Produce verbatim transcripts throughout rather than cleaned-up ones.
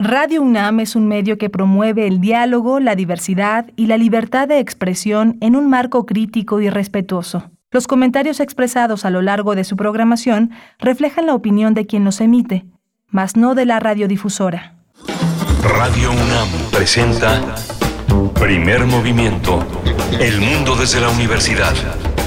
Radio UNAM es un medio que promueve el diálogo, la diversidad y la libertad de expresión en un marco crítico y respetuoso. Los comentarios expresados a lo largo de su programación reflejan la opinión de quien los emite, mas no de la radiodifusora. Radio UNAM presenta Primer Movimiento, El mundo desde la universidad.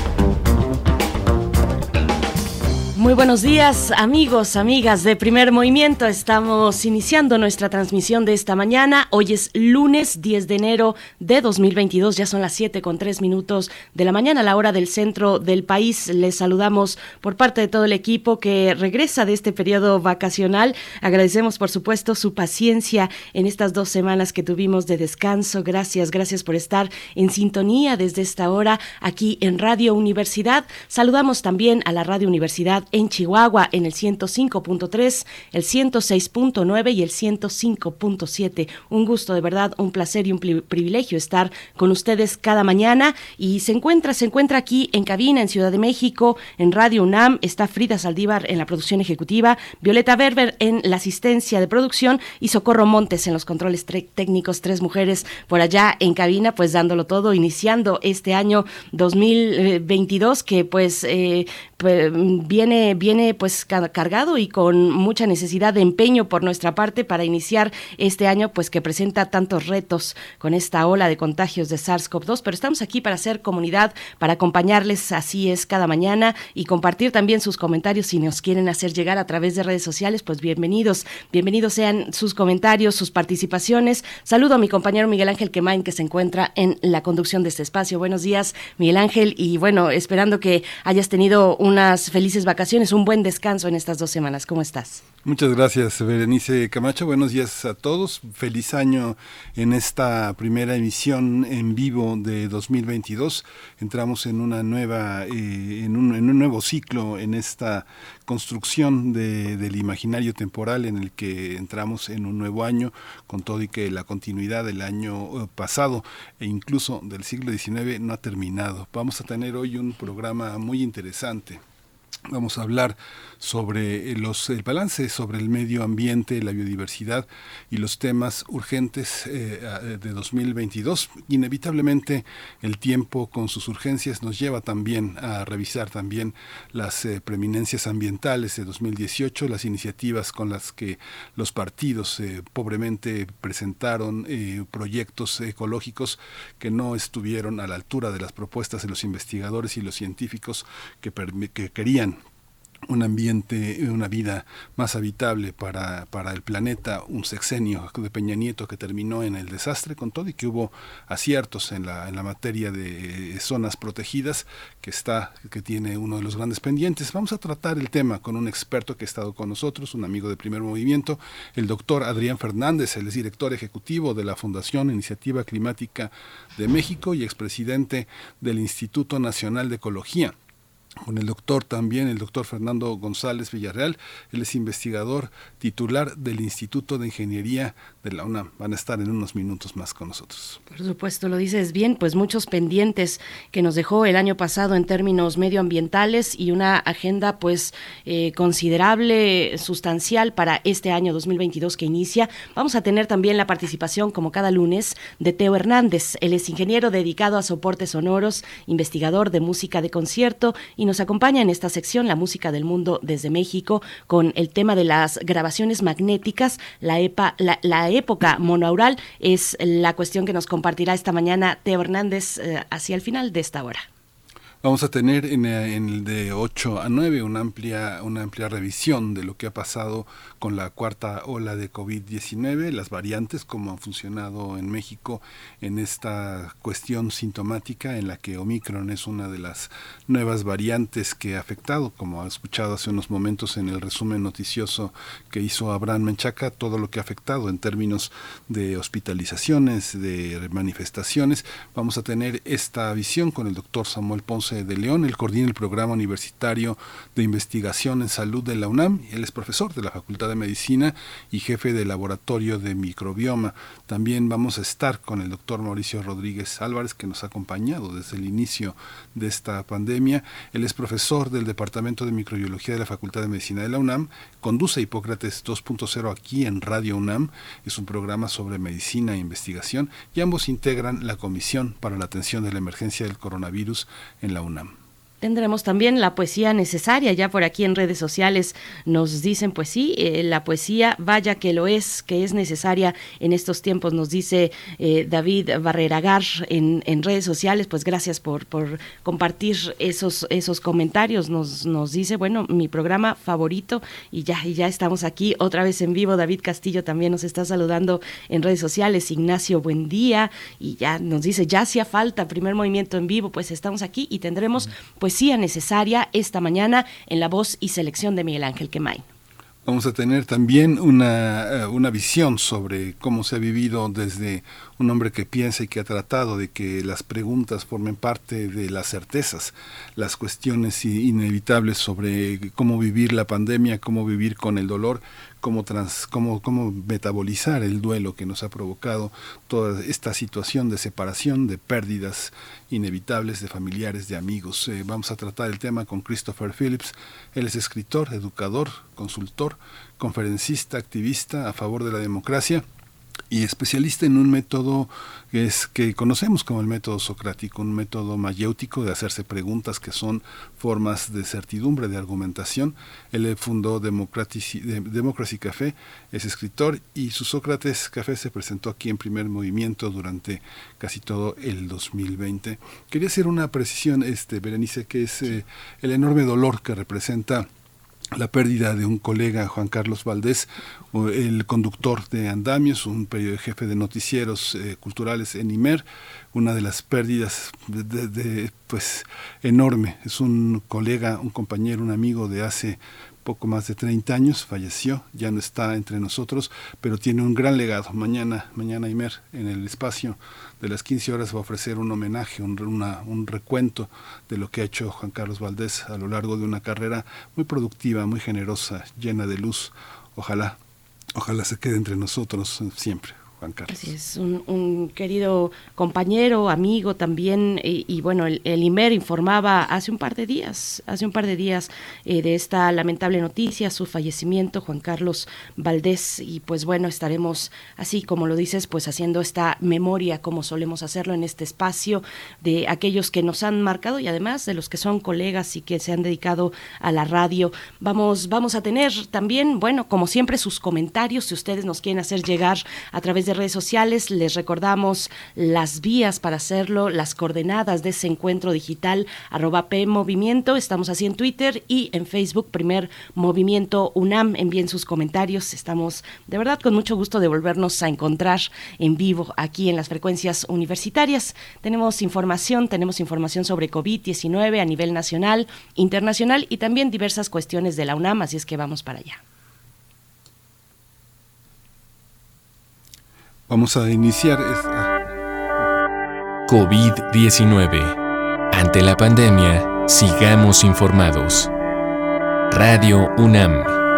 Muy buenos días, amigos, amigas de Primer Movimiento. Estamos iniciando nuestra transmisión de esta mañana. Hoy es lunes diez de enero de dos mil veintidós. Ya son las siete con tres minutos de la mañana, a la hora del centro del país. Les saludamos por parte de todo el equipo que regresa de este periodo vacacional. Agradecemos, por supuesto, su paciencia en estas dos semanas que tuvimos de descanso. Gracias, gracias por estar en sintonía desde esta hora aquí en Radio Universidad. Saludamos también a la Radio Universidad en Chihuahua en el ciento cinco punto tres, el ciento seis punto nueve y el ciento cinco punto siete. Un gusto, de verdad, un placer y un privilegio estar con ustedes cada mañana. Y se encuentra, se encuentra aquí en cabina en Ciudad de México, en Radio UNAM, está Frida Saldívar en la producción ejecutiva, Violeta Berber en la asistencia de producción y Socorro Montes en los controles tre- técnicos, tres mujeres por allá en cabina, pues dándolo todo, iniciando este año dos mil veintidós que pues, eh, pues viene viene pues cargado y con mucha necesidad de empeño por nuestra parte para iniciar este año, pues que presenta tantos retos con esta ola de contagios de SARS-CoV dos, pero estamos aquí para hacer comunidad, para acompañarles, así es, cada mañana, y compartir también sus comentarios. Si nos quieren hacer llegar a través de redes sociales, pues bienvenidos, bienvenidos sean sus comentarios, sus participaciones. Saludo a mi compañero Miguel Ángel Quemain, que se encuentra en la conducción de este espacio. Buenos días, Miguel Ángel, y bueno, esperando que hayas tenido unas felices vacaciones, un buen descanso en estas dos semanas. ¿Cómo estás? Muchas gracias, Berenice Camacho. Buenos días a todos. Feliz año en esta primera emisión en vivo de dos mil veintidós. Entramos en una nueva, eh, en, un, en un nuevo ciclo en esta construcción de, del imaginario temporal en el que entramos en un nuevo año, con todo y que la continuidad del año pasado e incluso del siglo diecinueve no ha terminado. Vamos a tener hoy un programa muy interesante. Vamos a hablar sobre los, el balance sobre el medio ambiente, la biodiversidad y los temas urgentes eh, de dos mil veintidós. Inevitablemente el tiempo con sus urgencias nos lleva también a revisar también las eh, preeminencias ambientales de dos mil dieciocho, las iniciativas con las que los partidos eh, pobremente presentaron eh, proyectos ecológicos que no estuvieron a la altura de las propuestas de los investigadores y los científicos que, que querían un ambiente, una vida más habitable para, para el planeta, un sexenio de Peña Nieto que terminó en el desastre, con todo y que hubo aciertos en la, en la materia de zonas protegidas, que está, que tiene uno de los grandes pendientes. Vamos a tratar el tema con un experto que ha estado con nosotros, un amigo de Primer Movimiento, el doctor Adrián Fernández. Él es director ejecutivo de la Fundación Iniciativa Climática de México y expresidente del Instituto Nacional de Ecología. Con el doctor también, el doctor Fernando González Villarreal. Él es investigador titular del Instituto de Ingeniería de la UNAM. Van a estar en unos minutos más con nosotros. Por supuesto, lo dices bien, pues muchos pendientes que nos dejó el año pasado en términos medioambientales y una agenda pues eh, considerable, sustancial para este año dos mil veintidós que inicia. Vamos a tener también la participación, como cada lunes, de Teo Hernández. Él es ingeniero dedicado a soportes sonoros, investigador de música de concierto y nos acompaña en esta sección La Música del Mundo desde México con el tema de las grabaciones magnéticas. La, epa, la, la época monoaural es la cuestión que nos compartirá esta mañana Teo Hernández eh, hacia el final de esta hora. Vamos a tener en, en el de ocho a nueve una amplia, una amplia revisión de lo que ha pasado con la cuarta ola de covid diecinueve, las variantes, cómo han funcionado en México en esta cuestión sintomática en la que Omicron es una de las nuevas variantes que ha afectado, como ha escuchado hace unos momentos en el resumen noticioso que hizo Abraham Menchaca, todo lo que ha afectado en términos de hospitalizaciones, de manifestaciones. Vamos a tener esta visión con el doctor Samuel Ponce Ponce de León. Él coordina el Programa Universitario de Investigación en Salud de la UNAM. Él es profesor de la Facultad de Medicina y jefe del Laboratorio de Microbioma. También vamos a estar con el doctor Mauricio Rodríguez Álvarez, que nos ha acompañado desde el inicio de esta pandemia. Él es profesor del Departamento de Microbiología de la Facultad de Medicina de la UNAM. Conduce Hipócrates dos punto cero aquí en Radio UNAM. Es un programa sobre medicina e investigación y ambos integran la Comisión para la Atención de la Emergencia del Coronavirus en la UNAM. Tendremos también la poesía necesaria, ya por aquí en redes sociales nos dicen, pues sí, eh, la poesía, vaya que lo es, que es necesaria en estos tiempos, nos dice eh, David Barreragar en, en redes sociales. Pues gracias por, por compartir esos, esos comentarios, nos, nos dice, bueno, mi programa favorito, y ya, y ya estamos aquí otra vez en vivo. David Castillo también nos está saludando en redes sociales, Ignacio, buen día, y ya nos dice, ya hacía falta Primer Movimiento en vivo. Pues estamos aquí y tendremos pues poesía necesaria esta mañana en la voz y selección de Miguel Ángel Quemain. Vamos a tener también una, una visión sobre cómo se ha vivido desde un hombre que piensa y que ha tratado de que las preguntas formen parte de las certezas, las cuestiones inevitables sobre cómo vivir la pandemia, cómo vivir con el dolor, cómo, trans, cómo, cómo metabolizar el duelo que nos ha provocado toda esta situación de separación, de pérdidas inevitables de familiares, de amigos. Eh, vamos a tratar el tema con Christopher Phillips. Él es escritor, educador, consultor, conferencista, activista a favor de la democracia y especialista en un método que es que conocemos como el método socrático, un método mayéutico de hacerse preguntas que son formas de certidumbre, de argumentación. Él fundó Democracy, Democracy Café, es escritor, y su Sócrates Café se presentó aquí en Primer Movimiento durante casi todo el dos mil veinte. Quería hacer una precisión, este, Berenice, que es eh, el enorme dolor que representa la pérdida de un colega, Juan Carlos Valdés, el conductor de Andamios, un periódico jefe de noticieros eh, culturales en Imer, una de las pérdidas de, de, de, pues enorme. Es un colega, un compañero, un amigo de hace poco más de treinta años, falleció, ya no está entre nosotros, pero tiene un gran legado. Mañana, mañana Imer, en el espacio de las quince horas, va a ofrecer un homenaje, un, una, un recuento de lo que ha hecho Juan Carlos Valdés a lo largo de una carrera muy productiva, muy generosa, llena de luz. Ojalá, ojalá se quede entre nosotros siempre. Juan Carlos. Así es, un, un querido compañero, amigo también, y, y bueno, el, el Imer informaba hace un par de días, hace un par de días eh, de esta lamentable noticia, su fallecimiento, Juan Carlos Valdés, y pues bueno, estaremos así como lo dices, pues haciendo esta memoria como solemos hacerlo en este espacio de aquellos que nos han marcado y además de los que son colegas y que se han dedicado a la radio. Vamos, vamos a tener también, bueno, como siempre, sus comentarios, si ustedes nos quieren hacer llegar a través de redes sociales, les recordamos las vías para hacerlo, las coordenadas de ese encuentro digital, arroba P Movimiento, estamos así en Twitter y en Facebook, Primer Movimiento UNAM. Envíen sus comentarios, estamos de verdad con mucho gusto de volvernos a encontrar en vivo aquí en las frecuencias universitarias. Tenemos información, tenemos información sobre COVID diecinueve a nivel nacional, internacional y también diversas cuestiones de la UNAM, así es que vamos para allá. Vamos a iniciar esta... COVID diecinueve. Ante la pandemia, sigamos informados. Radio UNAM.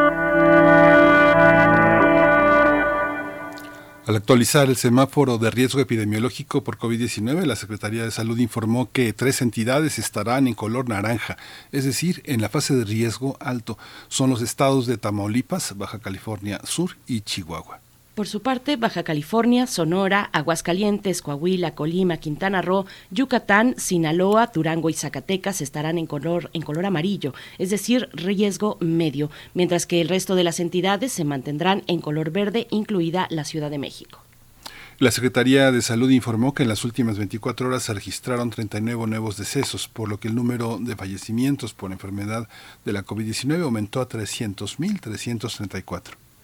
Al actualizar el semáforo de riesgo epidemiológico por COVID diecinueve, la Secretaría de Salud informó que tres entidades estarán en color naranja, es decir, en la fase de riesgo alto. Son los estados de Tamaulipas, Baja California Sur y Chihuahua. Por su parte, Baja California, Sonora, Aguascalientes, Coahuila, Colima, Quintana Roo, Yucatán, Sinaloa, Durango y Zacatecas estarán en color, en color amarillo, es decir, riesgo medio, mientras que el resto de las entidades se mantendrán en color verde, incluida la Ciudad de México. La Secretaría de Salud informó que en las últimas veinticuatro horas se registraron treinta y nueve nuevos decesos, por lo que el número de fallecimientos por enfermedad de la COVID diecinueve aumentó a trescientos mil trescientos treinta y cuatro.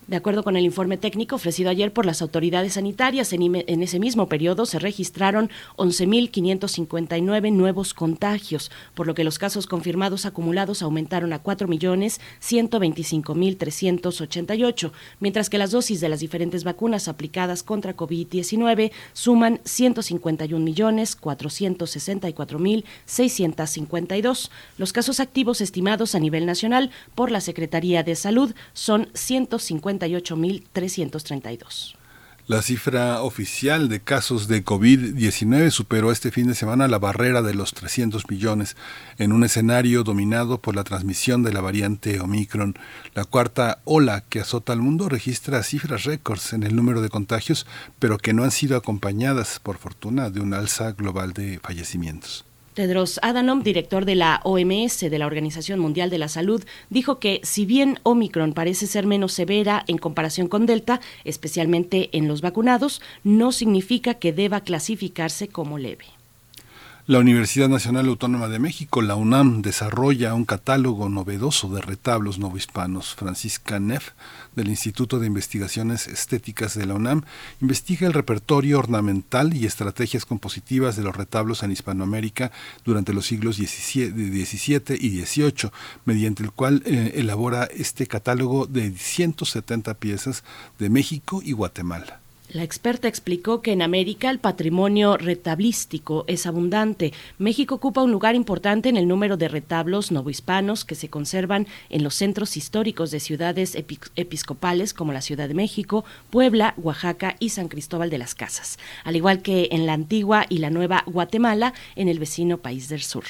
De acuerdo con el informe técnico ofrecido ayer por las autoridades sanitarias, en, en ese mismo periodo se registraron once mil quinientos cincuenta y nueve nuevos contagios, por lo que los casos confirmados acumulados aumentaron a cuatro millones ciento veinticinco mil trescientos ochenta y ocho, mientras que las dosis de las diferentes vacunas aplicadas contra COVID diecinueve suman ciento cincuenta y un millones cuatrocientos sesenta y cuatro mil seiscientos cincuenta y dos. Los casos activos estimados a nivel nacional por la Secretaría de Salud son ciento cincuenta y ocho mil trescientos treinta y dos. La cifra oficial de casos de COVID diecinueve superó este fin de semana la barrera de los trescientos millones en un escenario dominado por la transmisión de la variante Omicron. La cuarta ola que azota al mundo registra cifras récords en el número de contagios, pero que no han sido acompañadas, por fortuna, de un alza global de fallecimientos. Tedros Adhanom, director de la O M S, de la Organización Mundial de la Salud, dijo que si bien Omicron parece ser menos severa en comparación con Delta, especialmente en los vacunados, no significa que deba clasificarse como leve. La Universidad Nacional Autónoma de México, la UNAM, desarrolla un catálogo novedoso de retablos novohispanos. Francisca Neff, del Instituto de Investigaciones Estéticas de la UNAM, investiga el repertorio ornamental y estrategias compositivas de los retablos en Hispanoamérica durante los siglos diecisiete y dieciocho, mediante el cual eh, elabora este catálogo de ciento setenta piezas de México y Guatemala. La experta explicó que en América el patrimonio retablístico es abundante. México ocupa un lugar importante en el número de retablos novohispanos que se conservan en los centros históricos de ciudades epi- episcopales como la Ciudad de México, Puebla, Oaxaca y San Cristóbal de las Casas, al igual que en la antigua y la nueva Guatemala, en el vecino país del sur.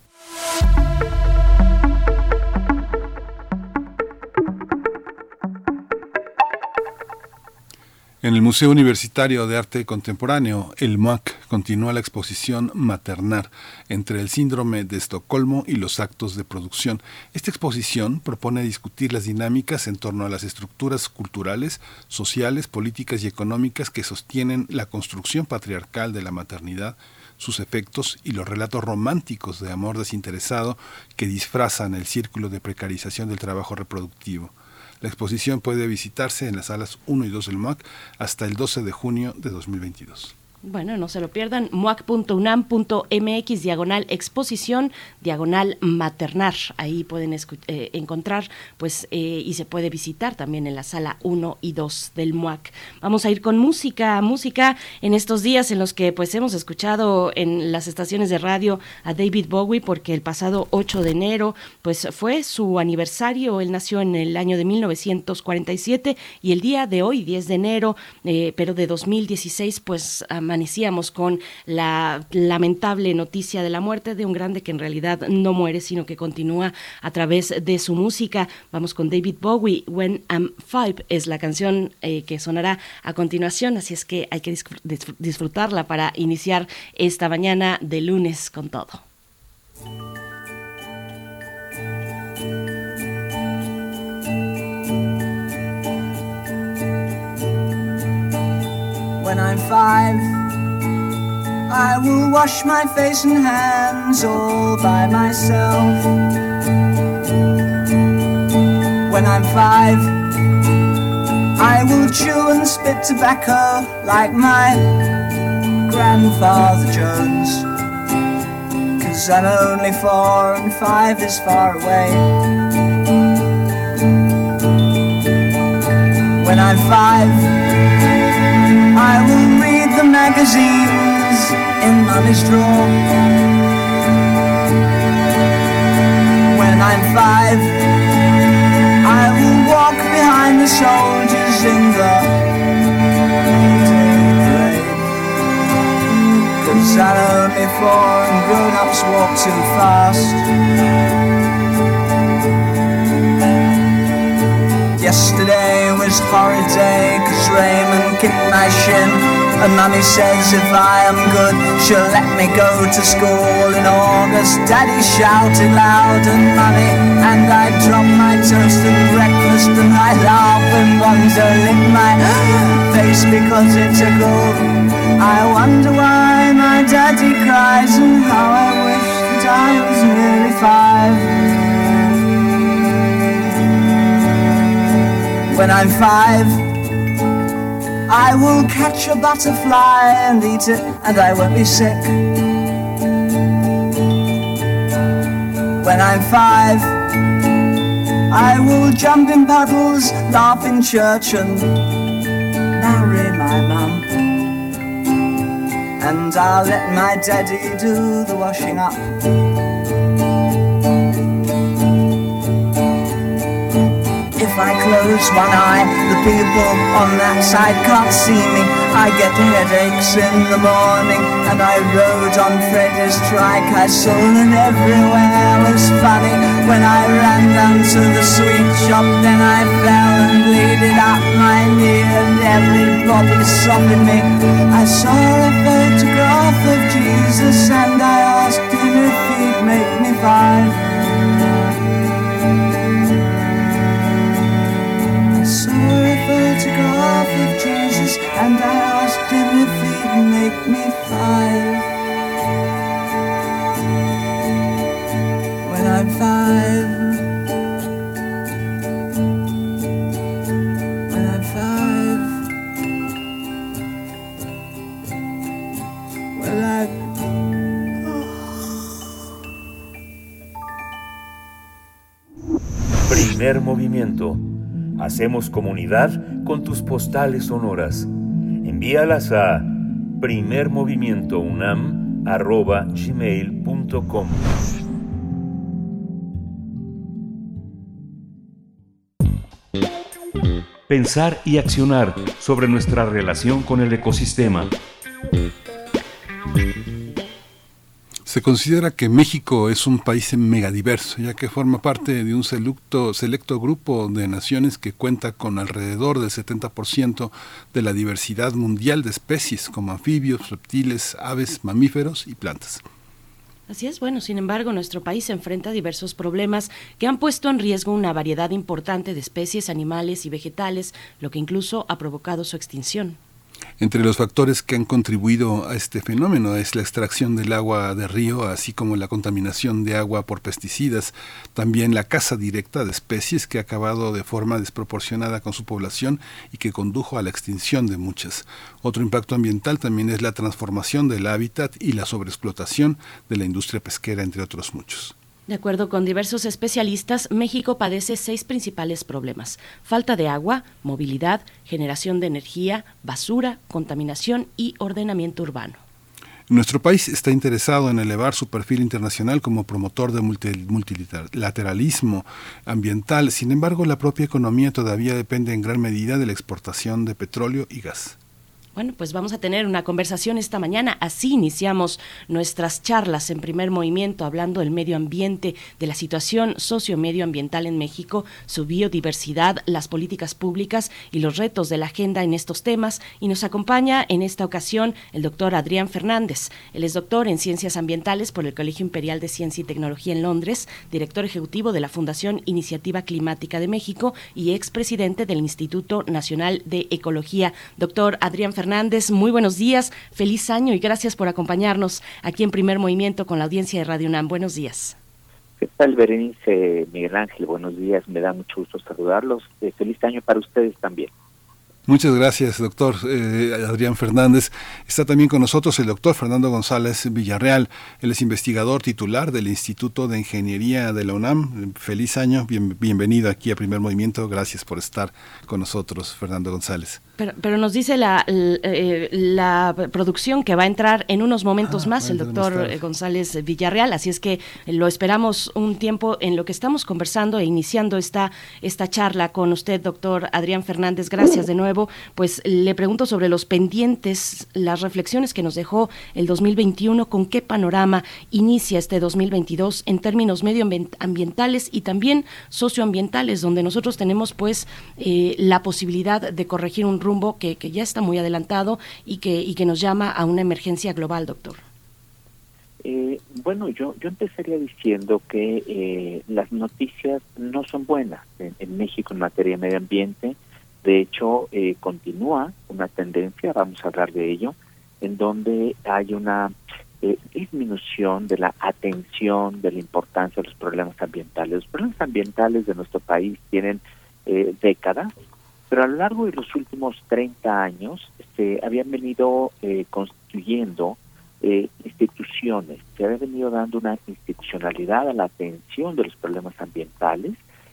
En el Museo Universitario de Arte Contemporáneo, el M U A C, continúa la exposición Maternar, entre el síndrome de Estocolmo y los actos de producción. Esta exposición propone discutir las dinámicas en torno a las estructuras culturales, sociales, políticas y económicas que sostienen la construcción patriarcal de la maternidad, sus efectos y los relatos románticos de amor desinteresado que disfrazan el círculo de precarización del trabajo reproductivo. La exposición puede visitarse en las salas uno y dos del M U A C hasta el doce de junio de dos mil veintidós. Bueno, no se lo pierdan, muac.unam.mx, diagonal exposición, diagonal maternar. Ahí pueden escu- eh, encontrar, pues, eh, y se puede visitar también en la sala uno y dos del M U A C. Vamos a ir con música, música en estos días en los que, pues, hemos escuchado en las estaciones de radio a David Bowie, porque el pasado ocho de enero, pues, fue su aniversario. Él nació en el año de mil novecientos cuarenta y siete y el día de hoy, diez de enero, eh, pero de dos mil dieciséis, pues, amanecíamos con la lamentable noticia de la muerte de un grande que en realidad no muere, sino que continúa a través de su música. Vamos con David Bowie, When I'm Five, es la canción eh, que sonará a continuación, así es que hay que disfrutarla para iniciar esta mañana de lunes con todo. When I'm five, I will wash my face and hands all by myself. When I'm five, I will chew and spit tobacco like my grandfather Jones. 'Cause I'm only four and five is far away. When I'm five, I will read the magazines in Mommy's drawer. When I'm five, I will walk behind the soldiers in the parade. 'Cause I'm only four and grown-ups walk too fast. Yesterday was horrid day 'cause Raymond kicked my shin. And Mummy says if I am good, she'll let me go to school in August. Daddy shouted loud and Mummy, and I dropped my toast and breakfast. And I laugh and wonder in my face because it's a goal. I wonder why my daddy cries and how I wish that I was nearly five. When I'm five, I will catch a butterfly and eat it, and I won't be sick. When I'm five, I will jump in puddles, laugh in church, and marry my mum. And I'll let my daddy do the washing up. If I close one eye, the people on that side can't see me. I get headaches in the morning, and I rode on Freddy's tricycle, and everywhere was funny. When I ran down to the sweet shop, then I fell and bleeded out my knee, and everybody sobbing me. I saw a photograph of Jesus, and I asked him if he'd make me fine. I saw a photograph of Jesus, and I asked him if he'd make me five. When I'm five, when I'm five, when I'm Primer movimiento. Hacemos comunidad con tus postales sonoras. Envíalas a primermovimientounam arroba gmail punto com. Pensar y accionar sobre nuestra relación con el ecosistema. Se considera que México es un país megadiverso, ya que forma parte de un selecto, selecto grupo de naciones que cuenta con alrededor del setenta por ciento de la diversidad mundial de especies, como anfibios, reptiles, aves, mamíferos y plantas. Así es, bueno, sin embargo, nuestro país enfrenta diversos problemas que han puesto en riesgo una variedad importante de especies animales y vegetales, lo que incluso ha provocado su extinción. Entre los factores que han contribuido a este fenómeno es la extracción del agua de río, así como la contaminación de agua por pesticidas, también la caza directa de especies que ha acabado de forma desproporcionada con su población y que condujo a la extinción de muchas. Otro impacto ambiental también es la transformación del hábitat y la sobreexplotación de la industria pesquera, entre otros muchos. De acuerdo con diversos especialistas, México padece seis principales problemas: falta de agua, movilidad, generación de energía, basura, contaminación y ordenamiento urbano. Nuestro país está interesado en elevar su perfil internacional como promotor de multilateralismo ambiental. Sin embargo, la propia economía todavía depende en gran medida de la exportación de petróleo y gas. Bueno, pues vamos a tener una conversación esta mañana. Así iniciamos nuestras charlas en Primer Movimiento, hablando del medio ambiente, de la situación socio-medioambiental en México, su biodiversidad, las políticas públicas y los retos de la agenda en estos temas. Y nos acompaña en esta ocasión el doctor Adrián Fernández. Él es doctor en Ciencias Ambientales por el Colegio Imperial de Ciencia y Tecnología en Londres, director ejecutivo de la Fundación Iniciativa Climática de México y expresidente del Instituto Nacional de Ecología. Doctor Adrián Fernández, Fernández, muy buenos días, feliz año y gracias por acompañarnos aquí en Primer Movimiento con la audiencia de Radio UNAM. Buenos días. ¿Qué tal, Berenice, Miguel Ángel? Buenos días, me da mucho gusto saludarlos. Eh, feliz año para ustedes también. Muchas gracias, doctor eh, Adrián Fernández. Está también con nosotros el doctor Fernando González Villarreal. Él es investigador titular del Instituto de Ingeniería de la UNAM. Feliz año, bien, bienvenido aquí a Primer Movimiento. Gracias por estar con nosotros, Fernando González. Pero, pero nos dice la, la, la producción que va a entrar en unos momentos ah, más el doctor González Villarreal, así es que lo esperamos un tiempo en lo que estamos conversando e iniciando esta, esta charla con usted, doctor Adrián Fernández. Gracias de nuevo. Pues le pregunto sobre los pendientes, las reflexiones que nos dejó el dos mil veintiuno, con qué panorama inicia este dos mil veintidós en términos medioambientales y también socioambientales, donde nosotros tenemos pues eh, la posibilidad de corregir un rumbo que, que ya está muy adelantado y que, y que nos llama a una emergencia global, doctor. Eh, bueno, yo yo empezaría diciendo que eh, las noticias no son buenas en, en México en materia de medio ambiente. De hecho, eh, continúa una tendencia, vamos a hablar de ello, en donde hay una eh, disminución de la atención, de la importancia de los problemas ambientales. Los problemas ambientales de nuestro país tienen eh, décadas pero a lo largo de los últimos treinta años se habían venido eh, construyendo eh, instituciones, se había venido dando una institucionalidad a la atención de los problemas ambientales.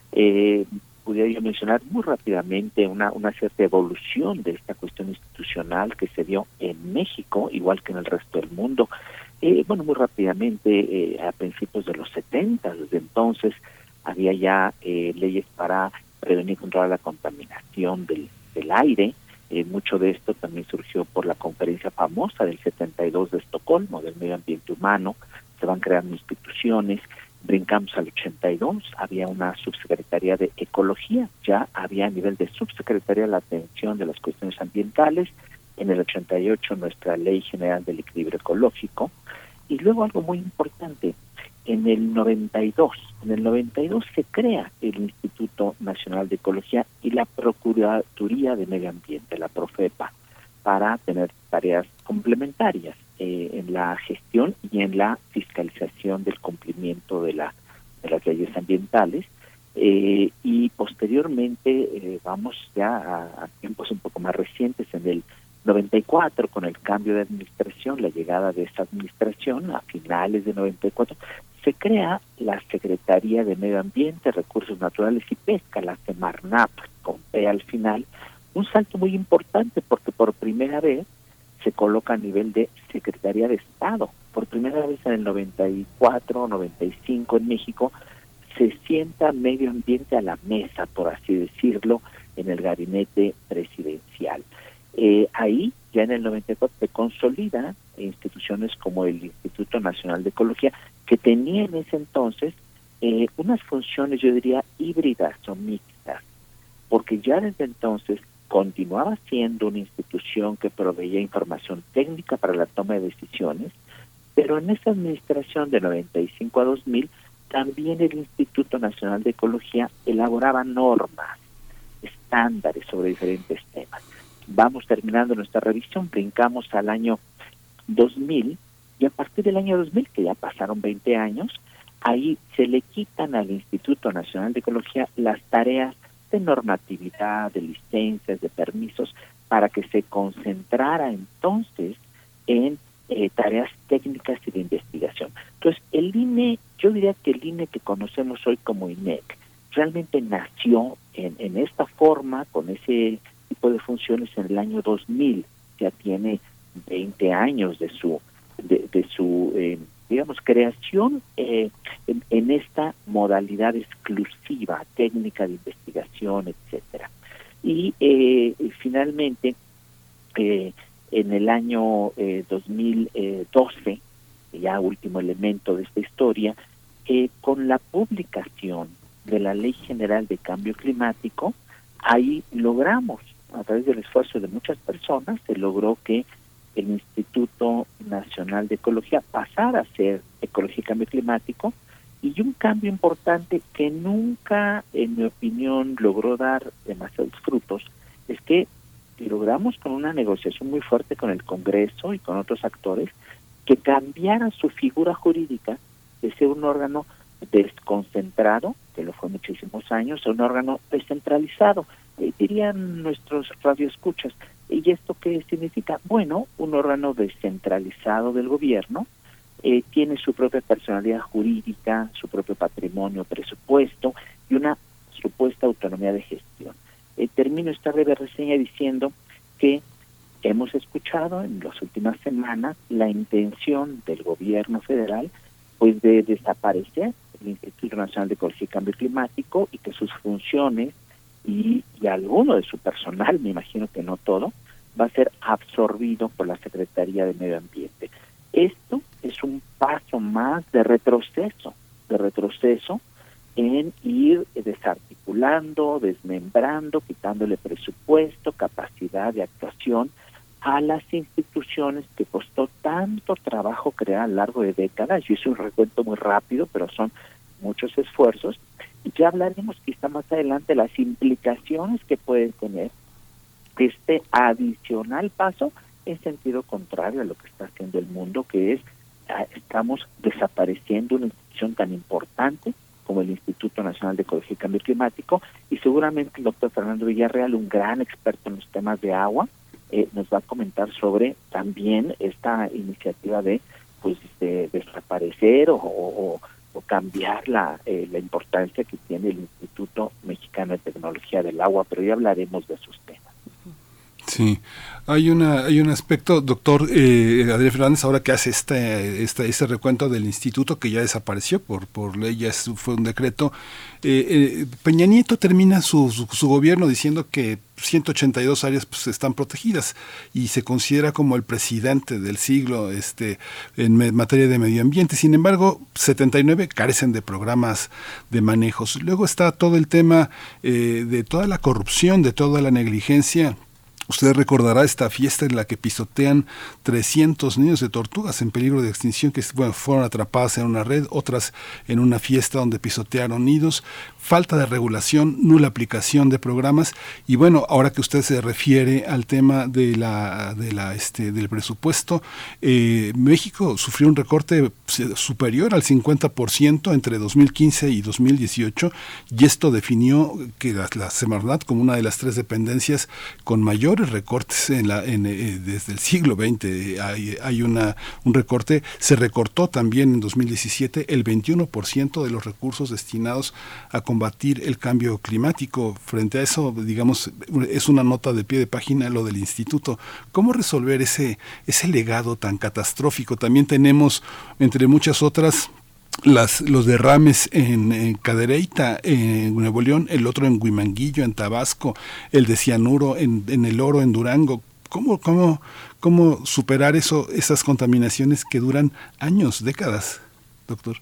Eh, pudiera yo mencionar muy rápidamente una, una cierta evolución de esta cuestión institucional que se dio en México, igual que en el resto del mundo. Eh, bueno, muy rápidamente, eh, a principios de los setenta, desde entonces, había ya eh, leyes para prevenir y controlar la contaminación del, del aire. Eh, mucho de esto también surgió por la conferencia famosa del setenta y dos de Estocolmo, del medio ambiente humano. Se van creando instituciones. Brincamos al ochenta y dos, había una subsecretaría de Ecología, ya había a nivel de subsecretaría la atención de las cuestiones ambientales. En el ochenta y ocho nuestra Ley General del Equilibrio Ecológico. Y luego algo muy importante, en el noventa y dos, en el noventa y dos se crea el Instituto Nacional de Ecología y la Procuraduría de Medio Ambiente, la Profepa, para tener tareas complementarias eh, en la gestión y en la fiscalización del cumplimiento de la de las leyes ambientales. Eh, y posteriormente eh, vamos ya a, a tiempos un poco más recientes, en el noventa y cuatro, con el cambio de administración, la llegada de esta administración a finales de noventa y cuatro, se crea la Secretaría de Medio Ambiente, Recursos Naturales y Pesca, la Semarnap, con P al final. Un salto muy importante porque por primera vez se coloca a nivel de Secretaría de Estado. Por primera vez en el noventa y cuatro, noventa y cinco en México se sienta medio ambiente a la mesa, por así decirlo, en el gabinete presidencial. Eh, ahí, ya en el noventa y cuatro, se consolidan instituciones como el Instituto Nacional de Ecología, que tenía en ese entonces eh, unas funciones, yo diría, híbridas o mixtas, porque ya desde entonces continuaba siendo una institución que proveía información técnica para la toma de decisiones, pero en esa administración de noventa y cinco a dos mil, también el Instituto Nacional de Ecología elaboraba normas, estándares sobre diferentes temas. Vamos terminando nuestra revisión, brincamos al año dos mil, y a partir del año dos mil, que ya pasaron veinte años, ahí se le quitan al Instituto Nacional de Ecología las tareas de normatividad, de licencias, de permisos, para que se concentrara entonces en eh, tareas técnicas y de investigación. Entonces, el I N E, yo diría que el I N E que conocemos hoy como I N E C, realmente nació en, en esta forma, con ese tipo de funciones en el año dos mil, ya tiene veinte años de su, de, de su eh, digamos, creación eh, en, en esta modalidad exclusiva, técnica de investigación, etcétera. Y eh, finalmente, eh, en el año eh, dos mil doce, ya último elemento de esta historia, eh, con la publicación de la Ley General de Cambio Climático, ahí logramos, a través del esfuerzo de muchas personas, se logró que el Instituto Nacional de Ecología pasara a ser Ecología y Cambio Climático, y un cambio importante que nunca, en mi opinión, logró dar demasiados frutos, es que logramos, con una negociación muy fuerte con el Congreso y con otros actores, que cambiara su figura jurídica de ser un órgano desconcentrado, que lo fue muchísimos años, a un órgano descentralizado. Eh, dirían nuestros radioescuchas, ¿y esto qué significa? Bueno, un órgano descentralizado del gobierno, eh, tiene su propia personalidad jurídica, su propio patrimonio, presupuesto y una supuesta autonomía de gestión. Eh, termino esta breve reseña diciendo que hemos escuchado en las últimas semanas la intención del gobierno federal pues de desaparecer el Instituto Nacional de Ecología y Cambio Climático, y que sus funciones y, y alguno de su personal, me imagino que no todo, va a ser absorbido por la Secretaría de Medio Ambiente. Esto es un paso más de retroceso, de retroceso en ir desarticulando, desmembrando, quitándole presupuesto, capacidad de actuación a las instituciones que costó tanto trabajo crear a lo largo de décadas. Yo hice un recuento muy rápido, pero son muchos esfuerzos, y ya hablaremos quizá más adelante de las implicaciones que puede tener este adicional paso en sentido contrario a lo que está haciendo el mundo, que es, estamos desapareciendo una institución tan importante como el Instituto Nacional de Ecología y Cambio Climático, y seguramente el doctor Fernando Villarreal, un gran experto en los temas de agua, eh, nos va a comentar sobre también esta iniciativa de pues de desaparecer o, o, o cambiar la, eh, la importancia que tiene el Instituto Mexicano de Tecnología del Agua, pero ya hablaremos de esos temas. Sí, hay una hay un aspecto, doctor eh, Adrián Fernández, ahora que hace este, este este recuento del instituto que ya desapareció por por ley, ya es, fue un decreto. Eh, eh, Peña Nieto termina su, su su gobierno diciendo que ciento ochenta y dos áreas pues están protegidas y se considera como el presidente del siglo este en me, materia de medio ambiente. Sin embargo, setenta y nueve carecen de programas de manejos. Luego está todo el tema eh, de toda la corrupción, de toda la negligencia. Usted recordará esta fiesta en la que pisotean trescientos niños de tortugas en peligro de extinción que bueno, fueron atrapadas en una red, otras en una fiesta donde pisotearon nidos, falta de regulación, nula aplicación de programas y bueno, ahora que usted se refiere al tema de la, de la, este, del presupuesto, eh, México sufrió un recorte superior al cincuenta por ciento entre dos mil quince y dos mil dieciocho y esto definió que la, la Semarnat como una de las tres dependencias con mayor recortes en la en, eh, desde el siglo veinte hay, hay una un recorte, se recortó también en dos mil diecisiete el veintiuno por ciento de los recursos destinados a combatir el cambio climático. Frente a eso, digamos, es una nota de pie de página lo del instituto. ¿Cómo resolver ese ese legado tan catastrófico? También tenemos, entre muchas otras, Las, los derrames en, en Cadereyta, en Nuevo León, el otro en Huimanguillo, en Tabasco, el de cianuro en, en El Oro, en Durango. ¿Cómo, cómo, cómo superar eso, esas contaminaciones que duran años, décadas, doctor?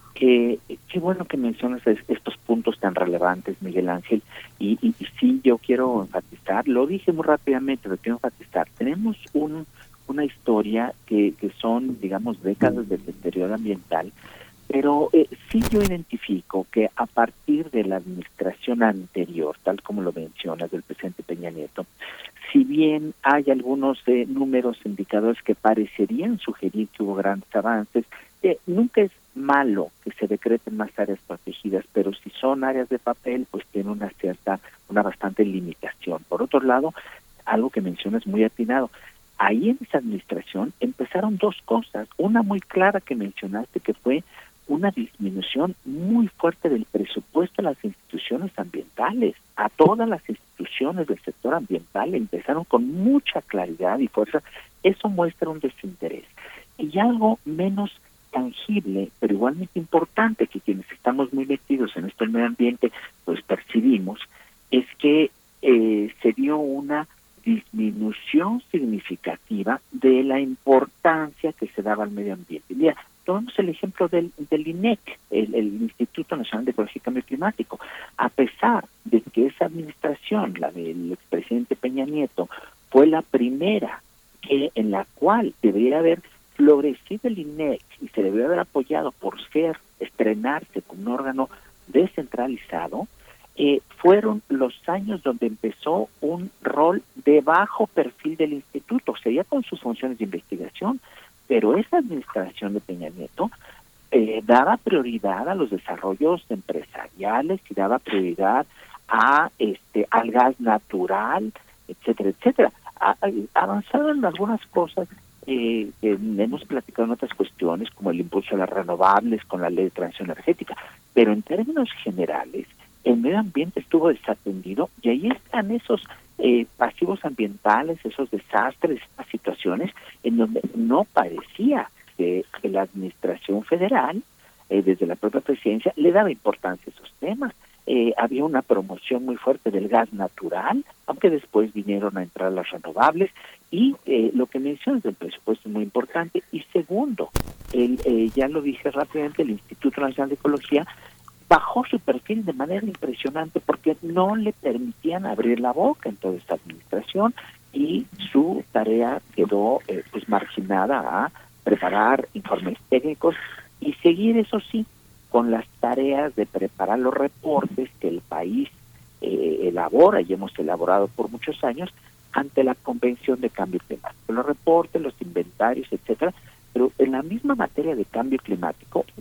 Eh, qué bueno que mencionas estos puntos tan relevantes, Miguel Ángel, y, y, y sí, yo quiero enfatizar, lo dije muy rápidamente, pero quiero enfatizar, tenemos un, una historia que, que son, digamos, décadas de deterioro ambiental. Pero eh, sí yo identifico que a partir de la administración anterior, tal como lo mencionas, del presidente Peña Nieto, si bien hay algunos eh, números indicadores que parecerían sugerir que hubo grandes avances, eh, nunca es malo que se decreten más áreas protegidas, pero si son áreas de papel, pues tiene una cierta, una bastante limitación. Por otro lado, algo que mencionas muy atinado, ahí en esa administración empezaron dos cosas, una muy clara que mencionaste que fue una disminución muy fuerte del presupuesto a las instituciones ambientales. A todas las instituciones del sector ambiental empezaron con mucha claridad y fuerza. Eso muestra un desinterés. Y algo menos tangible, pero igualmente importante, que quienes estamos muy metidos en esto del medio ambiente, pues percibimos, es que eh, se dio una disminución significativa de la importancia que se daba al medio ambiente. Mira, tomemos el ejemplo del, del I N E C, el, el Instituto Nacional de Ecología y Cambio Climático. A pesar de que esa administración, la del expresidente Peña Nieto, fue la primera que en la cual debería haber florecido el I N E C y se debería haber apoyado por ser, estrenarse como un órgano descentralizado, eh, fueron los años donde empezó un rol de bajo perfil del instituto, seguía con sus funciones de investigación, pero esa administración de Peña Nieto eh, daba prioridad a los desarrollos empresariales y daba prioridad a este al gas natural, etcétera, etcétera. A, a, avanzaron algunas cosas eh, que hemos platicado en otras cuestiones, como el impulso a las renovables con la ley de transición energética, pero en términos generales, el medio ambiente estuvo desatendido y ahí están esos eh, pasivos ambientales, esos desastres, estas situaciones en donde no parecía que, que la administración federal, eh, desde la propia presidencia, le daba importancia a esos temas. Eh, había una promoción muy fuerte del gas natural, aunque después vinieron a entrar las renovables, y eh, lo que mencionas del presupuesto es muy importante. Y segundo, el, eh, ya lo dije rápidamente, el Instituto Nacional de Ecología bajó su perfil de manera impresionante porque no le permitían abrir la boca en toda esta administración y su tarea quedó eh, pues marginada a preparar informes técnicos y seguir, eso sí, con las tareas de preparar los reportes que el país eh, elabora y hemos elaborado por muchos años ante la Convención de Cambio Climático. Los reportes, los inventarios, etcétera, pero en la misma materia de cambio climático no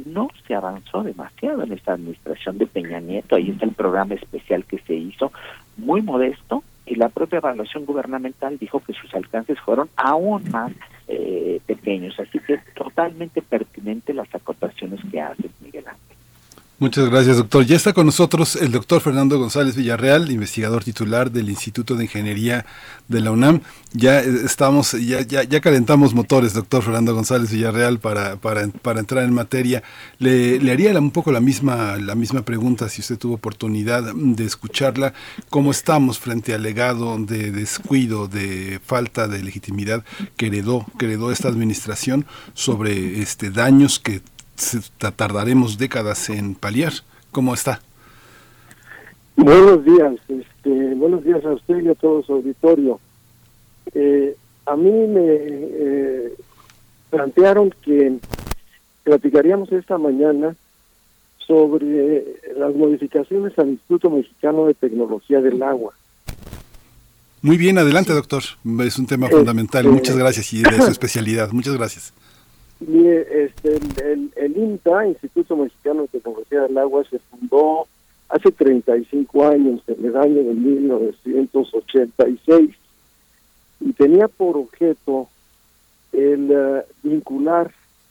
se avanzó demasiado en esta administración de Peña Nieto. Ahí está el programa especial que se hizo, muy modesto, y la propia evaluación gubernamental dijo que sus alcances fueron aún más eh, pequeños. Así que totalmente pertinente las acotaciones que hace Miguel Ángel. Muchas gracias, doctor. Ya está con nosotros el doctor Fernando González Villarreal, investigador titular del Instituto de Ingeniería de la UNAM. Ya estamos, ya, ya, ya calentamos motores, doctor Fernando González Villarreal, para, para, para entrar en materia. Le, le haría un poco la misma, la misma pregunta, si usted tuvo oportunidad de escucharla. ¿Cómo estamos frente al legado de descuido, de falta de legitimidad que heredó, que heredó esta administración sobre este daños que tardaremos décadas en paliar? ¿Cómo está? Buenos días, este, buenos días a usted y a todo su auditorio. Eh, a mí me eh, plantearon que platicaríamos esta mañana sobre las modificaciones al Instituto Mexicano de Tecnología del Agua. Muy bien, adelante, doctor. Es un tema fundamental. Este, Muchas gracias, y de su especialidad. Muchas gracias. Y este, el, el, el INTA, Instituto Mexicano de Tecnología del Agua, se fundó hace treinta y cinco años, en el año de mil novecientos ochenta y seis, y tenía por objeto el uh, vincular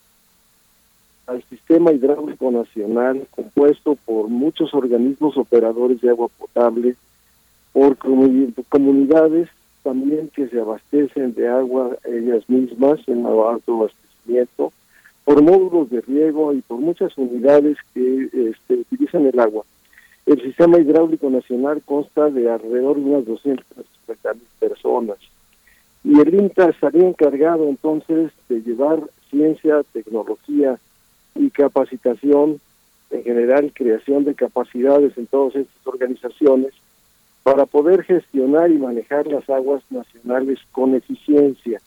al Sistema Hidráulico Nacional, compuesto por muchos organismos operadores de agua potable, por comunidades también que se abastecen de agua ellas mismas en autoabastecimiento, por módulos de riego y por muchas unidades que este, utilizan el agua. El Sistema Hidráulico Nacional consta de alrededor de unas doscientas cincuenta mil personas, y el INTA estaría encargado entonces de llevar ciencia, tecnología y capacitación, en general creación de capacidades en todas estas organizaciones, para poder gestionar y manejar las aguas nacionales con eficiencia.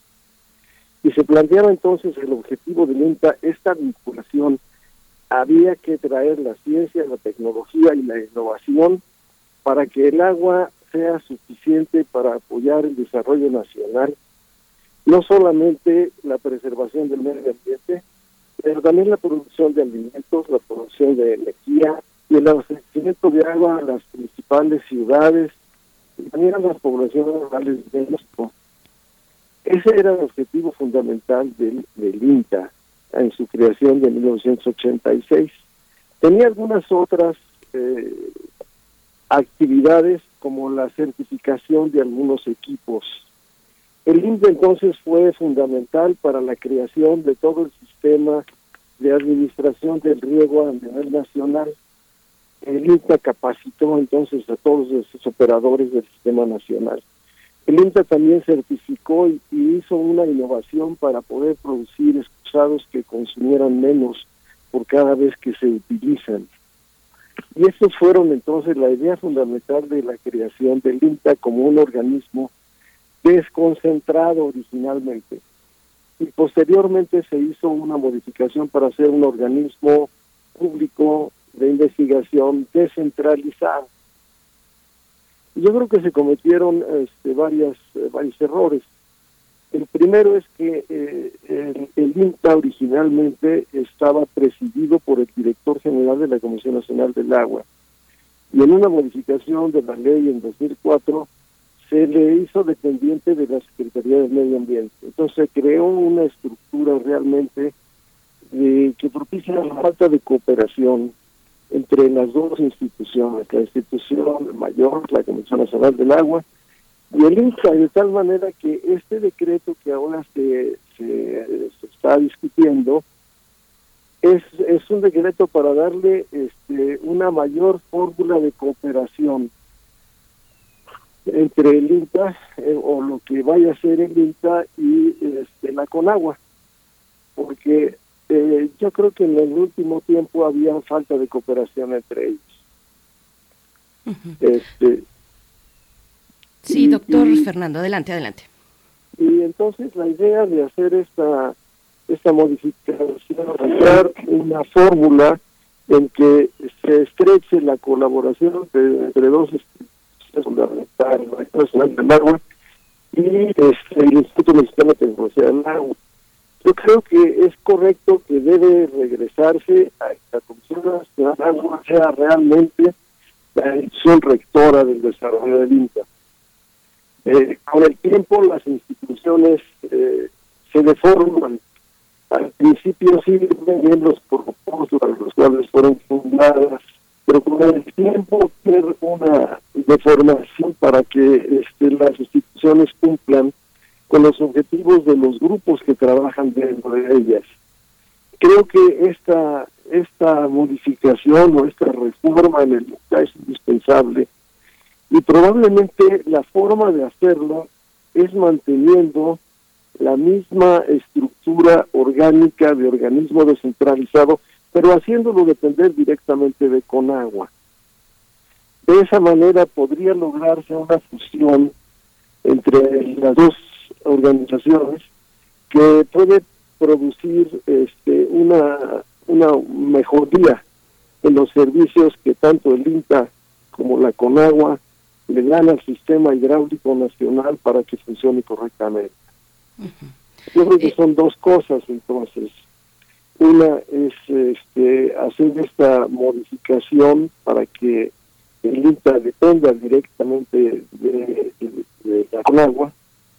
Y se planteaba entonces el objetivo del INTA, esta vinculación. Había que traer la ciencia, la tecnología y la innovación para que el agua sea suficiente para apoyar el desarrollo nacional, no solamente la preservación del medio ambiente, pero también la producción de alimentos, la producción de energía y el abastecimiento de agua a las principales ciudades y también a las poblaciones rurales de México. Ese era el objetivo fundamental del, del INTA en su creación de mil novecientos ochenta y seis. Tenía algunas otras eh, actividades, como la certificación de algunos equipos. El INTA entonces fue fundamental para la creación de todo el sistema de administración del riego a nivel nacional. El INTA capacitó entonces a todos esos operadores del sistema nacional. El INTA también certificó y, y hizo una innovación para poder producir excusados que consumieran menos por cada vez que se utilizan. Y estos fueron entonces la idea fundamental de la creación del INTA como un organismo desconcentrado originalmente. Y posteriormente se hizo una modificación para ser un organismo público de investigación descentralizado. Yo creo que se cometieron este, varias, eh, varios errores. El primero es que eh, el, el INTA originalmente estaba presidido por el director general de la Comisión Nacional del Agua, y en una modificación de la ley en dos mil cuatro se le hizo dependiente de la Secretaría del Medio Ambiente. Entonces se creó una estructura realmente eh, que propicia la falta de cooperación entre las dos instituciones, la institución mayor, la Comisión Nacional del Agua, y el INTA, de tal manera que este decreto que ahora se, se, se está discutiendo es, es un decreto para darle este, una mayor fórmula de cooperación entre el INTA, eh, o lo que vaya a ser el INTA y este, la CONAGUA, porque Eh, yo creo que en el último tiempo había falta de cooperación entre ellos. Uh-huh. Este, sí, y, doctor y, Fernando, adelante, adelante. Y entonces la idea de hacer esta esta modificación, crear una fórmula en que se estreche la colaboración de, entre dos instituciones fundamentales, la Nacional del Agua y este, el Instituto Mexicano de Tecnología del Agua. Yo creo que es correcto que debe regresarse a la Comisión Nacional de Agua, sea realmente la institución rectora del desarrollo del INTA. Eh, con el tiempo las instituciones eh, se deforman. Al principio sí bien los propósitos a los cuales fueron fundadas, pero con el tiempo tiene una deformación para que este, las instituciones cumplan con los objetivos de los grupos que trabajan dentro de ellas. Creo que esta esta modificación o esta reforma en el INTA es indispensable, y probablemente la forma de hacerlo es manteniendo la misma estructura orgánica de organismo descentralizado, pero haciéndolo depender directamente de Conagua. De esa manera podría lograrse una fusión entre las dos organizaciones que puede producir este, una, una mejoría en los servicios que tanto el INTA como la Conagua le dan al sistema hidráulico nacional para que funcione correctamente. Uh-huh. Yo creo que eh, son dos cosas, entonces. Una es este, hacer esta modificación para que el INTA dependa directamente de, de, de la Conagua,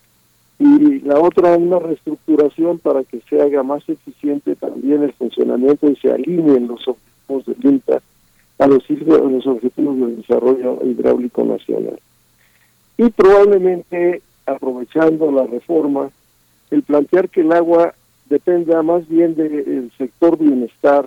y la otra una reestructuración para que se haga más eficiente también el funcionamiento y se alineen los objetivos del INTA a los, a los objetivos del desarrollo hidráulico nacional. Y probablemente, aprovechando la reforma, el plantear que el agua dependa más bien del sector bienestar,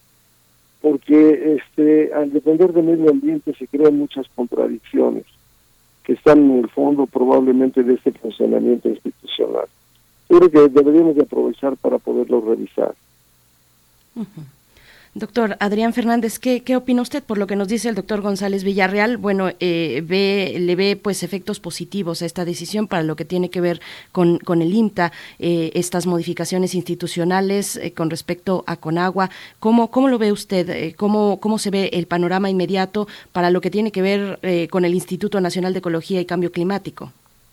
porque este al depender del medio ambiente se crean muchas contradicciones que están en el fondo probablemente de este funcionamiento institucional. Yo creo que deberíamos de aprovechar para poderlo revisar. Uh-huh. Doctor Adrián Fernández, ¿qué, ¿qué opina usted por lo que nos dice el doctor González Villarreal? Bueno, eh, ve, le ve pues efectos positivos a esta decisión para lo que tiene que ver con, con el INTA, eh, estas modificaciones institucionales eh, con respecto a Conagua. ¿Cómo, cómo lo ve usted? Eh, ¿cómo, ¿Cómo se ve el panorama inmediato para lo que tiene que ver eh, con el Instituto Nacional de Ecología y Cambio Climático?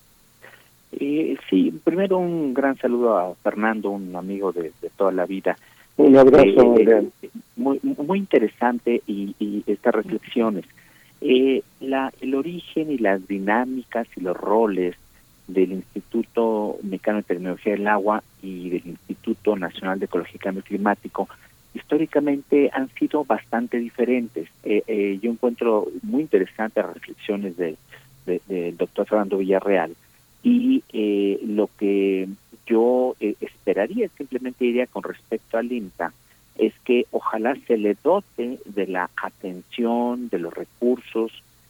Eh, sí, primero un gran saludo a Fernando, un amigo de, de toda la vida. Un abrazo, eh, eh, muy muy interesante y, y estas reflexiones. Eh, la el origen y las dinámicas y los roles del Instituto Mexicano de Tecnología del Agua y del Instituto Nacional de Ecología y Cambio Climático históricamente han sido bastante diferentes. Eh, eh, yo encuentro muy interesantes las reflexiones del de, de doctor Fernando Villarreal, y eh, lo que yo eh, esperaría, simplemente diría con respecto al INTA, es que ojalá se le dote de la atención, de los recursos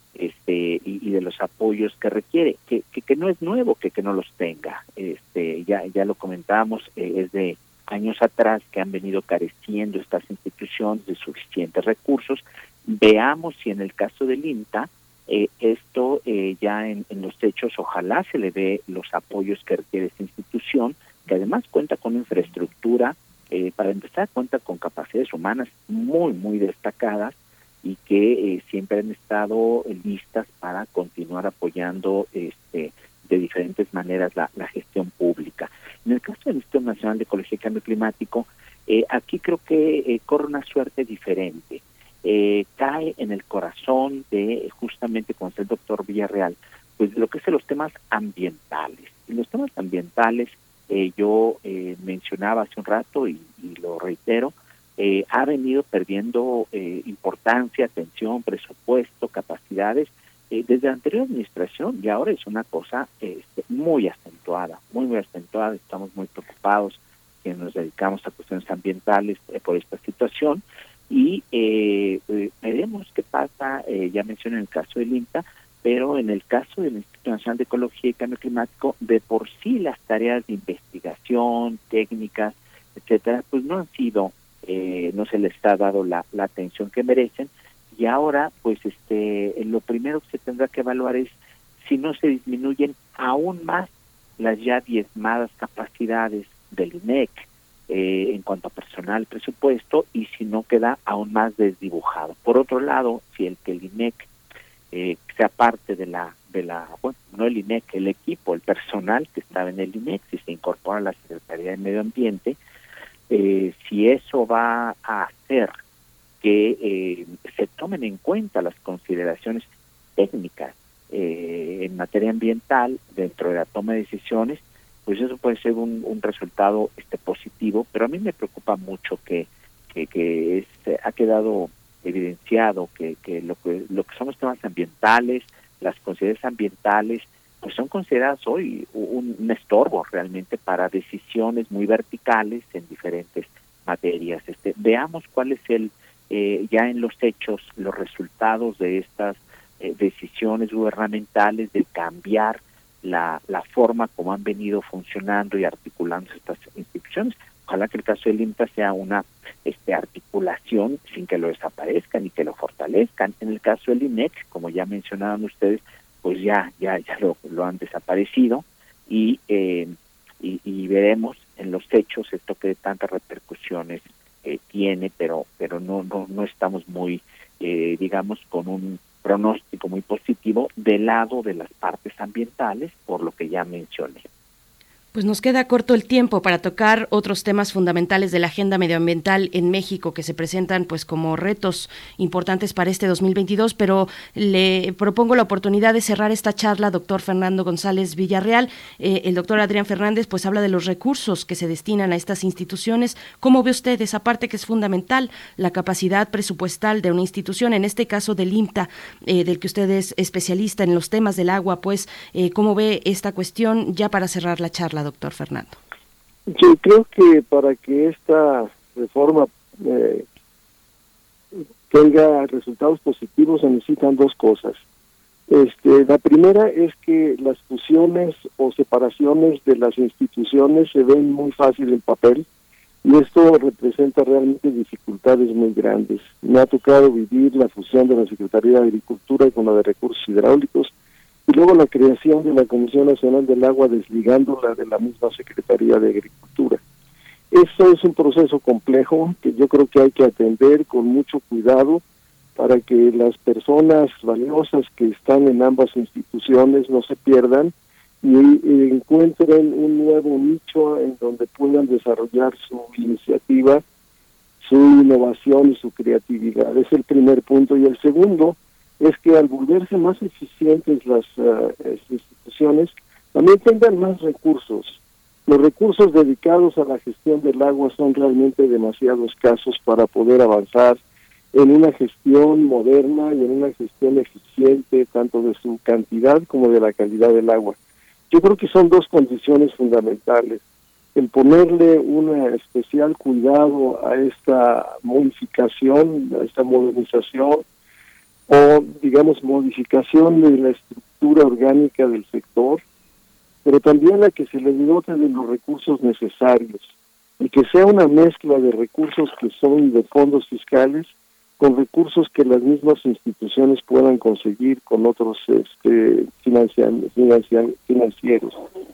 este y, y de los apoyos que requiere, que, que, que no es nuevo que, que no los tenga. Este ya ya lo comentábamos, eh, es de años atrás que han venido careciendo estas instituciones de suficientes recursos. Veamos si en el caso del INTA, Eh, esto eh, ya en, en los hechos, ojalá se le dé los apoyos que requiere esta institución, que además cuenta con infraestructura, eh, para empezar cuenta con capacidades humanas muy, muy destacadas, y que eh, siempre han estado listas para continuar apoyando este de diferentes maneras la, la gestión pública. En el caso del Instituto Nacional de Ecología y Cambio Climático, eh, aquí creo que eh, corre una suerte diferente. Eh, cae en el corazón de, justamente como dice el doctor Villarreal, pues lo que es los temas ambientales. Y los temas ambientales, eh, yo eh, mencionaba hace un rato y, y lo reitero, eh, ha venido perdiendo eh, importancia, atención, presupuesto, capacidades eh, desde la anterior administración, y ahora es una cosa eh, muy acentuada, muy, muy acentuada. Estamos muy preocupados quienes nos dedicamos a cuestiones ambientales eh, por esta situación. Y eh, eh, veremos qué pasa, eh, ya mencioné en el caso del INTA, pero en el caso del Instituto Nacional de Ecología y Cambio Climático, de por sí las tareas de investigación, técnicas, etcétera, pues no han sido, eh, no se les ha dado la, la atención que merecen, y ahora, pues este, lo primero que se tendrá que evaluar es si no se disminuyen aún más las ya diezmadas capacidades del I N E C, Eh, en cuanto a personal, presupuesto, y si no queda aún más desdibujado. Por otro lado, si el que el I N E C eh, sea parte de la, de la bueno, no el I N E C, el equipo, el personal que estaba en el I N E C, si se incorpora a la Secretaría de Medio Ambiente, eh, si eso va a hacer que eh, se tomen en cuenta las consideraciones técnicas eh, en materia ambiental dentro de la toma de decisiones, pues eso puede ser un, un resultado este positivo, pero a mí me preocupa mucho que que, que es, ha quedado evidenciado que, que lo que lo que son los temas ambientales, las consideraciones ambientales, pues son consideradas hoy un, un estorbo realmente para decisiones muy verticales en diferentes materias. Este, veamos cuál es el eh, ya en los hechos los resultados de estas eh, decisiones gubernamentales de cambiar la, la forma como han venido funcionando y articulando estas instituciones. Ojalá que el caso del INTA sea una este, articulación sin que lo desaparezcan y que lo fortalezcan. En el caso del I N E C, como ya mencionaban ustedes, pues ya ya ya lo, lo han desaparecido y, eh, y y veremos en los hechos esto que tantas repercusiones eh, tiene, pero pero no no no estamos muy eh, digamos con un pronóstico muy positivo del lado de las partes ambientales, por lo que ya mencioné. Pues nos queda corto el tiempo para tocar otros temas fundamentales de la agenda medioambiental en México que se presentan pues como retos importantes para este dos mil veintidós, pero le propongo la oportunidad de cerrar esta charla, doctor Fernando González Villarreal. Eh, el doctor Adrián Fernández pues habla de los recursos que se destinan a estas instituciones. ¿Cómo ve usted esa parte que es fundamental, la capacidad presupuestal de una institución, en este caso del INTA, eh, del que usted es especialista en los temas del agua? Pues, eh, ¿cómo ve esta cuestión ya para cerrar la charla, doctor Fernando? Yo creo que para que esta reforma eh, tenga resultados positivos se necesitan dos cosas. Este, la primera es que las fusiones o separaciones de las instituciones se ven muy fácil en papel y esto representa realmente dificultades muy grandes. Me ha tocado vivir la fusión de la Secretaría de Agricultura con la de Recursos Hidráulicos y luego la creación de la Comisión Nacional del Agua desligándola de la misma Secretaría de Agricultura. Eso es un proceso complejo que yo creo que hay que atender con mucho cuidado para que las personas valiosas que están en ambas instituciones no se pierdan y, y encuentren un nuevo nicho en donde puedan desarrollar su iniciativa, su innovación y su creatividad. Es el primer punto. Y el segundo es que al volverse más eficientes las uh, instituciones, también tengan más recursos. Los recursos dedicados a la gestión del agua son realmente demasiado escasos para poder avanzar en una gestión moderna y en una gestión eficiente, tanto de su cantidad como de la calidad del agua. Yo creo que son dos condiciones fundamentales. El ponerle un especial cuidado a esta modificación, a esta modernización, o digamos modificación de la estructura orgánica del sector, pero también a que se le dote de los recursos necesarios y que sea una mezcla de recursos que son de fondos fiscales con recursos que las mismas instituciones puedan conseguir con otros este, financian, financian, financieros.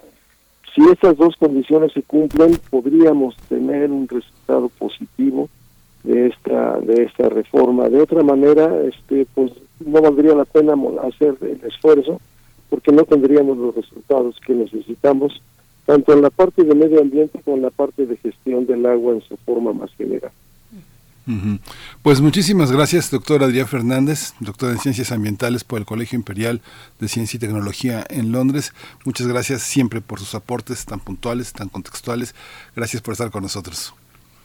Si estas dos condiciones se cumplen, podríamos tener un resultado positivo de esta de esta reforma. De otra manera, este pues no valdría la pena hacer el esfuerzo porque no tendríamos los resultados que necesitamos tanto en la parte de medio ambiente como en la parte de gestión del agua en su forma más general. Uh-huh. Pues muchísimas gracias, doctor Adrián Fernández, doctor en Ciencias Ambientales por el Colegio Imperial de Ciencia y Tecnología en Londres. Muchas gracias siempre por sus aportes tan puntuales, tan contextuales. Gracias por estar con nosotros.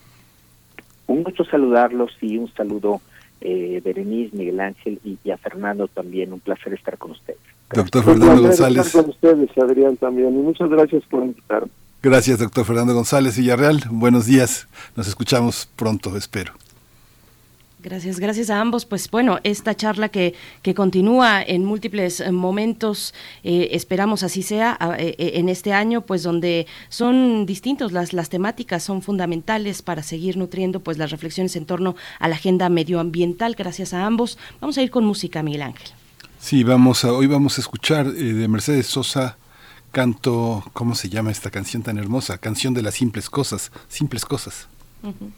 Un gusto saludarlos y un saludo eh, Berenice, Miguel Ángel y, y a Fernando también. Un placer estar con ustedes. Gracias. Doctor Fernando González. Estar con ustedes, Adrián, también. Y muchas gracias por invitarme. Gracias, doctor Fernando González Villarreal. Buenos días. Nos escuchamos pronto, espero. Gracias, gracias a ambos. Pues bueno, esta charla que, que continúa en múltiples momentos, eh, esperamos así sea eh, en este año, pues donde son distintos, las, las temáticas son fundamentales para seguir nutriendo pues las reflexiones en torno a la agenda medioambiental. Gracias a ambos. Vamos a ir con música, Miguel Ángel. Sí, vamos a, hoy vamos a escuchar eh, de Mercedes Sosa, canto, ¿cómo se llama esta canción tan hermosa? Canción de las simples cosas, simples cosas. Uh-huh.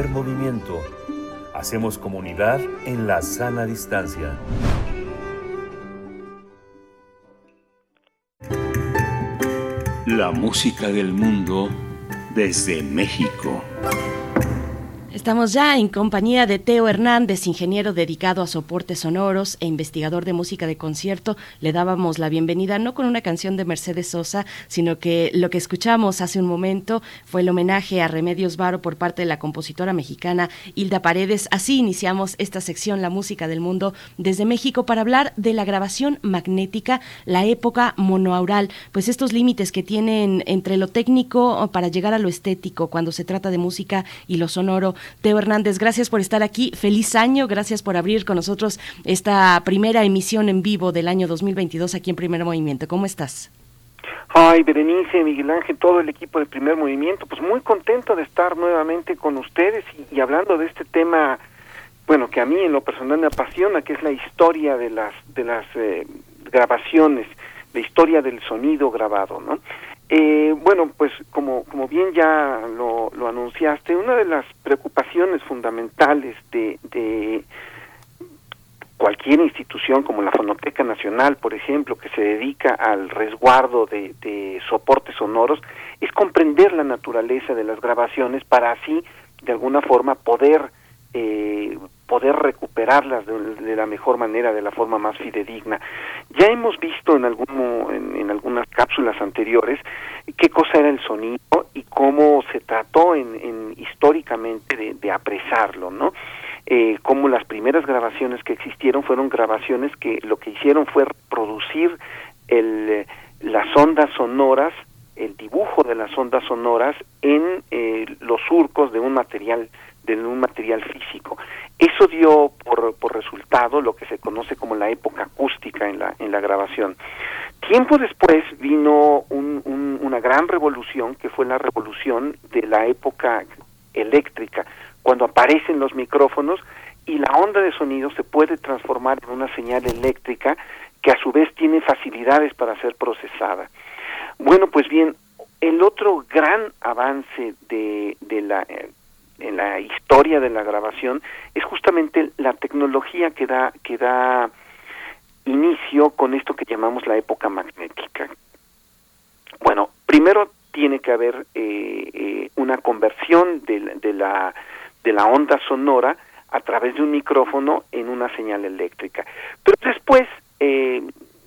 Primer Movimiento. Hacemos comunidad en la sana distancia. La música del mundo desde México. Estamos ya en compañía de Teo Hernández, ingeniero dedicado a soportes sonoros e investigador de música de concierto. Le dábamos la bienvenida no con una canción de Mercedes Sosa, sino que lo que escuchamos hace un momento fue el homenaje a Remedios Varo por parte de la compositora mexicana Hilda Paredes. Así iniciamos esta sección, La música del mundo desde México, para hablar de la grabación magnética, la época monoaural, pues estos límites que tienen entre lo técnico para llegar a lo estético cuando se trata de música y lo sonoro. Teo Hernández, gracias por estar aquí, feliz año, gracias por abrir con nosotros esta primera emisión en vivo del año dos mil veintidós aquí en Primer Movimiento. ¿Cómo estás? Ay, Berenice, Miguel Ángel, todo el equipo de Primer Movimiento, pues muy contento de estar nuevamente con ustedes y, y hablando de este tema, bueno, que a mí en lo personal me apasiona, que es la historia de las de las eh, grabaciones, la historia del sonido grabado, ¿no? Eh, bueno, pues como como bien ya lo, lo anunciaste, una de las preocupaciones fundamentales de, de cualquier institución como la Fonoteca Nacional, por ejemplo, que se dedica al resguardo de, de soportes sonoros, es comprender la naturaleza de las grabaciones para así, de alguna forma, poder eh, poder recuperarlas de, de la mejor manera, de la forma más fidedigna. Ya hemos visto en, algún, en, en algunas cápsulas anteriores qué cosa era el sonido y cómo se trató en, en históricamente de, de apresarlo, ¿no? Eh, como las primeras grabaciones que existieron fueron grabaciones que lo que hicieron fue producir el, las ondas sonoras, el dibujo de las ondas sonoras en eh, los surcos de un material de un material físico. Eso dio por, por resultado lo que se conoce como la época acústica en la en la grabación. Tiempo después vino un, un, una gran revolución, que fue la revolución de la época eléctrica, cuando aparecen los micrófonos y la onda de sonido se puede transformar en una señal eléctrica que a su vez tiene facilidades para ser procesada. Bueno, pues bien, el otro gran avance de, de la eh, en la historia de la grabación es justamente la tecnología que da que da inicio con esto que llamamos la época magnética. Bueno, primero tiene que haber eh, eh, una conversión de, de la de la onda sonora a través de un micrófono en una señal eléctrica. Pero después, eh,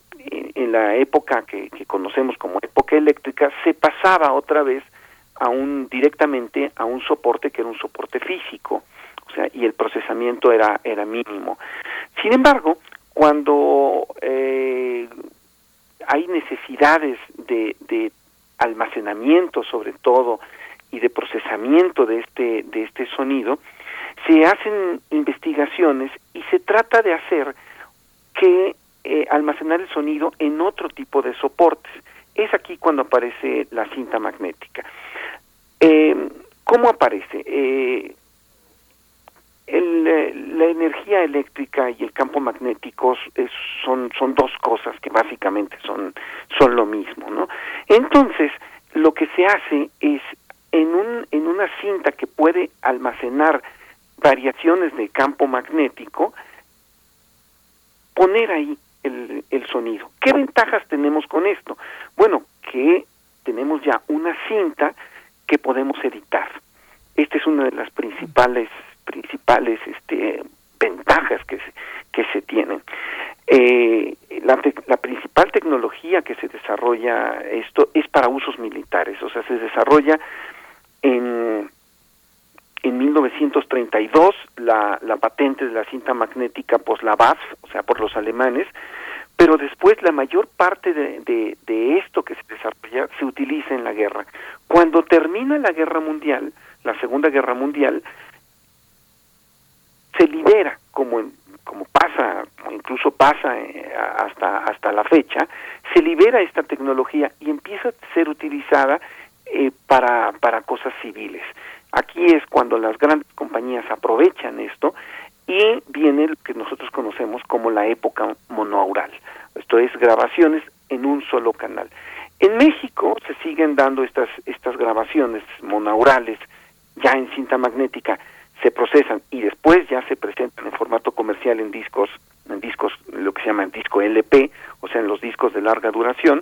en la época que, que conocemos como época eléctrica, se pasaba otra vez a un directamente a un soporte que era un soporte físico, o sea, y el procesamiento era era mínimo. Sin embargo, cuando eh, hay necesidades de, de almacenamiento, sobre todo, y de procesamiento de este de este sonido, se hacen investigaciones y se trata de hacer que eh, almacenar el sonido en otro tipo de soportes. Es aquí cuando aparece la cinta magnética. Eh, ¿Cómo aparece? Eh, el, eh, la energía eléctrica y el campo magnético es, son son dos cosas que básicamente son son lo mismo, ¿no? Entonces, lo que se hace es en un en una cinta que puede almacenar variaciones de campo magnético, poner ahí el, el sonido. ¿Qué ventajas tenemos con esto? Bueno, que tenemos ya una cinta que podemos editar. Esta es una de las principales principales este, ventajas que se, que se tienen. Eh, la, te, la principal tecnología que se desarrolla esto es para usos militares, o sea, se desarrolla en en mil novecientos treinta y dos la, la patente de la cinta magnética por la B A S F, o sea, por los alemanes, pero después la mayor parte de, de, de esto que se desarrolla se utiliza en la guerra. Cuando termina la guerra mundial, la Segunda Guerra Mundial, se libera, como en, como pasa, incluso pasa eh, hasta hasta la fecha, se libera esta tecnología y empieza a ser utilizada eh, para para cosas civiles. Aquí es cuando las grandes compañías aprovechan esto y viene lo que nosotros conocemos como la época monoaural. Esto es grabaciones en un solo canal. En México se siguen dando estas estas grabaciones monoaurales ya en cinta magnética. se procesan y después ya se presentan en formato comercial en discos, en discos, lo que se llama disco L P, o sea, en los discos de larga duración,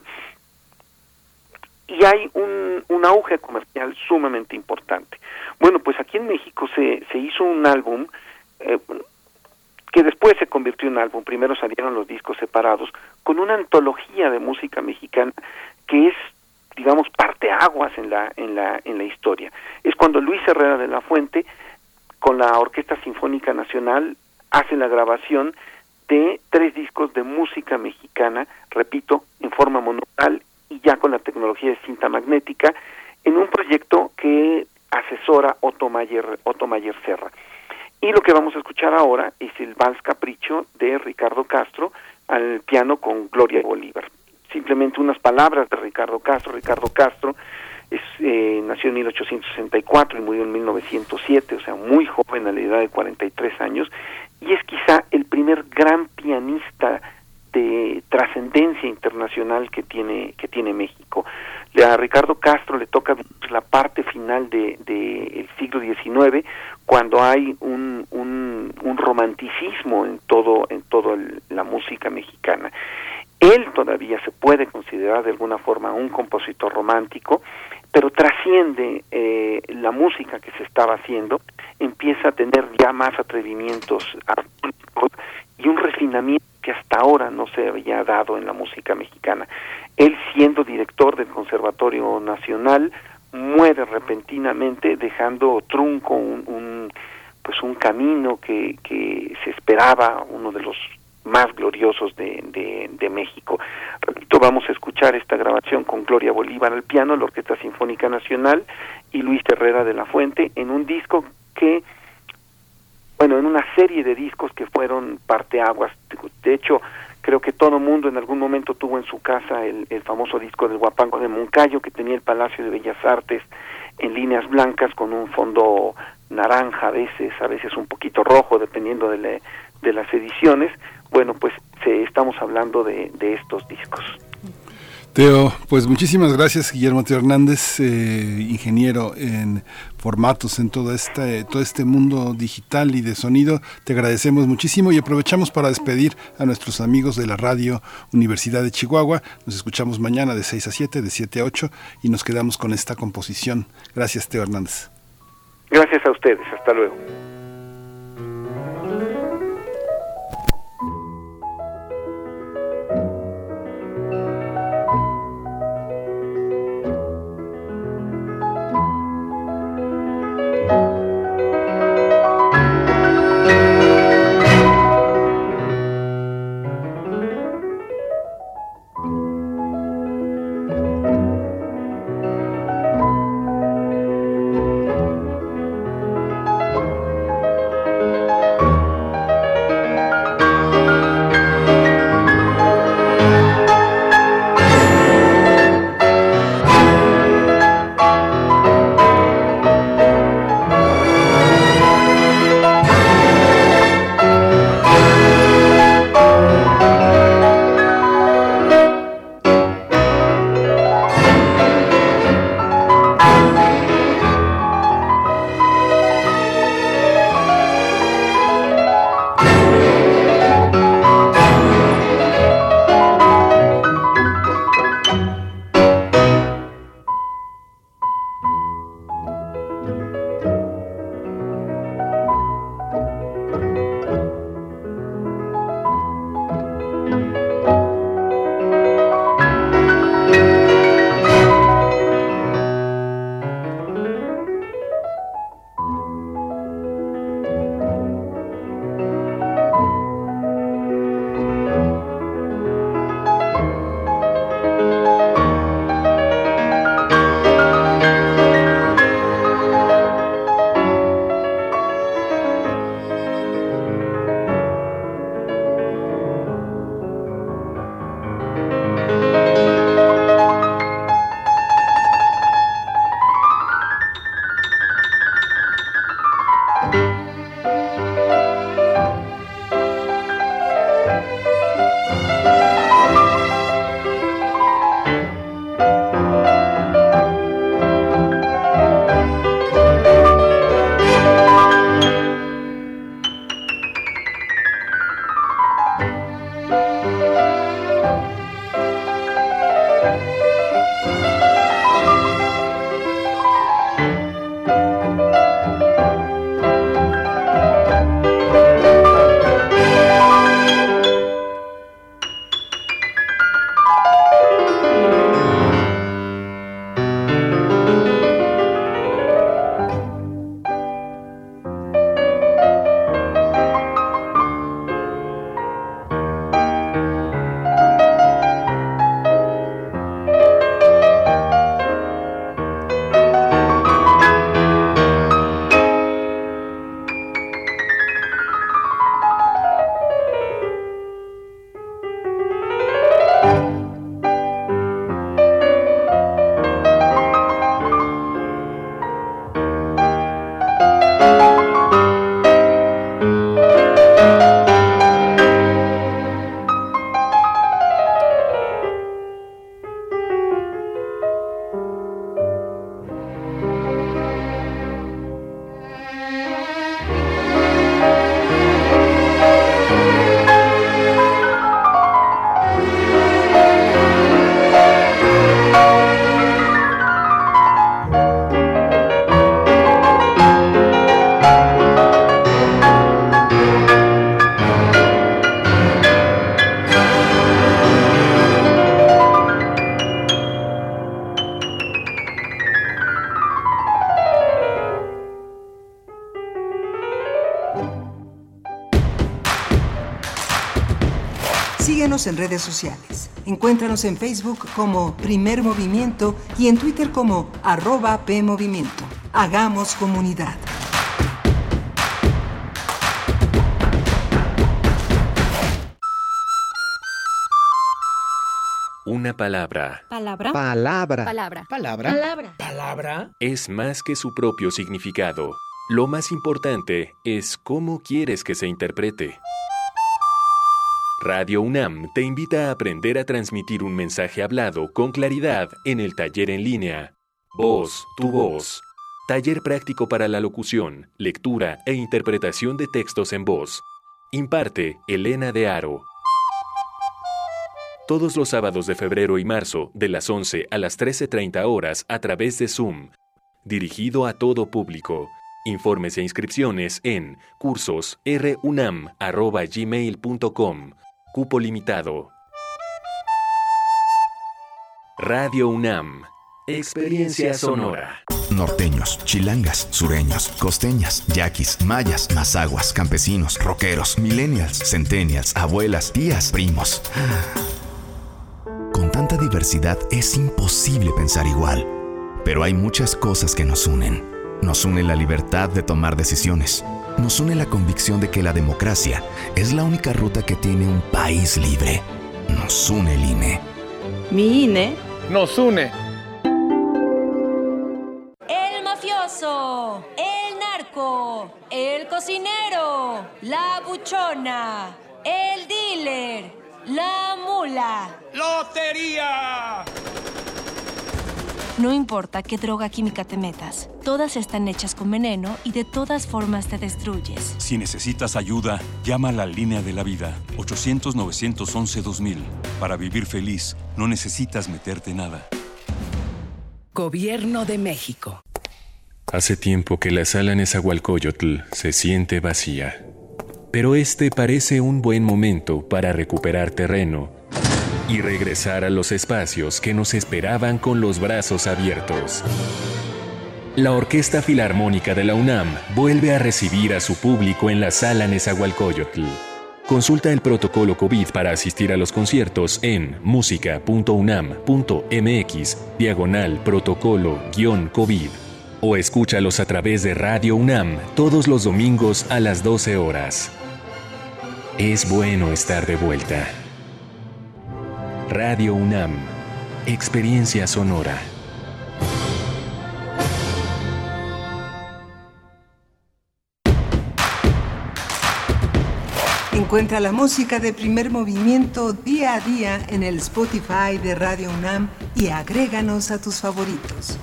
y hay un, un auge comercial sumamente importante. Bueno, pues aquí en México se, se hizo un álbum eh, que después se convirtió en álbum, primero salieron los discos separados, con una antología de música mexicana que es, digamos, parteaguas en la, en la, en la historia. Es cuando Luis Herrera de la Fuente, con la Orquesta Sinfónica Nacional, hace la grabación de tres discos de música mexicana, repito, en forma monocal y ya con la tecnología de cinta magnética, en un proyecto que asesora Otto Mayer, Otto Mayer Serra. Y lo que vamos a escuchar ahora es el Vals Capricho de Ricardo Castro al piano con Gloria Bolívar. Simplemente unas palabras de Ricardo Castro. Ricardo Castro es, eh, nació en mil ochocientos sesenta y cuatro y murió en mil novecientos siete, o sea, muy joven, a la edad de cuarenta y tres años, y es quizá el primer gran pianista de trascendencia internacional que tiene que tiene México. A Ricardo Castro le toca la parte final de, de el siglo diecinueve, cuando hay un, un, un romanticismo en todo en todo el, la música mexicana. Él todavía se puede considerar de alguna forma un compositor romántico, pero trasciende eh, la música que se estaba haciendo, empieza a tener ya más atrevimientos artísticos y un refinamiento que hasta ahora no se había dado en la música mexicana. Él, siendo director del Conservatorio Nacional, muere repentinamente, dejando trunco un, un pues un camino que, que se esperaba, uno de los más gloriosos de, de, de México. Repito, vamos a escuchar esta grabación con Gloria Bolívar al piano, la Orquesta Sinfónica Nacional y Luis Herrera de la Fuente, en un disco que, bueno, en una serie de discos que fueron parteaguas. De hecho, creo que todo mundo en algún momento tuvo en su casa el, el famoso disco del Huapango de Moncayo, que tenía el Palacio de Bellas Artes en líneas blancas con un fondo naranja, a veces, a veces un poquito rojo, dependiendo de, la, de las ediciones. Bueno, pues se, estamos hablando de, de estos discos. Teo, pues muchísimas gracias, Guillermo Teo Hernández, eh, ingeniero en formatos, en todo este, todo este mundo digital y de sonido. Te agradecemos muchísimo y aprovechamos para despedir a nuestros amigos de la Radio Universidad de Chihuahua. Nos escuchamos mañana de seis a siete, de siete a ocho y nos quedamos con esta composición. Gracias, Teo Hernández. Gracias a ustedes, hasta luego. Síguenos en redes sociales. Encuéntranos en Facebook como Primer Movimiento y en Twitter como arroba PMovimiento. Hagamos comunidad. Una palabra. Palabra. Palabra. Palabra. Palabra. Palabra. Palabra. Es más que su propio significado. Lo más importante es cómo quieres que se interprete. Radio UNAM te invita a aprender a transmitir un mensaje hablado con claridad en el taller en línea. Voz, tu voz. Taller práctico para la locución, lectura e interpretación de textos en voz. Imparte Elena de Haro. Todos los sábados de febrero y marzo, de las once a las trece treinta horas a través de Zoom. Dirigido a todo público. Informes e inscripciones en cursos r unam arroba gmail punto com. Cupo limitado. Radio UNAM. Experiencia sonora. Norteños, chilangas, sureños, costeñas, yaquis, mayas, mazaguas, campesinos, rockeros, millennials, centennials, abuelas, tías, primos. Con tanta diversidad es imposible pensar igual, pero hay muchas cosas que nos unen. Nos une la libertad de tomar decisiones. Nos une la convicción de que la democracia es la única ruta que tiene un país libre. Nos une el I N E. Mi I N E nos une. El mafioso, el narco, el cocinero, la buchona, el dealer, la mula. ¡Lotería! No importa qué droga química te metas, todas están hechas con veneno y de todas formas te destruyes. Si necesitas ayuda, llama a la línea de la vida, ochocientos, novecientos once, dos mil. Para vivir feliz, no necesitas meterte nada. Gobierno de México. Hace tiempo que la sala Nezahualcóyotl se siente vacía. Pero este parece un buen momento para recuperar terreno y regresar a los espacios que nos esperaban con los brazos abiertos. La Orquesta Filarmónica de la UNAM vuelve a recibir a su público en la sala Nezahualcóyotl. Consulta el protocolo COVID para asistir a los conciertos en música punto unam punto mx diagonal protocolo guión COVID o escúchalos a través de Radio UNAM todos los domingos a las doce horas. Es bueno estar de vuelta. Radio UNAM, experiencia sonora. Encuentra la música de Primer Movimiento día a día en el Spotify de Radio UNAM y agréganos a tus favoritos.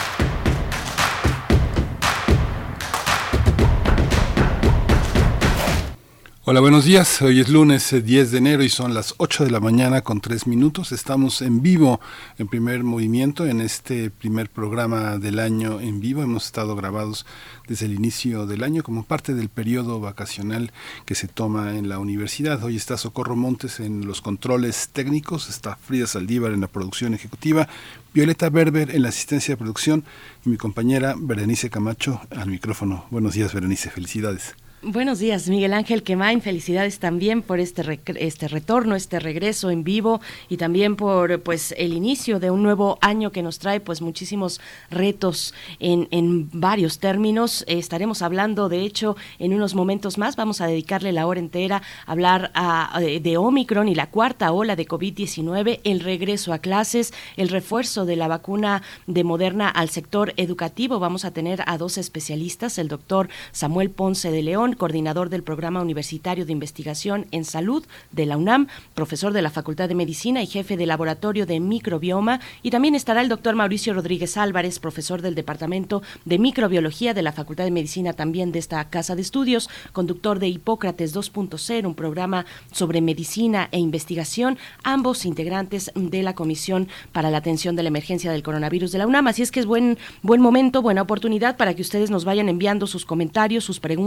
Hola, buenos días. Hoy es lunes diez de enero y son las ocho de la mañana con tres minutos. Estamos en vivo en Primer Movimiento, en este primer programa del año en vivo. Hemos estado grabados desde el inicio del año como parte del periodo vacacional que se toma en la universidad. Hoy está Socorro Montes en los controles técnicos, está Frida Saldívar en la producción ejecutiva, Violeta Berber en la asistencia de producción y mi compañera Berenice Camacho al micrófono. Buenos días, Berenice, felicidades. Buenos días, Miguel Ángel Quemain, felicidades también por este rec- este retorno, este regreso en vivo y también por pues el inicio de un nuevo año que nos trae pues muchísimos retos en, en varios términos. Eh, estaremos hablando, de hecho, en unos momentos más, vamos a dedicarle la hora entera a hablar a, a, de Omicron y la cuarta ola de covid diecinueve, el regreso a clases, el refuerzo de la vacuna de Moderna al sector educativo. Vamos a tener a dos especialistas, el doctor Samuel Ponce de León, coordinador del Programa Universitario de Investigación en Salud de la UNAM, profesor de la Facultad de Medicina y jefe de Laboratorio de Microbioma, y también estará el doctor Mauricio Rodríguez Álvarez, profesor del Departamento de Microbiología de la Facultad de Medicina también de esta Casa de Estudios, conductor de Hipócrates dos punto cero, un programa sobre medicina e investigación, ambos integrantes de la Comisión para la Atención de la Emergencia del Coronavirus de la UNAM. Así es que es buen, buen momento, buena oportunidad para que ustedes nos vayan enviando sus comentarios, sus preguntas,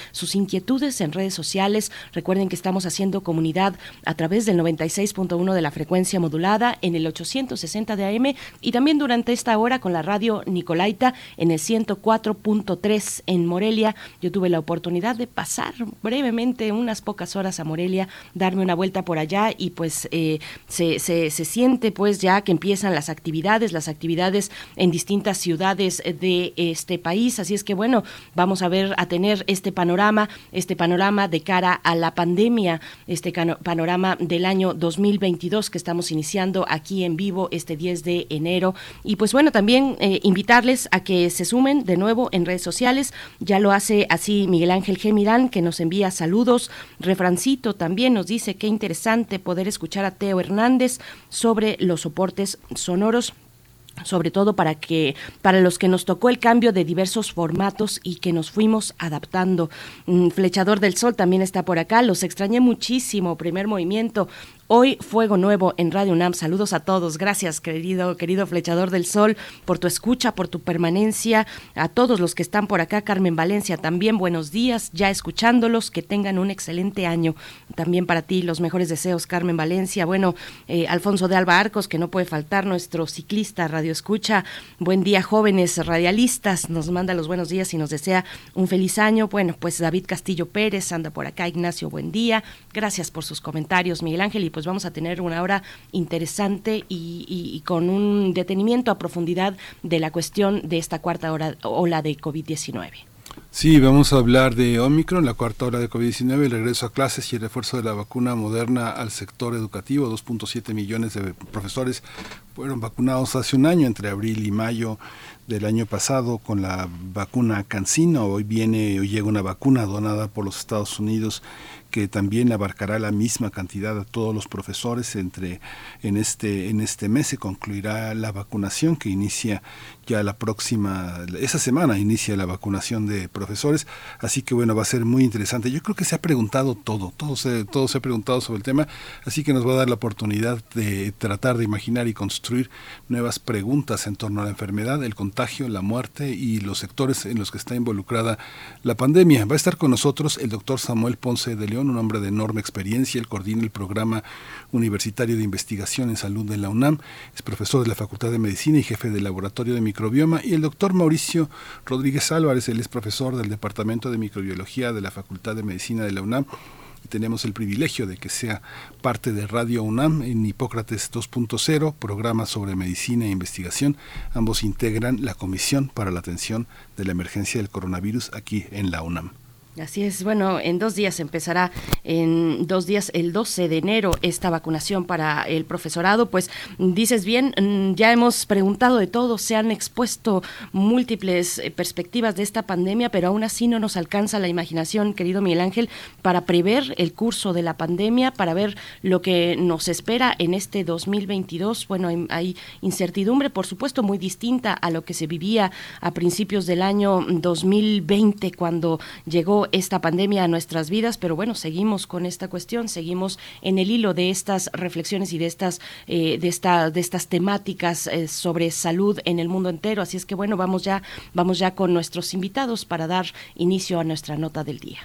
sus inquietudes en redes sociales. Recuerden que estamos haciendo comunidad a través del noventa y seis punto uno de la frecuencia modulada en el ochocientos sesenta de A M y también durante esta hora con la radio Nicolaita en el ciento cuatro punto tres en Morelia. Yo tuve la oportunidad de pasar brevemente unas pocas horas a Morelia, darme una vuelta por allá y pues eh, se, se, se siente pues ya que empiezan las actividades, las actividades en distintas ciudades de este país. Así es que bueno, vamos a ver, a tener este panorama, este panorama de cara a la pandemia, este cano- panorama del año dos mil veintidós que estamos iniciando aquí en vivo este diez de enero. Y pues bueno, también eh, invitarles a que se sumen de nuevo en redes sociales. Ya lo hace así Miguel Ángel G. Mirán, que nos envía saludos. Refrancito también nos dice qué interesante poder escuchar a Teo Hernández sobre los soportes sonoros, sobre todo para que para los que nos tocó el cambio de diversos formatos y que nos fuimos adaptando. Flechador del Sol también está por acá, los extrañé muchísimo, Primer Movimiento. Hoy Fuego Nuevo en Radio UNAM. Saludos a todos. Gracias, querido querido Flechador del Sol, por tu escucha, por tu permanencia. A todos los que están por acá, Carmen Valencia, también buenos días, ya escuchándolos, que tengan un excelente año. También para ti los mejores deseos, Carmen Valencia. Bueno, eh, Alfonso de Alba Arcos, que no puede faltar, nuestro ciclista Radio Escucha. Buen día, jóvenes radialistas, nos manda los buenos días y nos desea un feliz año. Bueno, pues David Castillo Pérez anda por acá, Ignacio, buen día. Gracias por sus comentarios, Miguel Ángel, y pues vamos a tener una hora interesante y, y, y con un detenimiento a profundidad de la cuestión de esta cuarta hora, ola de covid diecinueve. Sí, vamos a hablar de Omicron, la cuarta ola de covid diecinueve, el regreso a clases y el refuerzo de la vacuna Moderna al sector educativo. dos punto siete millones de profesores fueron vacunados hace un año, entre abril y mayo del año pasado, con la vacuna CanSino. Hoy viene, hoy llega una vacuna donada por los Estados Unidos que también abarcará la misma cantidad a todos los profesores. Entre en este en este mes se concluirá la vacunación, que inicia ya la próxima, esa semana inicia la vacunación de profesores, así que bueno, va a ser muy interesante. Yo creo que se ha preguntado todo, todo se, todo se ha preguntado sobre el tema, así que nos va a dar la oportunidad de tratar de imaginar y construir nuevas preguntas en torno a la enfermedad, el contagio, la muerte y los sectores en los que está involucrada la pandemia. Va a estar con nosotros el doctor Samuel Ponce de León, un hombre de enorme experiencia. Él coordina el programa universitario de investigación en salud de la UNAM, es profesor de la Facultad de Medicina y jefe del laboratorio de microbioma. Y el doctor Mauricio Rodríguez Álvarez, él es profesor del Departamento de Microbiología de la Facultad de Medicina de la UNAM. Y tenemos el privilegio de que sea parte de Radio UNAM en Hipócrates dos punto cero, programa sobre medicina e investigación. Ambos integran la Comisión para la Atención de la Emergencia del Coronavirus aquí en la UNAM. Así es, bueno, en dos días empezará, en dos días, el doce de enero, esta vacunación para el profesorado. Pues dices bien, ya hemos preguntado de todo, se han expuesto múltiples perspectivas de esta pandemia, pero aún así no nos alcanza la imaginación, querido Miguel Ángel, para prever el curso de la pandemia, para ver lo que nos espera en este dos mil veintidós. Bueno, hay, hay incertidumbre, por supuesto, muy distinta a lo que se vivía a principios del año dos mil veinte, cuando llegó esta pandemia a nuestras vidas, pero bueno, seguimos con esta cuestión, seguimos en el hilo de estas reflexiones y de estas eh, de esta de estas temáticas eh, sobre salud en el mundo entero. Así es que bueno, vamos ya vamos ya con nuestros invitados para dar inicio a nuestra nota del día.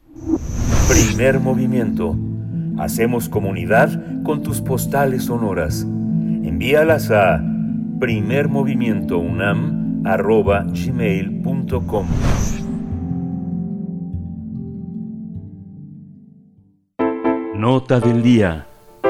Primer movimiento. Hacemos comunidad con tus postales sonoras. Envíalas a primermovimientounam arroba gmail punto com. Nota del día.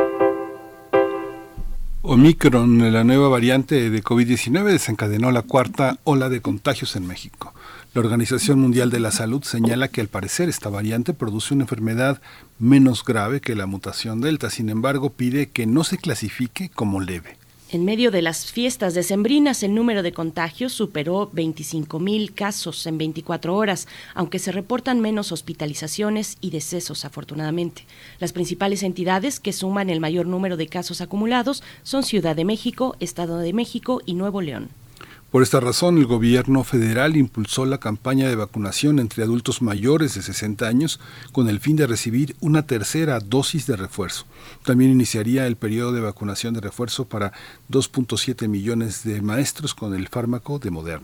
Omicron, la nueva variante de covid diecinueve, desencadenó la cuarta ola de contagios en México. La Organización Mundial de la Salud señala que al parecer esta variante produce una enfermedad menos grave que la mutación Delta. Sin embargo, pide que no se clasifique como leve. En medio de las fiestas decembrinas, el número de contagios superó veinticinco mil casos en veinticuatro horas, aunque se reportan menos hospitalizaciones y decesos, afortunadamente. Las principales entidades que suman el mayor número de casos acumulados son Ciudad de México, Estado de México y Nuevo León. Por esta razón, el gobierno federal impulsó la campaña de vacunación entre adultos mayores de sesenta años con el fin de recibir una tercera dosis de refuerzo. También iniciaría el periodo de vacunación de refuerzo para dos punto siete millones de maestros con el fármaco de Moderna.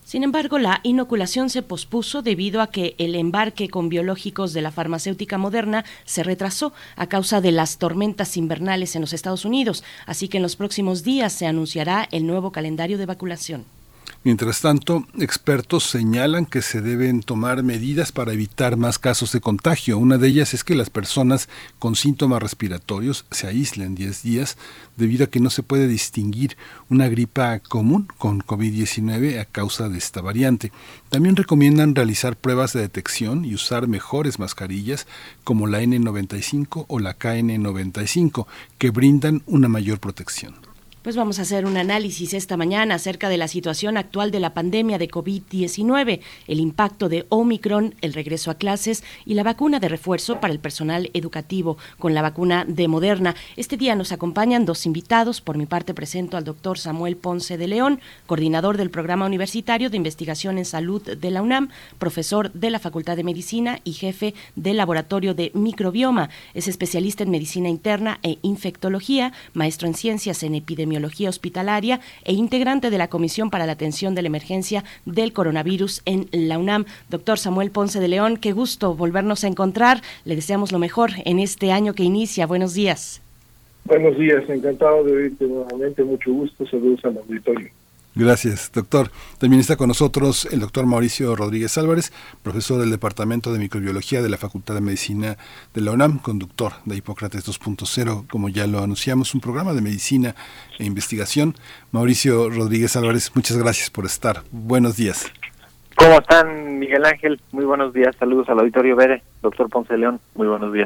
Sin embargo, la inoculación se pospuso debido a que el embarque con biológicos de la farmacéutica Moderna se retrasó a causa de las tormentas invernales en los Estados Unidos, así que en los próximos días se anunciará el nuevo calendario de vacunación. Mientras tanto, expertos señalan que se deben tomar medidas para evitar más casos de contagio. Una de ellas es que las personas con síntomas respiratorios se aíslen diez días debido a que no se puede distinguir una gripa común con covid diecinueve a causa de esta variante. También recomiendan realizar pruebas de detección y usar mejores mascarillas como la N noventa y cinco o la K N noventa y cinco, que brindan una mayor protección. Pues vamos a hacer un análisis esta mañana acerca de la situación actual de la pandemia de covid diecinueve, el impacto de Omicron, el regreso a clases y la vacuna de refuerzo para el personal educativo con la vacuna de Moderna. Este día nos acompañan dos invitados. Por mi parte presento al doctor Samuel Ponce de León, coordinador del Programa Universitario de Investigación en Salud de la UNAM, profesor de la Facultad de Medicina y jefe del Laboratorio de Microbioma. Es especialista en medicina interna e infectología, maestro en ciencias en epidemiología hospitalaria e integrante de la Comisión para la Atención de la Emergencia del Coronavirus en la UNAM. Doctor Samuel Ponce de León, qué gusto volvernos a encontrar. Le deseamos lo mejor en este año que inicia. Buenos días. Buenos días, encantado de oírte nuevamente. Mucho gusto. Saludos al auditorio. Gracias, doctor. También está con nosotros el doctor Mauricio Rodríguez Álvarez, profesor del Departamento de Microbiología de la Facultad de Medicina de la UNAM, conductor de Hipócrates dos punto cero, como ya lo anunciamos, un programa de medicina e investigación. Mauricio Rodríguez Álvarez, muchas gracias por estar. Buenos días. ¿Cómo están, Miguel Ángel? Muy buenos días. Saludos al auditorio Bere. Doctor Ponce de León, muy buenos días.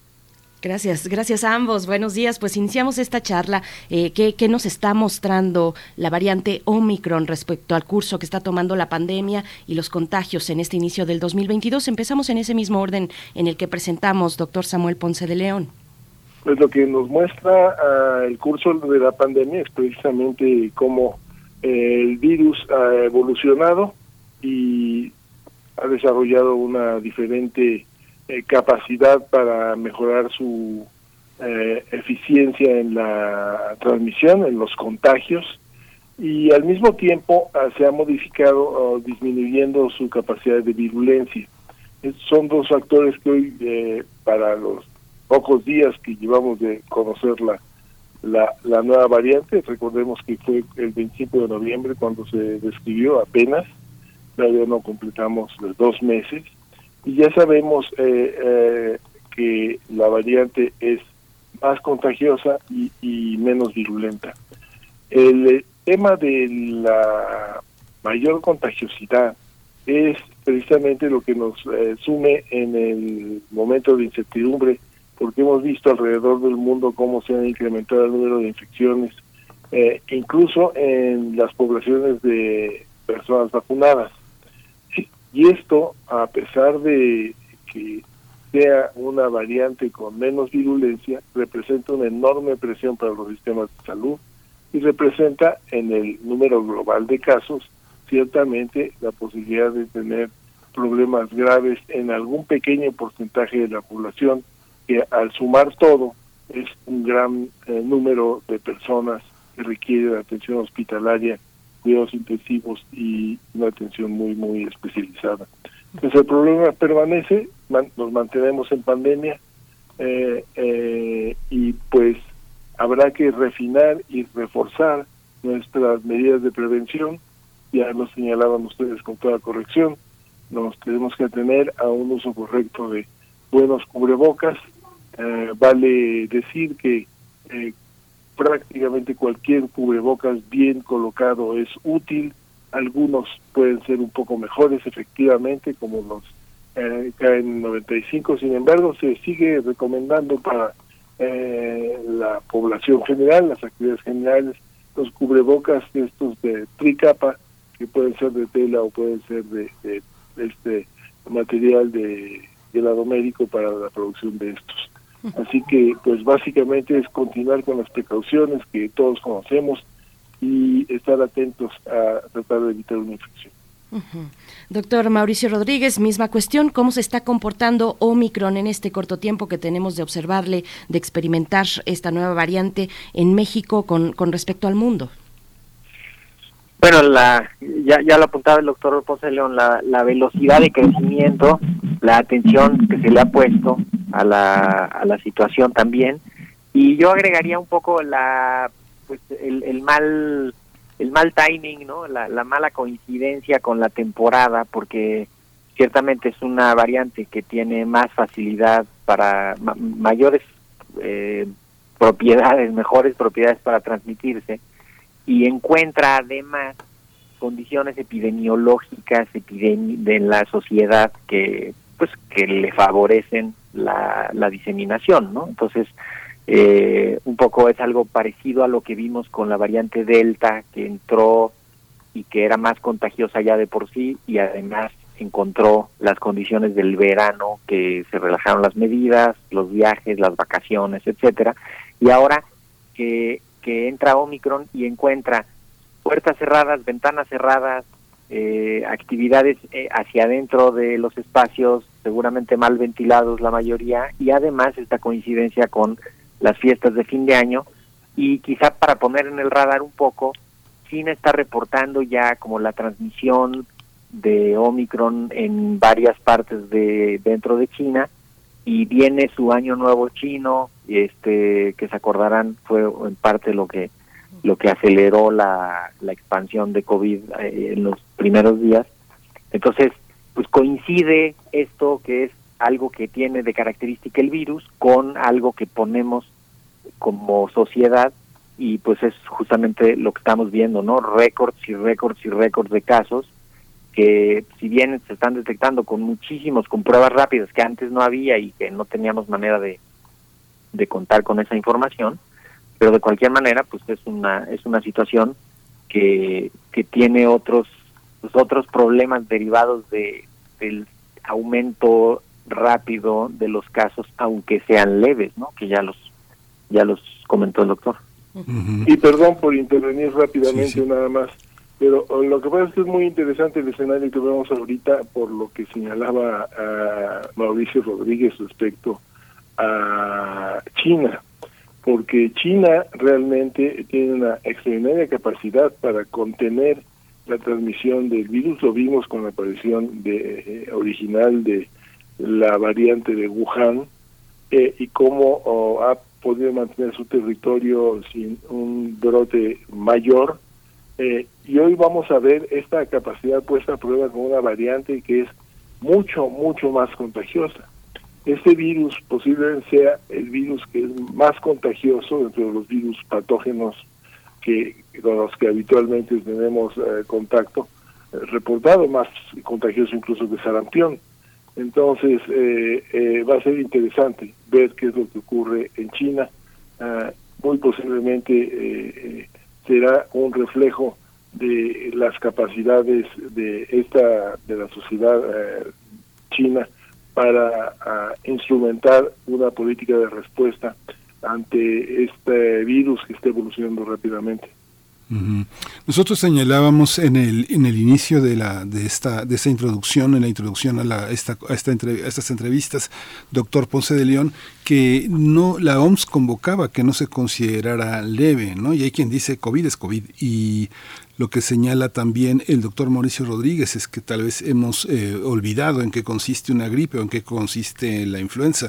Gracias, gracias a ambos. Buenos días. Pues iniciamos esta charla. Eh, ¿qué, ¿Qué nos está mostrando la variante Omicron respecto al curso que está tomando la pandemia y los contagios en este inicio del dos mil veintidós? Empezamos en ese mismo orden en el que presentamos, doctor Samuel Ponce de León. Pues lo que nos muestra uh, el curso de la pandemia es precisamente cómo eh, el virus ha evolucionado y ha desarrollado una diferente Eh, capacidad para mejorar su eh, eficiencia en la transmisión, en los contagios, y al mismo tiempo uh, se ha modificado uh, disminuyendo su capacidad de virulencia. Es, son dos factores que hoy, eh, para los pocos días que llevamos de conocer la, la, la nueva variante, recordemos que fue el veinticinco de noviembre cuando se describió apenas, todavía no completamos los dos meses, y ya sabemos eh, eh, que la variante es más contagiosa y, y menos virulenta. El eh, tema de la mayor contagiosidad es precisamente lo que nos eh, sume en el momento de incertidumbre, porque hemos visto alrededor del mundo cómo se han incrementado el número de infecciones, eh, incluso en las poblaciones de personas vacunadas. Y esto, a pesar de que sea una variante con menos virulencia, representa una enorme presión para los sistemas de salud y representa en el número global de casos, ciertamente, la posibilidad de tener problemas graves en algún pequeño porcentaje de la población, que al sumar todo es un gran eh, número de personas que requieren atención hospitalaria, cuidados intensivos y una atención muy, muy especializada. Entonces el problema permanece, man, nos mantenemos en pandemia eh, eh, y pues habrá que refinar y reforzar nuestras medidas de prevención. Ya lo señalaban ustedes con toda corrección, nos tenemos que atener a un uso correcto de buenos cubrebocas. Eh, vale decir que eh, prácticamente cualquier cubrebocas bien colocado es útil. Algunos pueden ser un poco mejores, efectivamente, como los eh, K N noventa y cinco. Sin embargo, se sigue recomendando para eh, la población general, las actividades generales, los cubrebocas estos de tricapa, que pueden ser de tela o pueden ser de, de, de este material de helado médico para la producción de estos. Así que, pues básicamente es continuar con las precauciones que todos conocemos y estar atentos a tratar de evitar una infección. Uh-huh. Doctor Mauricio Rodríguez, misma cuestión, ¿cómo se está comportando Omicron en este corto tiempo que tenemos de observarle, de experimentar esta nueva variante en México con, con respecto al mundo? Bueno, la ya, ya lo apuntaba el doctor Ponce de León, la, la velocidad de crecimiento, la atención que se le ha puesto a la, a la situación también, y yo agregaría un poco la pues el, el mal el mal timing, ¿no? La, la mala coincidencia con la temporada, porque ciertamente es una variante que tiene más facilidad para ma- mayores eh, propiedades, mejores propiedades para transmitirse, y encuentra además condiciones epidemiológicas epidemi- de la sociedad que pues que le favorecen la, la diseminación, ¿no? Entonces eh, un poco es algo parecido a lo que vimos con la variante Delta, que entró y que era más contagiosa ya de por sí, y además encontró las condiciones del verano, que se relajaron las medidas, los viajes, las vacaciones, etcétera, y ahora que que entra Omicron y encuentra puertas cerradas, ventanas cerradas, eh, actividades eh, hacia adentro de los espacios, seguramente mal ventilados la mayoría, y además esta coincidencia con las fiestas de fin de año, y quizá para poner en el radar un poco, China está reportando ya como la transmisión de Omicron en varias partes de dentro de China, y viene su año nuevo chino, este que se acordarán fue en parte lo que lo que aceleró la, la expansión de COVID eh, en los primeros días. Entonces, pues coincide esto, que es algo que tiene de característica el virus, con algo que ponemos como sociedad, y pues es justamente lo que estamos viendo, ¿no? Récords y récords y récords de casos, que si bien se están detectando con muchísimos, con pruebas rápidas que antes no había y que no teníamos manera de, de contar con esa información, pero de cualquier manera pues es una es una situación que, que tiene otros pues, otros problemas derivados de del aumento rápido de los casos, aunque sean leves, ¿no? Que ya los ya los comentó el doctor. Uh-huh. Y perdón por intervenir rápidamente, sí, sí. nada más. Pero lo que pasa es que es muy interesante el escenario que vemos ahorita por lo que señalaba a Mauricio Rodríguez respecto a China, porque China realmente tiene una extraordinaria capacidad para contener la transmisión del virus. Lo vimos con la aparición de, eh, original de la variante de Wuhan, eh, y cómo oh, ha podido mantener su territorio sin un brote mayor. Eh, y hoy vamos a ver esta capacidad puesta a prueba con una variante que es mucho, mucho más contagiosa. Este virus posiblemente sea el virus que es más contagioso dentro de los virus patógenos que con los que habitualmente tenemos eh, contacto, eh, reportado más contagioso incluso que sarampión. Entonces eh, eh, va a ser interesante ver qué es lo que ocurre en China. Uh, muy posiblemente eh, eh, será un reflejo de las capacidades de esta de la sociedad eh, china para uh, instrumentar una política de respuesta ante este virus que está evolucionando rápidamente. Uh-huh. Nosotros señalábamos en el en el inicio de la de esta de esta introducción en la introducción a la esta a, esta entre, a estas entrevistas, doctor Ponce de León, que no la O M S convocaba que no se considerara leve, ¿no? Y hay quien dice COVID es COVID, y lo que señala también el doctor Mauricio Rodríguez es que tal vez hemos eh, olvidado en qué consiste una gripe o en qué consiste la influenza.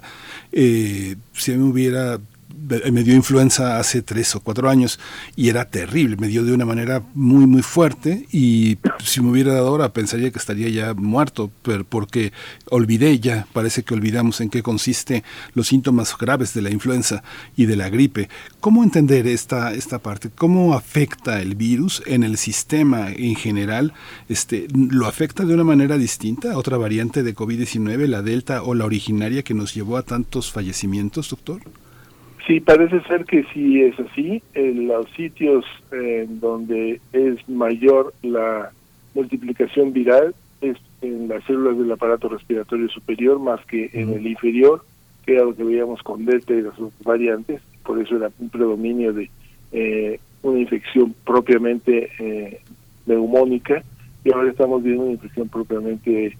Eh, si me hubiera me dio influenza hace tres o cuatro años y era terrible, me dio de una manera muy muy fuerte, y si me hubiera dado ahora pensaría que estaría ya muerto, pero porque olvidé ya, parece que olvidamos en qué consiste los síntomas graves de la influenza y de la gripe. ¿Cómo entender esta esta parte? ¿Cómo afecta el virus en el sistema en general? Este, ¿lo afecta de una manera distinta a otra variante de COVID diecinueve, la Delta o la originaria que nos llevó a tantos fallecimientos, doctor? Sí, parece ser que sí es así. En los sitios eh, donde es mayor la multiplicación viral es en las células del aparato respiratorio superior más que en el inferior, que era lo que veíamos con Delta y las otras variantes. Por eso era un predominio de eh, una infección propiamente eh, neumónica, y ahora estamos viendo una infección propiamente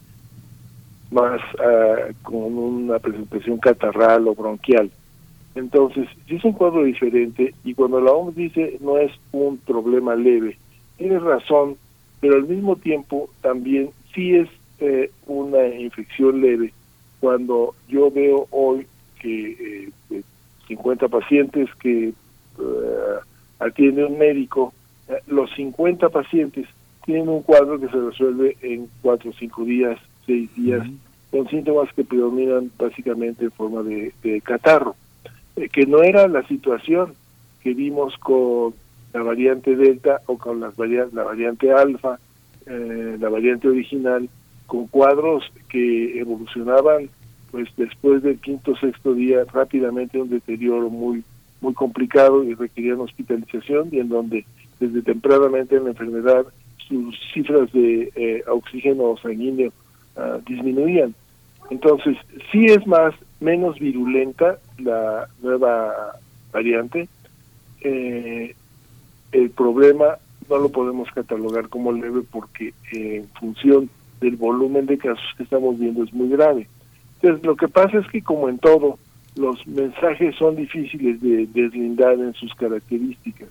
más uh, con una presentación catarral o bronquial. Entonces, sí es un cuadro diferente, y cuando la O M S dice no es un problema leve, tienes razón, pero al mismo tiempo también sí es eh, una infección leve. Cuando yo veo hoy que eh, cincuenta pacientes que uh, atiende un médico, eh, los cincuenta pacientes tienen un cuadro que se resuelve en cuatro o cinco días, seis días, uh-huh. con síntomas que predominan básicamente en forma de, de catarro, eh, que no era la situación que vimos con la variante Delta o con las variantes, la variante Alfa, eh, la variante original, con cuadros que evolucionaban pues después del quinto o sexto día rápidamente, un deterioro muy muy complicado y requerían hospitalización, y en donde desde tempranamente en la enfermedad sus cifras de eh, oxígeno sanguíneo uh, disminuían. Entonces sí es más menos virulenta la nueva variante. Eh, el problema no lo podemos catalogar como leve porque eh, en función del volumen de casos que estamos viendo es muy grave. Entonces lo que pasa es que, como en todo, los mensajes son difíciles de deslindar en sus características.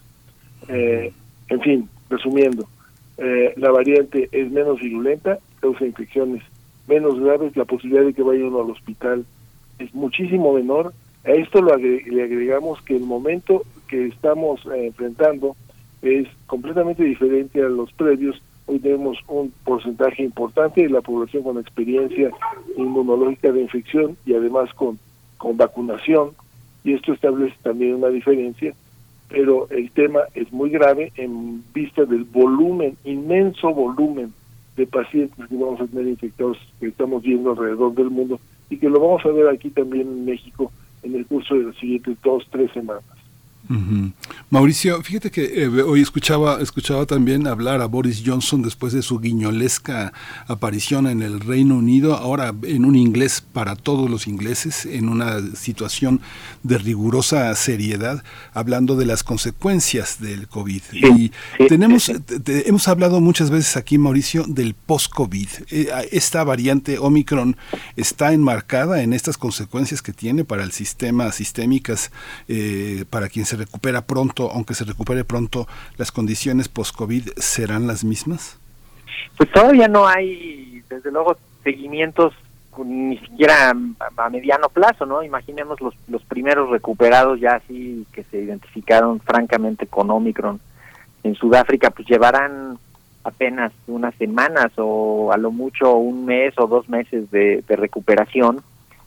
Eh, en fin, resumiendo, eh, la variante es menos virulenta, causa infecciones menos graves, la posibilidad de que vaya uno al hospital es muchísimo menor. A esto lo agre- le agregamos que el momento que estamos eh, enfrentando es completamente diferente a los previos. Hoy tenemos un porcentaje importante de la población con experiencia inmunológica de infección y además con, con vacunación, y esto establece también una diferencia, pero el tema es muy grave en vista del volumen, inmenso volumen de pacientes que vamos a tener infectados, que estamos viendo alrededor del mundo, y que lo vamos a ver aquí también en México en el curso de las siguientes dos, tres semanas. Uh-huh. Mauricio, fíjate que eh, hoy escuchaba escuchaba también hablar a Boris Johnson después de su guiñolesca aparición en el Reino Unido, ahora en un inglés para todos los ingleses, en una situación de rigurosa seriedad, hablando de las consecuencias del COVID. Sí, y sí, tenemos sí, sí. Te, te, hemos hablado muchas veces aquí, Mauricio, del post-COVID. Eh, esta variante Omicron está enmarcada en estas consecuencias que tiene para el sistema, sistémicas, eh, para quien se recupera pronto, aunque se recupere pronto, ¿las condiciones post-COVID serán las mismas? Pues todavía no hay, desde luego, seguimientos ni siquiera a, a mediano plazo, ¿no? Imaginemos los, los primeros recuperados ya así que se identificaron francamente con Omicron en Sudáfrica, pues llevarán apenas unas semanas o a lo mucho un mes o dos meses de, de recuperación.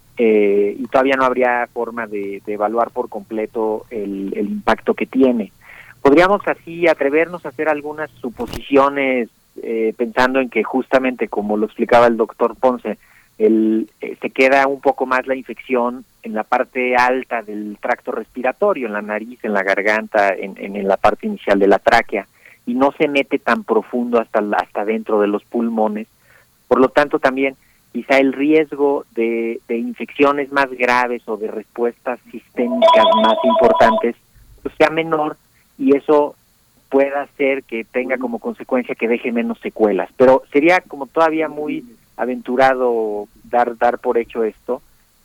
Eh, y todavía no habría forma de, de evaluar por completo el, el impacto que tiene. Podríamos así atrevernos a hacer algunas suposiciones eh, pensando en que justamente, como lo explicaba el doctor Ponce, el, eh, se queda un poco más la infección en la parte alta del tracto respiratorio, en la nariz, en la garganta, en, en, en la parte inicial de la tráquea, y no se mete tan profundo hasta, hasta dentro de los pulmones. Por lo tanto, también quizá el riesgo de, de infecciones más graves o de respuestas sistémicas más importantes pues sea menor, y eso pueda hacer que tenga como consecuencia que deje menos secuelas. Pero sería como todavía muy aventurado dar dar por hecho esto,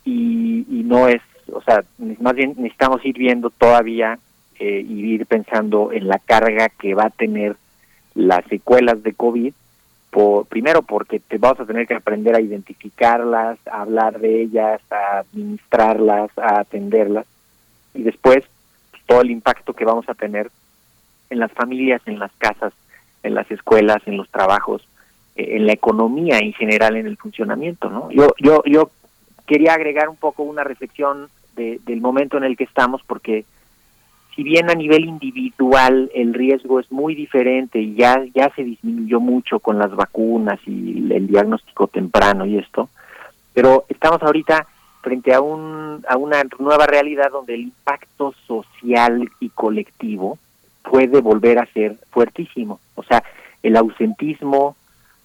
y, y no es, o sea, más bien necesitamos ir viendo todavía eh, y ir pensando en la carga que va a tener las secuelas de COVID. Por, primero porque te vamos a tener que aprender a identificarlas, a hablar de ellas, a administrarlas, a atenderlas, y después pues, todo el impacto que vamos a tener en las familias, en las casas, en las escuelas, en los trabajos, eh, en la economía en general, en el funcionamiento, ¿no? Yo yo yo quería agregar un poco una reflexión de, del momento en el que estamos, porque si bien a nivel individual el riesgo es muy diferente y ya ya se disminuyó mucho con las vacunas y el diagnóstico temprano y esto, pero estamos ahorita frente a un a una nueva realidad donde el impacto social y colectivo puede volver a ser fuertísimo. O sea, el ausentismo,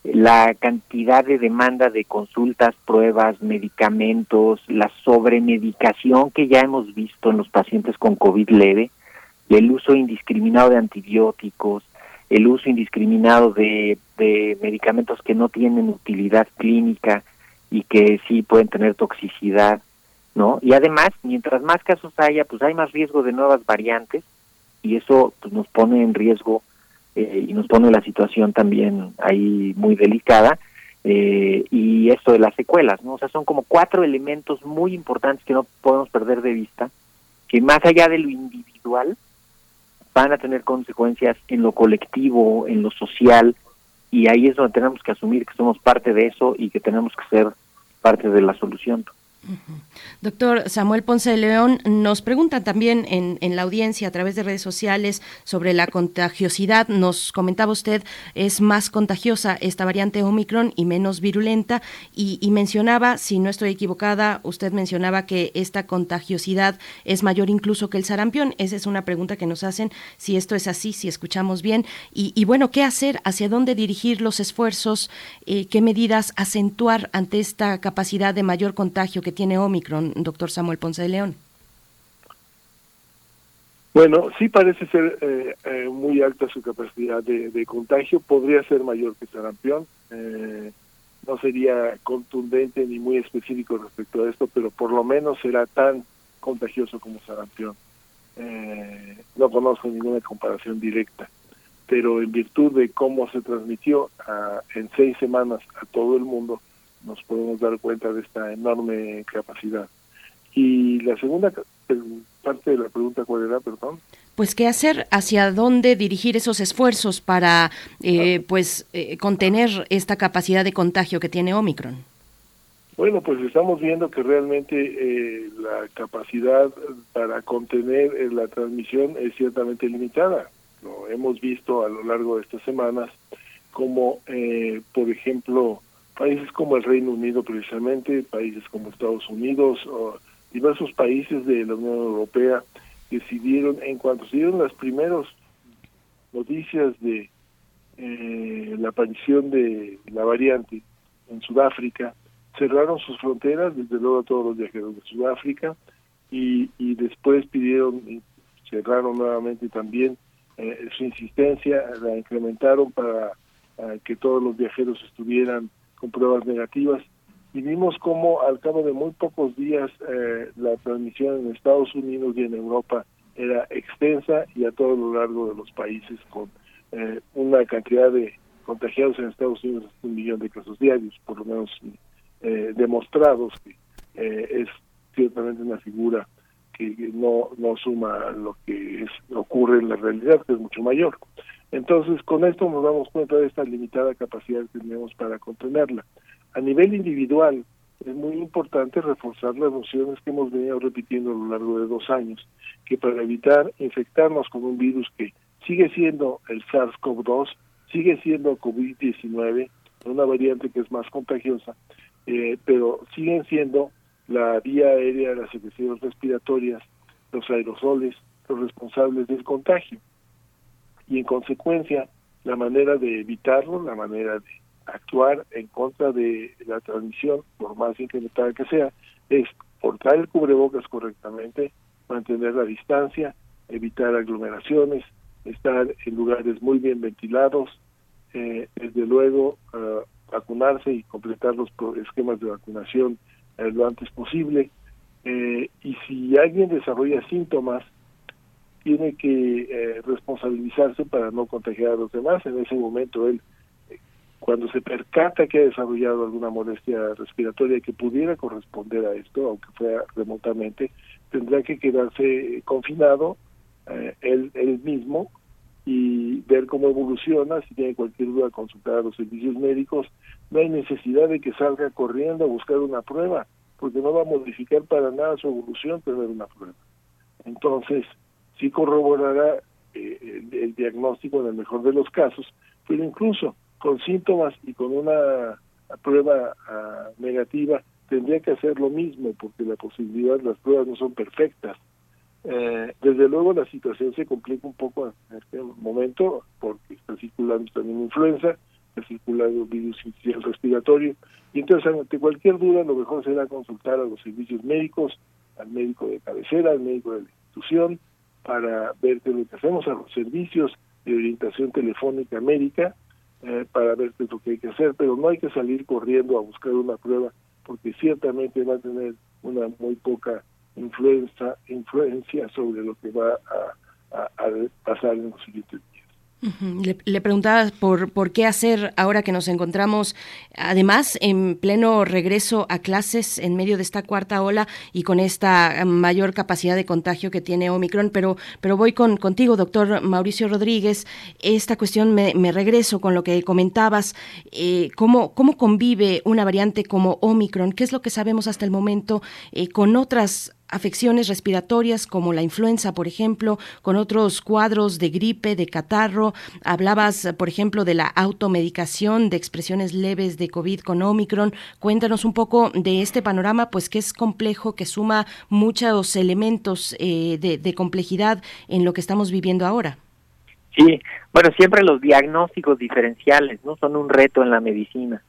la cantidad de demanda de consultas, pruebas, medicamentos, la sobremedicación que ya hemos visto en los pacientes con COVID leve, el uso indiscriminado de antibióticos, el uso indiscriminado de, de medicamentos que no tienen utilidad clínica y que sí pueden tener toxicidad, ¿no? Y además, mientras más casos haya, pues hay más riesgo de nuevas variantes, y eso pues nos pone en riesgo eh, y nos pone la situación también ahí muy delicada. Eh, y esto de las secuelas, ¿no? O sea, son como cuatro elementos muy importantes que no podemos perder de vista, que más allá de lo individual van a tener consecuencias en lo colectivo, en lo social, y ahí es donde tenemos que asumir que somos parte de eso y que tenemos que ser parte de la solución. Uh-huh. Doctor Samuel Ponce de León, nos preguntan también en, en la audiencia a través de redes sociales sobre la contagiosidad. Nos comentaba usted, es más contagiosa esta variante Omicron y menos virulenta, y, y mencionaba, si no estoy equivocada, usted mencionaba que esta contagiosidad es mayor incluso que el sarampión. Esa es una pregunta que nos hacen, si esto es así, si escuchamos bien, y, y bueno, ¿qué hacer? ¿Hacia dónde dirigir los esfuerzos? Eh, ¿Qué medidas acentuar ante esta capacidad de mayor contagio que tiene Omicron, doctor Samuel Ponce de León? Bueno, sí parece ser eh, eh, muy alta su capacidad de, de contagio, podría ser mayor que sarampión, eh, no sería contundente ni muy específico respecto a esto, pero por lo menos será tan contagioso como sarampión. Eh, no conozco ninguna comparación directa, pero en virtud de cómo se transmitió a, en seis semanas a todo el mundo, nos podemos dar cuenta de esta enorme capacidad. Y la segunda parte de la pregunta, ¿cuál era, perdón? Pues qué hacer, hacia dónde dirigir esos esfuerzos para eh, pues eh, contener esta capacidad de contagio que tiene Omicron. Bueno, pues estamos viendo que realmente eh, la capacidad para contener eh, la transmisión es ciertamente limitada. Lo hemos visto a lo largo de estas semanas, como eh, por ejemplo países como el Reino Unido precisamente, países como Estados Unidos, o diversos países de la Unión Europea decidieron, en cuanto se dieron las primeras noticias de eh, la aparición de la variante en Sudáfrica, cerraron sus fronteras, desde luego a todos los viajeros de Sudáfrica, y, y después pidieron, y cerraron nuevamente también eh, su insistencia, la incrementaron para eh, que todos los viajeros estuvieran con pruebas negativas, y vimos cómo al cabo de muy pocos días eh, la transmisión en Estados Unidos y en Europa era extensa, y a todo lo largo de los países, con eh, una cantidad de contagiados en Estados Unidos hasta un millón de casos diarios, por lo menos eh, demostrados, que eh, es ciertamente una figura que no, no suma lo que es, ocurre en la realidad, que es mucho mayor. Entonces, con esto nos damos cuenta de esta limitada capacidad que tenemos para contenerla. A nivel individual, es muy importante reforzar las nociones que hemos venido repitiendo a lo largo de dos años, que para evitar infectarnos con un virus que sigue siendo el SARS-CoV dos, sigue siendo COVID diecinueve, una variante que es más contagiosa, eh, pero siguen siendo la vía aérea, las secreciones respiratorias, los aerosoles, los responsables del contagio. Y en consecuencia, la manera de evitarlo, la manera de actuar en contra de la transmisión, por más incrementada que sea, es portar el cubrebocas correctamente, mantener la distancia, evitar aglomeraciones, estar en lugares muy bien ventilados, eh, desde luego uh, vacunarse y completar los esquemas de vacunación eh, lo antes posible, eh, y si alguien desarrolla síntomas, tiene que eh, responsabilizarse para no contagiar a los demás. En ese momento él, eh, cuando se percata que ha desarrollado alguna molestia respiratoria que pudiera corresponder a esto, aunque fuera remotamente, tendrá que quedarse confinado eh, él, él mismo, y ver cómo evoluciona. Si tiene cualquier duda, consultar a los servicios médicos. No hay necesidad de que salga corriendo a buscar una prueba, porque no va a modificar para nada su evolución tener una prueba. Entonces, sí corroborará eh, el, el diagnóstico en el mejor de los casos, pero incluso con síntomas y con una prueba uh, negativa, tendría que hacer lo mismo, porque la posibilidad, las pruebas no son perfectas. Eh, desde luego la situación se complica un poco en este momento, porque está circulando también influenza, está circulando virus incisional respiratorio, y entonces ante cualquier duda lo mejor será consultar a los servicios médicos, al médico de cabecera, al médico de la institución, para ver qué es lo que hacemos, a los servicios de orientación telefónica médica, eh, para ver qué es lo que hay que hacer, pero no hay que salir corriendo a buscar una prueba, porque ciertamente va a tener una muy poca influencia, influencia sobre lo que va a, a, a pasar en los siguientes días. Uh-huh. Le, le preguntaba por, por qué hacer ahora que nos encontramos, además, en pleno regreso a clases en medio de esta cuarta ola y con esta mayor capacidad de contagio que tiene Omicron, pero, pero voy con, contigo, doctor Mauricio Rodríguez. Esta cuestión me, me regreso con lo que comentabas. Eh, ¿cómo, ¿Cómo convive una variante como Omicron? ¿Qué es lo que sabemos hasta el momento eh, con otras afecciones respiratorias como la influenza, por ejemplo, con otros cuadros de gripe, de catarro? Hablabas, por ejemplo, de la automedicación, de expresiones leves de COVID con Omicron. Cuéntanos un poco de este panorama, pues que es complejo, que suma muchos elementos eh, de, de complejidad en lo que estamos viviendo ahora. Sí, bueno, siempre los diagnósticos diferenciales, ¿no?, son un reto en la medicina,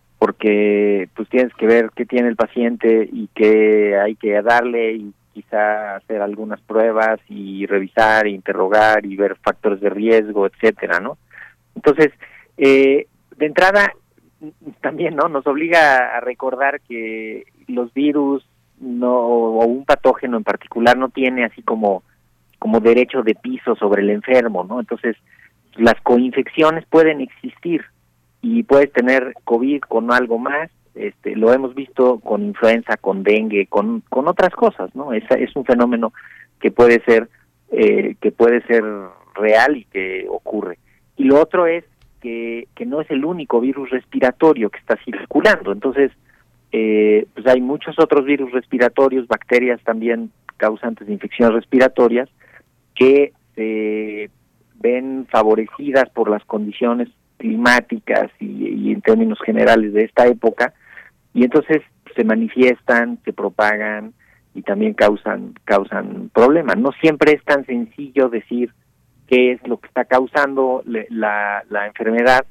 porque pues tienes que ver qué tiene el paciente y qué hay que darle y quizá hacer algunas pruebas y revisar, e interrogar y ver factores de riesgo, etcétera, ¿no? Entonces, eh, de entrada, también, ¿no?, nos obliga a recordar que los virus no, o un patógeno en particular no tiene así como, como derecho de piso sobre el enfermo, ¿no? Entonces, las coinfecciones pueden existir, y puedes tener COVID con algo más, este, lo hemos visto con influenza, con dengue, con, con otras cosas, ¿no? Es, es un fenómeno que puede ser eh, que puede ser real y que ocurre. Y lo otro es que, que no es el único virus respiratorio que está circulando. Entonces, eh, pues hay muchos otros virus respiratorios, bacterias también causantes de infecciones respiratorias, que se ven favorecidas por las condiciones climáticas y, y en términos generales de esta época, y entonces se manifiestan, se propagan y también causan causan problemas. No siempre es tan sencillo decir qué es lo que está causando le, la, la enfermedad,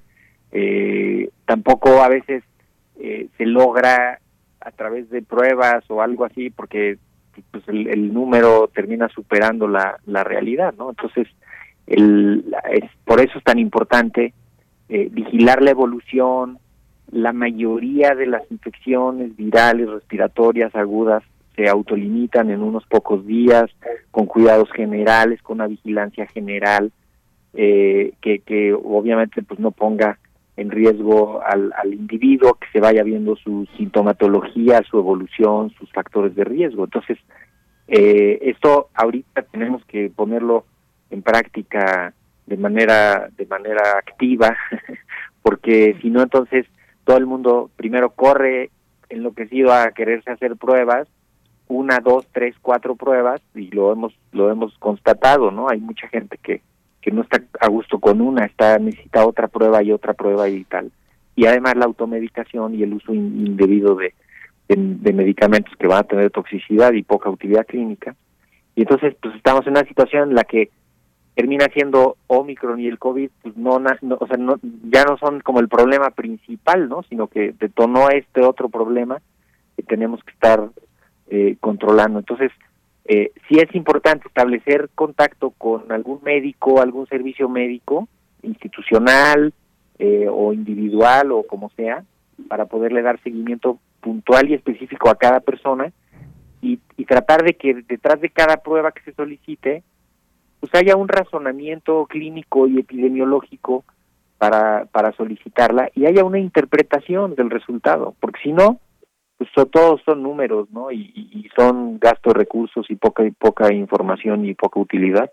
eh, tampoco a veces eh, se logra a través de pruebas o algo así, porque pues el, el número termina superando la, la realidad, ¿no? Entonces, el, es, por eso es tan importante Eh, vigilar la evolución. La mayoría de las infecciones virales respiratorias agudas se autolimitan en unos pocos días, con cuidados generales, con una vigilancia general, eh, que, que obviamente pues no ponga en riesgo al, al individuo, que se vaya viendo su sintomatología, su evolución, sus factores de riesgo. Entonces, eh, esto ahorita tenemos que ponerlo en práctica de manera de manera activa, porque si no, entonces todo el mundo primero corre enloquecido a quererse hacer pruebas, una, dos, tres, cuatro pruebas, y lo hemos lo hemos constatado, ¿no? Hay mucha gente que que no está a gusto con una, está necesita otra prueba y otra prueba y tal. Y además la automedicación y el uso indebido de, de, de medicamentos que van a tener toxicidad y poca utilidad clínica. Y entonces, pues estamos en una situación en la que termina siendo Omicron y el COVID, pues no, no, o sea, no, ya no son como el problema principal, ¿no?, sino que detonó este otro problema que tenemos que estar eh, controlando. Entonces, eh, sí es importante establecer contacto con algún médico, algún servicio médico, institucional eh, o individual o como sea, para poderle dar seguimiento puntual y específico a cada persona y, y tratar de que detrás de cada prueba que se solicite pues haya un razonamiento clínico y epidemiológico para para solicitarla y haya una interpretación del resultado, porque si no, pues so, todos son números, ¿no? Y, y son gasto de recursos y poca y poca información y poca utilidad.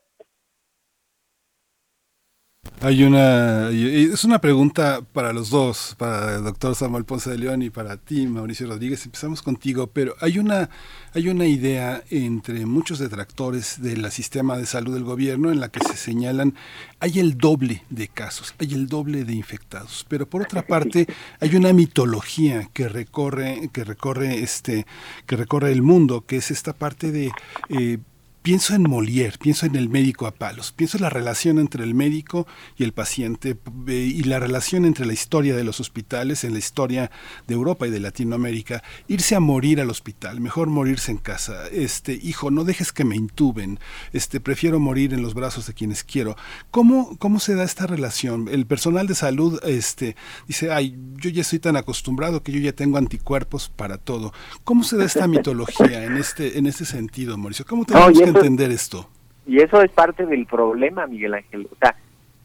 Hay una, es una pregunta para los dos, para el doctor Samuel Ponce de León y para ti, Mauricio Rodríguez. Empezamos contigo, pero hay una, hay una idea entre muchos detractores del sistema de salud del gobierno en la que se señalan hay el doble de casos, hay el doble de infectados, pero por otra parte hay una mitología que recorre, que recorre este, que recorre el mundo, que es esta parte de eh, pienso en Molière, pienso en el médico a palos, pienso en la relación entre el médico y el paciente eh, y la relación entre la historia de los hospitales en la historia de Europa y de Latinoamérica. Irse a morir al hospital, mejor morirse en casa. Este, hijo, no dejes que me intuben. Este, prefiero morir en los brazos de quienes quiero. ¿Cómo, cómo se da esta relación? El personal de salud este, dice, ay, yo ya estoy tan acostumbrado que yo ya tengo anticuerpos para todo. ¿Cómo se da esta mitología en este, en este sentido, Mauricio? ¿Cómo tenemos no, que entender esto? Y eso es parte del problema, Miguel Ángel. O sea,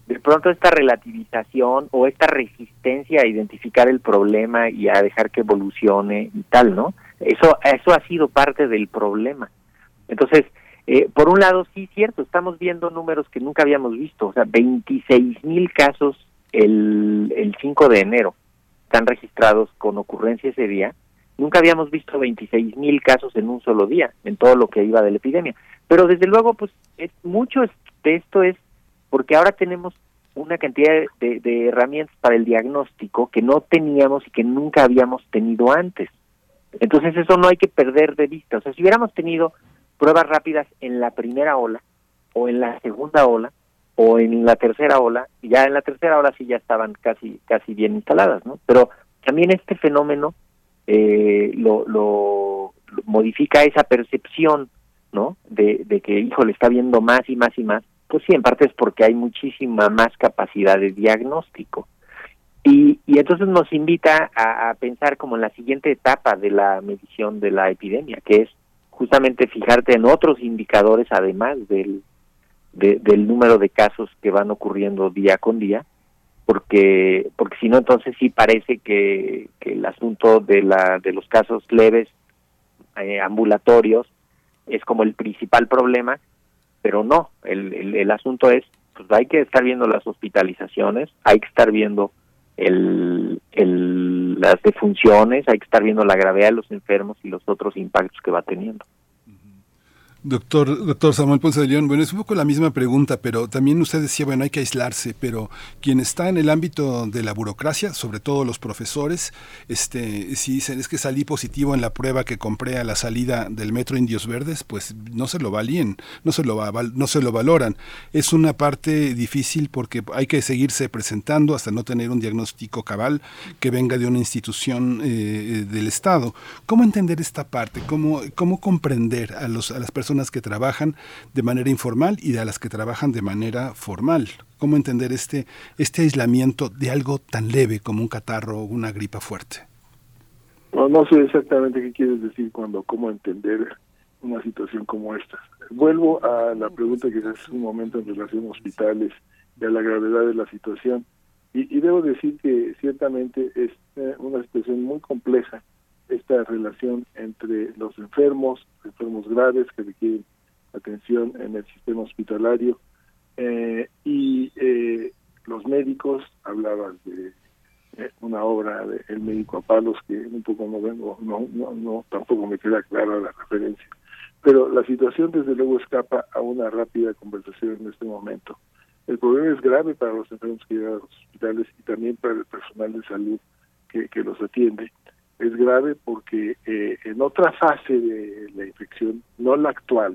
de pronto esta relativización o esta resistencia a identificar el problema y a dejar que evolucione y tal, ¿no? Eso, eso ha sido parte del problema. Entonces, eh, por un lado, sí, cierto, estamos viendo números que nunca habíamos visto, o sea, veintiséis mil casos el, el cinco de enero están registrados con ocurrencia ese día. Nunca habíamos visto veintiséis mil casos en un solo día, en todo lo que iba de la epidemia. Pero desde luego, pues, es, mucho de esto es porque ahora tenemos una cantidad de, de herramientas para el diagnóstico que no teníamos y que nunca habíamos tenido antes. Entonces eso no hay que perder de vista. O sea, si hubiéramos tenido pruebas rápidas en la primera ola, o en la segunda ola, o en la tercera ola, y ya en la tercera ola sí ya estaban casi casi bien instaladas, ¿no? Pero también este fenómeno eh, lo, lo, lo modifica esa percepción, ¿no? De, de que, híjole, está viendo más y más y más. Pues sí, en parte es porque hay muchísima más capacidad de diagnóstico. Y, y entonces nos invita a, a pensar como en la siguiente etapa de la medición de la epidemia, que es justamente fijarte en otros indicadores además del, de, del número de casos que van ocurriendo día con día, porque porque si no entonces sí parece que, que el asunto de la de los casos leves eh, ambulatorios es como el principal problema, pero no, el, el, el asunto es, pues hay que estar viendo las hospitalizaciones, hay que estar viendo el, el, las defunciones, hay que estar viendo la gravedad de los enfermos y los otros impactos que va teniendo. Doctor, doctor Samuel Ponce de León, bueno, es un poco la misma pregunta, pero también usted decía, bueno, hay que aislarse, pero quien está en el ámbito de la burocracia, sobre todo los profesores, este, si dicen, es que salí positivo en la prueba que compré a la salida del metro Indios Verdes, pues no se lo valían, no se lo, va, no se lo valoran. Es una parte difícil porque hay que seguirse presentando hasta no tener un diagnóstico cabal que venga de una institución eh, del Estado. ¿Cómo entender esta parte? ¿Cómo, cómo comprender a, los, a las personas que trabajan de manera informal y a las que trabajan de manera formal? ¿Cómo entender este, este aislamiento de algo tan leve como un catarro o una gripa fuerte? No, no sé exactamente qué quieres decir cuando cómo entender una situación como esta. Vuelvo a la pregunta que hace un momento en relación a hospitales y a la gravedad de la situación. Y, y debo decir que ciertamente es eh, una situación muy compleja esta relación entre los enfermos, enfermos graves que requieren atención en el sistema hospitalario eh, y eh, los médicos. Hablabas de eh, una obra de El médico a palos que un poco no vengo, no, no, no, tampoco me queda clara la referencia. Pero la situación desde luego escapa a una rápida conversación en este momento. El problema es grave para los enfermos que llegan a los hospitales y también para el personal de salud que, que los atiende. Es grave porque eh, en otra fase de la infección, no la actual,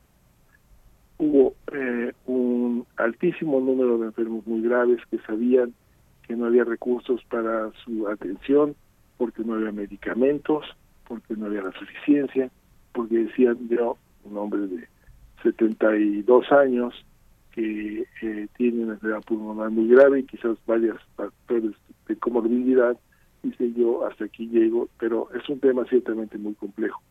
hubo eh, un altísimo número de enfermos muy graves que sabían que no había recursos para su atención, porque no había medicamentos, porque no había la suficiencia, porque decían, yo, un hombre de setenta y dos años, que eh, tiene una enfermedad pulmonar muy grave y quizás varios factores de comorbilidad, dice yo, hasta aquí llego, pero es un tema ciertamente muy complejo.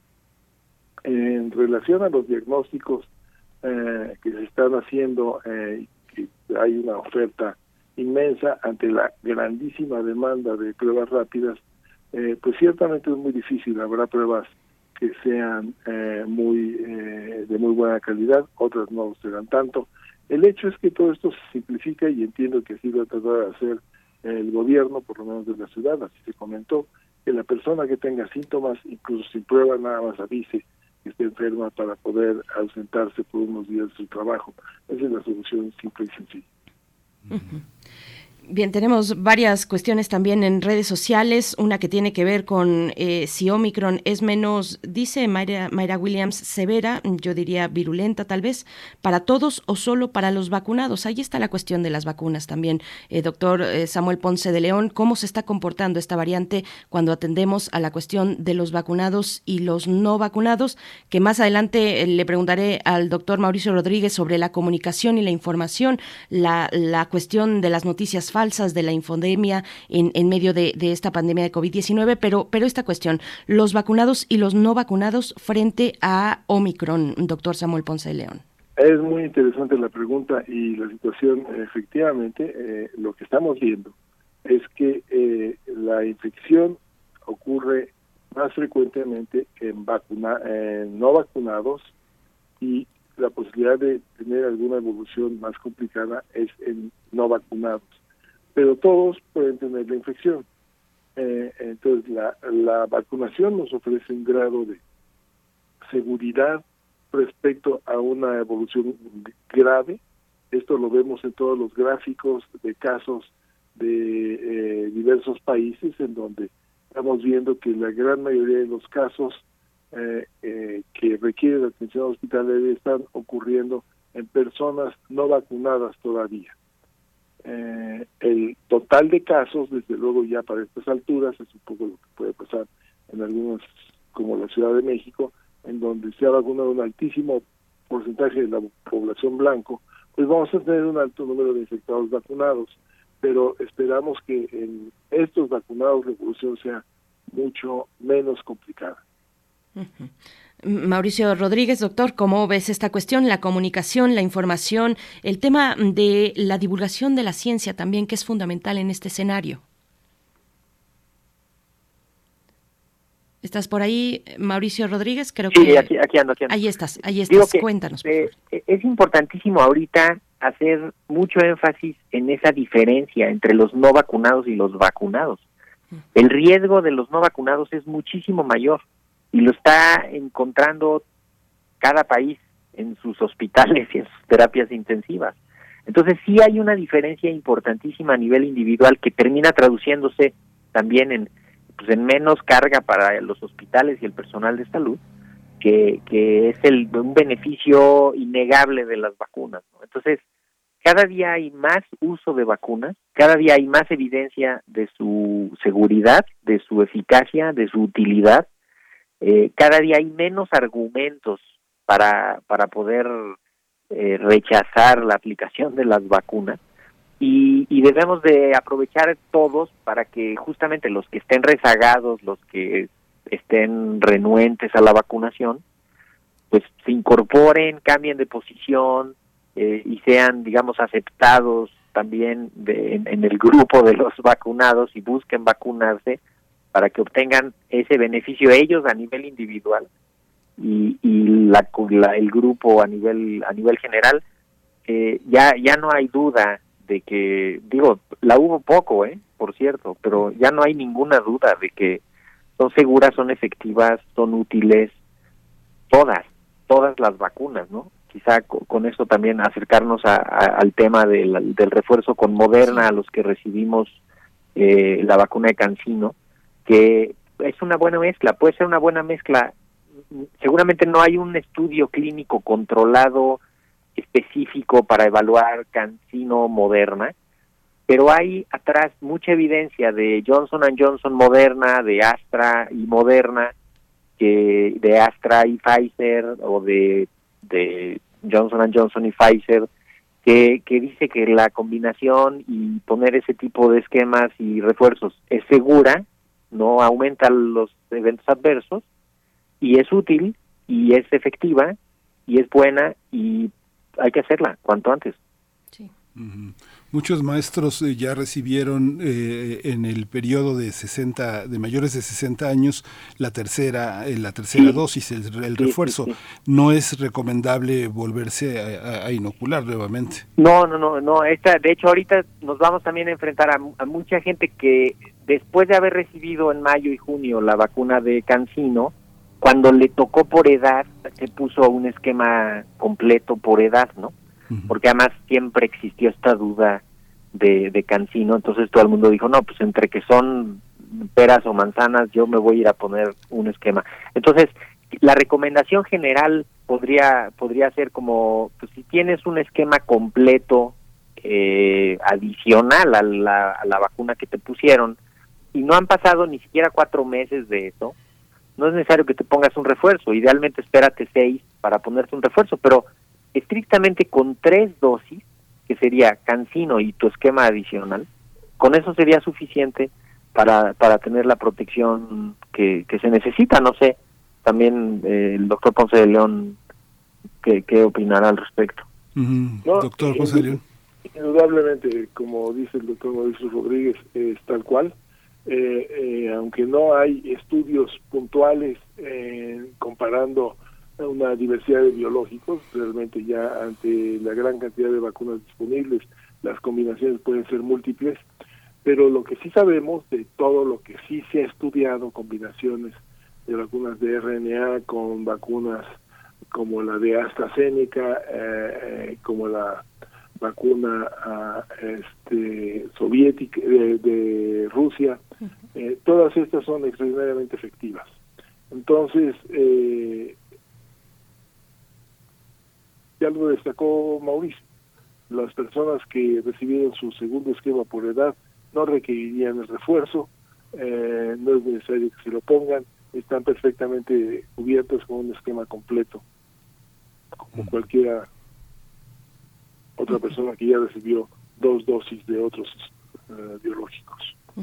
En relación a los diagnósticos eh, que se están haciendo, eh, que hay una oferta inmensa ante la grandísima demanda de pruebas rápidas, eh, pues ciertamente es muy difícil. Habrá pruebas que sean eh, muy eh, de muy buena calidad, otras no serán tanto. El hecho es que todo esto se simplifica y entiendo que así lo ha tratado de hacer el gobierno, por lo menos de la ciudad. Así se comentó, que la persona que tenga síntomas, incluso sin prueba, nada más avise que esté enferma para poder ausentarse por unos días de su trabajo. Esa es la solución simple y sencilla. Uh-huh. Bien, tenemos varias cuestiones también en redes sociales, una que tiene que ver con eh, si Omicron es menos, dice Mayra, Mayra Williams, severa, yo diría virulenta tal vez, para todos o solo para los vacunados. Ahí está la cuestión de las vacunas también. Eh, doctor eh, Samuel Ponce de León, ¿cómo se está comportando esta variante cuando atendemos a la cuestión de los vacunados y los no vacunados? Que más adelante eh, le preguntaré al doctor Mauricio Rodríguez sobre la comunicación y la información, la, la cuestión de las noticias falsas, de la infodemia en, en medio de, de esta pandemia de covid diecinueve, pero, pero esta cuestión, los vacunados y los no vacunados frente a Omicron, doctor Samuel Ponce de León. Es muy interesante la pregunta y la situación. Efectivamente, eh, lo que estamos viendo es que eh, la infección ocurre más frecuentemente en, vacuna, en no vacunados, y la posibilidad de tener alguna evolución más complicada es en no vacunados. Pero todos pueden tener la infección. Eh, entonces, la, la vacunación nos ofrece un grado de seguridad respecto a una evolución grave. Esto lo vemos en todos los gráficos de casos de eh, diversos países, en donde estamos viendo que la gran mayoría de los casos eh, eh, que requieren atención hospitalaria están ocurriendo en personas no vacunadas todavía. Eh, el total de casos, desde luego ya para estas alturas, es un poco lo que puede pasar en algunas, como la Ciudad de México, en donde se ha vacunado un altísimo porcentaje de la población blanco, pues vamos a tener un alto número de infectados vacunados, pero esperamos que en estos vacunados la evolución sea mucho menos complicada. Uh-huh. Mauricio Rodríguez, doctor, ¿cómo ves esta cuestión? La comunicación, la información, el tema de la divulgación de la ciencia también, que es fundamental en este escenario. ¿Estás por ahí, Mauricio Rodríguez? Creo sí, que aquí, aquí ando, aquí ando. Ahí estás, ahí estás. Que, Cuéntanos. Por eh, es importantísimo ahorita hacer mucho énfasis en esa diferencia entre los no vacunados y los vacunados. El riesgo de los no vacunados es muchísimo mayor y lo está encontrando cada país en sus hospitales y en sus terapias intensivas. Entonces sí hay una diferencia importantísima a nivel individual que termina traduciéndose también en pues en menos carga para los hospitales y el personal de salud, que, que es el un beneficio innegable de las vacunas, ¿no? Entonces, cada día hay más uso de vacunas, cada día hay más evidencia de su seguridad, de su eficacia, de su utilidad, eh, cada día hay menos argumentos para, para poder eh, rechazar la aplicación de las vacunas. Y, y debemos de aprovechar todos para que justamente los que estén rezagados, los que estén renuentes a la vacunación, pues se incorporen, cambien de posición eh, y sean, digamos, aceptados también de, en, en el grupo de los vacunados y busquen vacunarse para que obtengan ese beneficio ellos a nivel individual y, y la, la, el grupo a nivel a nivel general. Eh, ya ya no hay duda de que, digo, la hubo poco, eh, por cierto, pero ya no hay ninguna duda de que son seguras, son efectivas, son útiles, todas, todas las vacunas, ¿no? Quizá con, con eso también acercarnos a, a, al tema del, del refuerzo con Moderna, a los que recibimos eh, la vacuna de CanSino, que es una buena mezcla, puede ser una buena mezcla. Seguramente no hay un estudio clínico controlado específico para evaluar CanSino Moderna, pero hay atrás mucha evidencia de Johnson and Johnson Moderna, de Astra y Moderna, que de Astra y Pfizer, o de, de Johnson and Johnson y Pfizer, que, que dice que la combinación y poner ese tipo de esquemas y refuerzos es segura, no aumenta los eventos adversos, y es útil, y es efectiva, y es buena, y hay que hacerla cuanto antes. Sí. Uh-huh. Muchos maestros eh, ya recibieron eh, en el periodo de sesenta, de mayores de sesenta años, la tercera, eh, la tercera sí. dosis, el, el sí, refuerzo. Sí, sí. No es recomendable volverse a, a, a inocular nuevamente. No, no, no, no. Esta, de hecho, ahorita nos vamos también a enfrentar a, a mucha gente que después de haber recibido en mayo y junio la vacuna de CanSino, cuando le tocó por edad, se puso un esquema completo por edad, ¿no? Uh-huh. Porque además siempre existió esta duda de, de CanSino, entonces todo el mundo dijo, no, pues entre que son peras o manzanas, yo me voy a ir a poner un esquema. Entonces, la recomendación general podría podría ser como, pues si tienes un esquema completo eh, adicional a la, a la vacuna que te pusieron, y no han pasado ni siquiera cuatro meses de eso, no es necesario que te pongas un refuerzo, idealmente espérate seis para ponerte un refuerzo, pero estrictamente con tres dosis, que sería CanSino y tu esquema adicional, con eso sería suficiente para para tener la protección que, que se necesita. No sé, también eh, el doctor Ponce de León qué, qué opinar al respecto. Uh-huh. No, doctor José León. Indudablemente, como dice el doctor Mauricio Rodríguez, es tal cual. Eh, eh, aunque no hay estudios puntuales eh, comparando una diversidad de biológicos, realmente ya ante la gran cantidad de vacunas disponibles, las combinaciones pueden ser múltiples, pero lo que sí sabemos de todo lo que sí se ha estudiado, combinaciones de vacunas de R N A con vacunas como la de AstraZeneca, eh, eh, como la vacuna uh, este, soviética de, de Rusia, eh, todas estas son extraordinariamente efectivas. Entonces, eh, ya lo destacó Mauricio, las personas que recibieron su segundo esquema por edad no requerirían el refuerzo, eh, no es necesario que se lo pongan, están perfectamente cubiertos con un esquema completo, como cualquiera otra persona que ya recibió dos dosis de otros uh, biológicos. Uh-huh.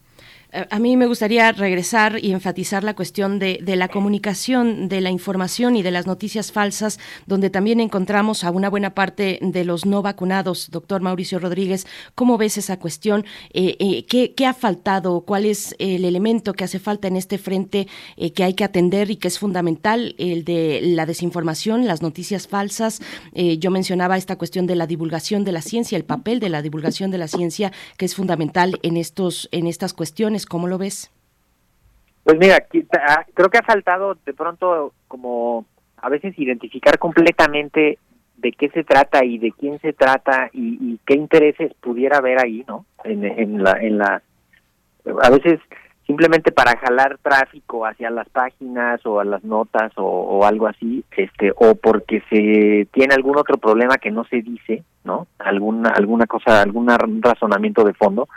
A mí me gustaría regresar y enfatizar la cuestión de, de la comunicación, de la información y de las noticias falsas, donde también encontramos a una buena parte de los no vacunados. Doctor Mauricio Rodríguez, ¿cómo ves esa cuestión? Eh, eh, ¿qué, ¿Qué ha faltado? ¿Cuál es el elemento que hace falta en este frente eh, que hay que atender y que es fundamental? El de la desinformación, las noticias falsas. Eh, yo mencionaba esta cuestión de la divulgación de la ciencia, el papel de la divulgación de la ciencia, que es fundamental en estos, en estas cuestiones. ¿Cómo lo ves? Pues mira, creo que ha faltado de pronto como a veces identificar completamente de qué se trata y de quién se trata y, y qué intereses pudiera haber ahí, ¿no? En, en la, en la, a veces simplemente para jalar tráfico hacia las páginas o a las notas o, o algo así, este, o porque se tiene algún otro problema que no se dice, ¿no? Alguna, alguna cosa, algún razonamiento de fondo.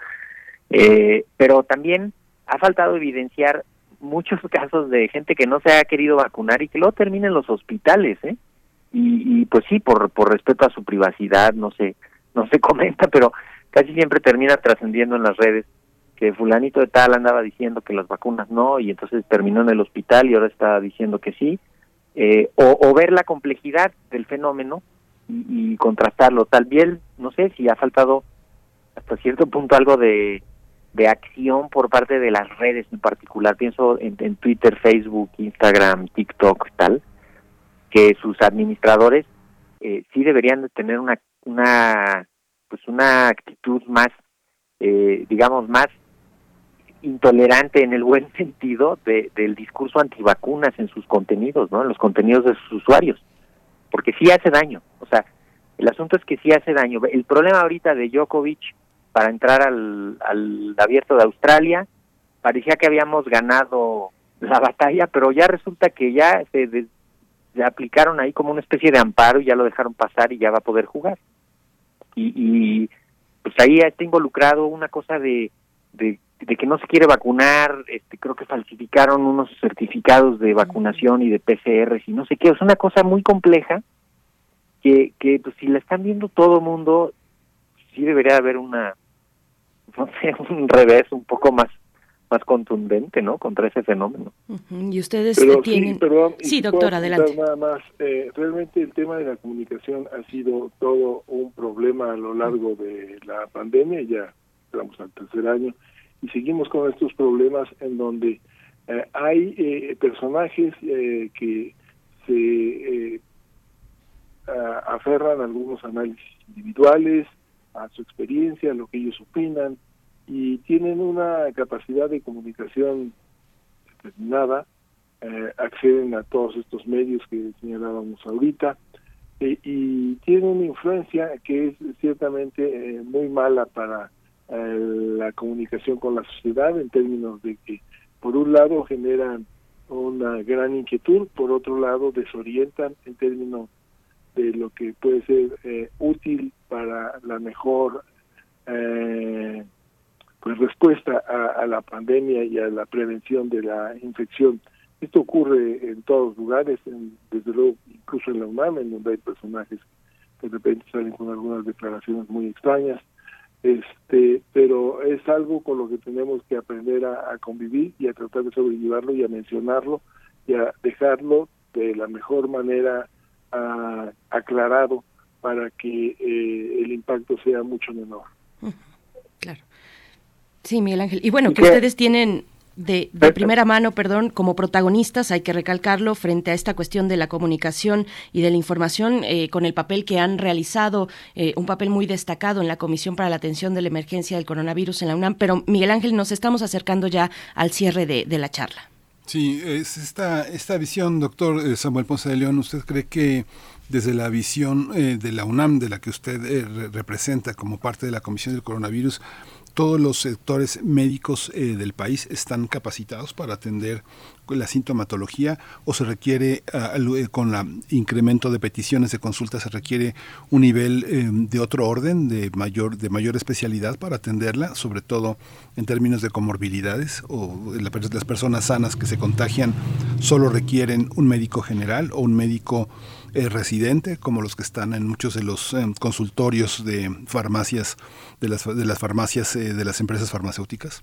Eh, pero también ha faltado evidenciar muchos casos de gente que no se ha querido vacunar y que luego termina en los hospitales, ¿eh? Y, y pues sí, por por respeto a su privacidad, no se no se comenta, pero casi siempre termina trascendiendo en las redes que fulanito de tal andaba diciendo que las vacunas no, y entonces terminó en el hospital y ahora está diciendo que sí, eh, o, o ver la complejidad del fenómeno y, y contrastarlo. Tal vez, no sé, si ha faltado hasta cierto punto algo de de acción por parte de las redes en particular, pienso en, en Twitter, Facebook, Instagram, TikTok, tal, que sus administradores eh, sí deberían de tener una una pues una actitud más, eh, digamos, más intolerante en el buen sentido de, del discurso antivacunas en sus contenidos, ¿no? En los contenidos de sus usuarios, porque sí hace daño. O sea, el asunto es que sí hace daño. El problema ahorita de Djokovic para entrar al, al Abierto de Australia, parecía que habíamos ganado la batalla, pero ya resulta que ya se, de, se aplicaron ahí como una especie de amparo y ya lo dejaron pasar y ya va a poder jugar. Y, y pues ahí está involucrado una cosa de, de, de que no se quiere vacunar, este, creo que falsificaron unos certificados de vacunación y de P C R y no sé qué, es una cosa muy compleja que, que pues si la están viendo todo el mundo, sí debería haber una, no sé, un revés un poco más más contundente, ¿no? Contra ese fenómeno. Uh-huh. Y ustedes pero tienen... Sí, perdón, sí doctor, adelante. Nada más, eh, realmente el tema de la comunicación ha sido todo un problema a lo largo de la pandemia, ya estamos al tercer año, y seguimos con estos problemas en donde eh, hay eh, personajes eh, que se eh, a, aferran a algunos análisis individuales, a su experiencia, a lo que ellos opinan, y tienen una capacidad de comunicación determinada, eh, acceden a todos estos medios que señalábamos ahorita, eh, y tienen una influencia que es ciertamente eh, muy mala para eh, la comunicación con la sociedad, en términos de que, por un lado, generan una gran inquietud, por otro lado, desorientan en términos de lo que puede ser eh, útil para la mejor eh, pues respuesta a, a la pandemia y a la prevención de la infección. Esto ocurre en todos lugares, en, desde luego incluso en la UNAM, en donde hay personajes que de repente salen con algunas declaraciones muy extrañas, este pero es algo con lo que tenemos que aprender a, a convivir y a tratar de sobrellevarlo y a mencionarlo y a dejarlo de la mejor manera uh, aclarado para que eh, el impacto sea mucho menor. Claro. Sí, Miguel Ángel. Y bueno, que ustedes tienen de, de primera mano, perdón, como protagonistas, hay que recalcarlo, frente a esta cuestión de la comunicación y de la información, eh, con el papel que han realizado, eh, un papel muy destacado en la Comisión para la Atención de la Emergencia del Coronavirus en la UNAM. Pero, Miguel Ángel, nos estamos acercando ya al cierre de, de la charla. Sí, es esta, esta visión, doctor Samuel Ponce de León, ¿usted cree que desde la visión eh, de la UNAM, de la que usted eh, re- representa como parte de la Comisión del Coronavirus, todos los sectores médicos eh, del país están capacitados para atender la sintomatología, o se requiere, uh, con el incremento de peticiones de consulta, se requiere un nivel eh, de otro orden, de mayor, de mayor especialidad para atenderla, sobre todo en términos de comorbilidades, o la, las personas sanas que se contagian solo requieren un médico general o un médico eh, residente, como los que están en muchos de los eh, consultorios de farmacias, de las, de las farmacias eh, de las empresas farmacéuticas.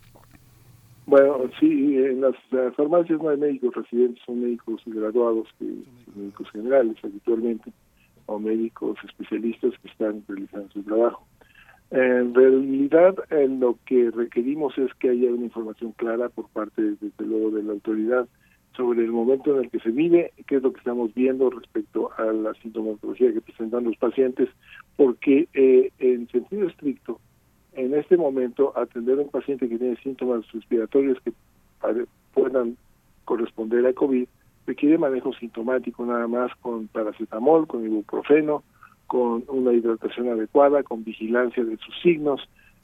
Bueno, sí, en las uh, farmacias no hay médicos residentes, son médicos graduados, que, médicos generales habitualmente, o médicos especialistas que están realizando su trabajo. En realidad, en lo que requerimos es que haya una información clara por parte, desde luego, de la autoridad sobre el momento en el que se vive, qué es lo que estamos viendo respecto a la sintomatología que presentan los pacientes, porque eh, en sentido estricto, en este momento, atender a un paciente que tiene síntomas respiratorios que puedan corresponder a COVID requiere manejo sintomático nada más, con paracetamol, con ibuprofeno, con una hidratación adecuada, con vigilancia de sus signos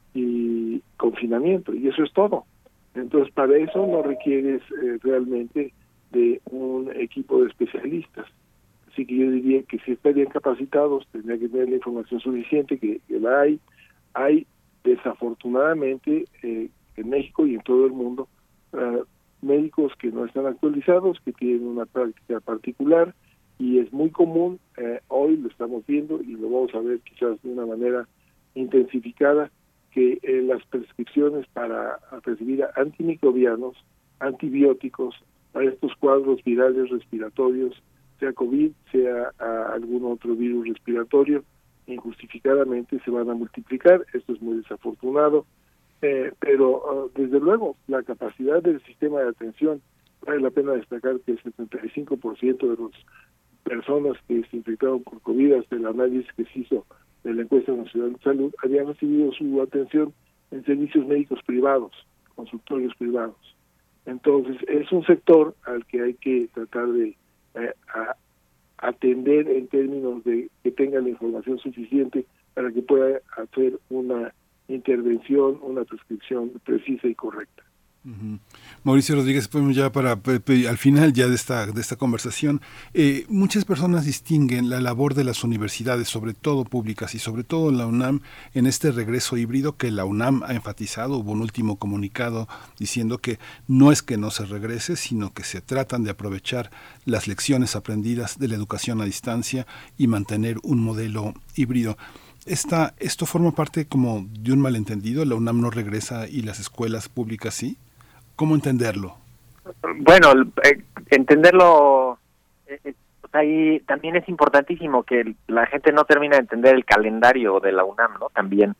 y confinamiento, y eso es todo. Entonces, para eso no requieres eh, realmente de un equipo de especialistas. Así que yo diría que si estarían capacitados, tendría que tener la información suficiente, que, que la hay. Hay desafortunadamente eh, en México y en todo el mundo uh, médicos que no están actualizados, que tienen una práctica particular, y es muy común, eh, hoy lo estamos viendo y lo vamos a ver quizás de una manera intensificada, que eh, las prescripciones para recibir antimicrobianos, antibióticos, para estos cuadros virales respiratorios, sea COVID, sea uh, algún otro virus respiratorio, injustificadamente se van a multiplicar. Esto es muy desafortunado, eh, pero uh, desde luego la capacidad del sistema de atención, vale la pena destacar que el setenta y cinco por ciento de las personas que se infectaron por COVID, hasta el análisis que se hizo de la encuesta nacional de salud, habían recibido su atención en servicios médicos privados, consultorios privados. Entonces es un sector al que hay que tratar de eh, a, atender en términos de que tenga la información suficiente para que pueda hacer una intervención, una prescripción precisa y correcta. Uh-huh. Mauricio Rodríguez, pues ya para pe, pe, al final ya de esta de esta conversación, eh, muchas personas distinguen la labor de las universidades, sobre todo públicas y sobre todo la UNAM, en este regreso híbrido que la UNAM ha enfatizado. Hubo un último comunicado diciendo que no es que no se regrese, sino que se tratan de aprovechar las lecciones aprendidas de la educación a distancia y mantener un modelo híbrido. Esta, ¿Esto forma parte como de un malentendido? ¿La UNAM no regresa y las escuelas públicas sí? ¿Cómo entenderlo? Bueno, eh, entenderlo, eh, eh, o sea, ahí también es importantísimo que la gente no termina de entender el calendario de la UNAM, ¿no? También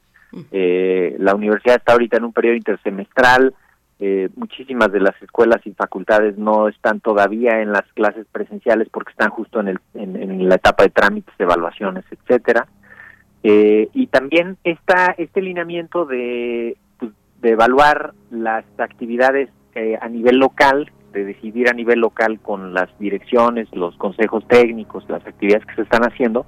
eh, la universidad está ahorita en un periodo intersemestral, eh, muchísimas de las escuelas y facultades no están todavía en las clases presenciales porque están justo en, el, en, en la etapa de trámites, evaluaciones, etcétera. Eh, y también está este lineamiento de de evaluar las actividades eh, a nivel local, de decidir a nivel local con las direcciones, los consejos técnicos, las actividades que se están haciendo,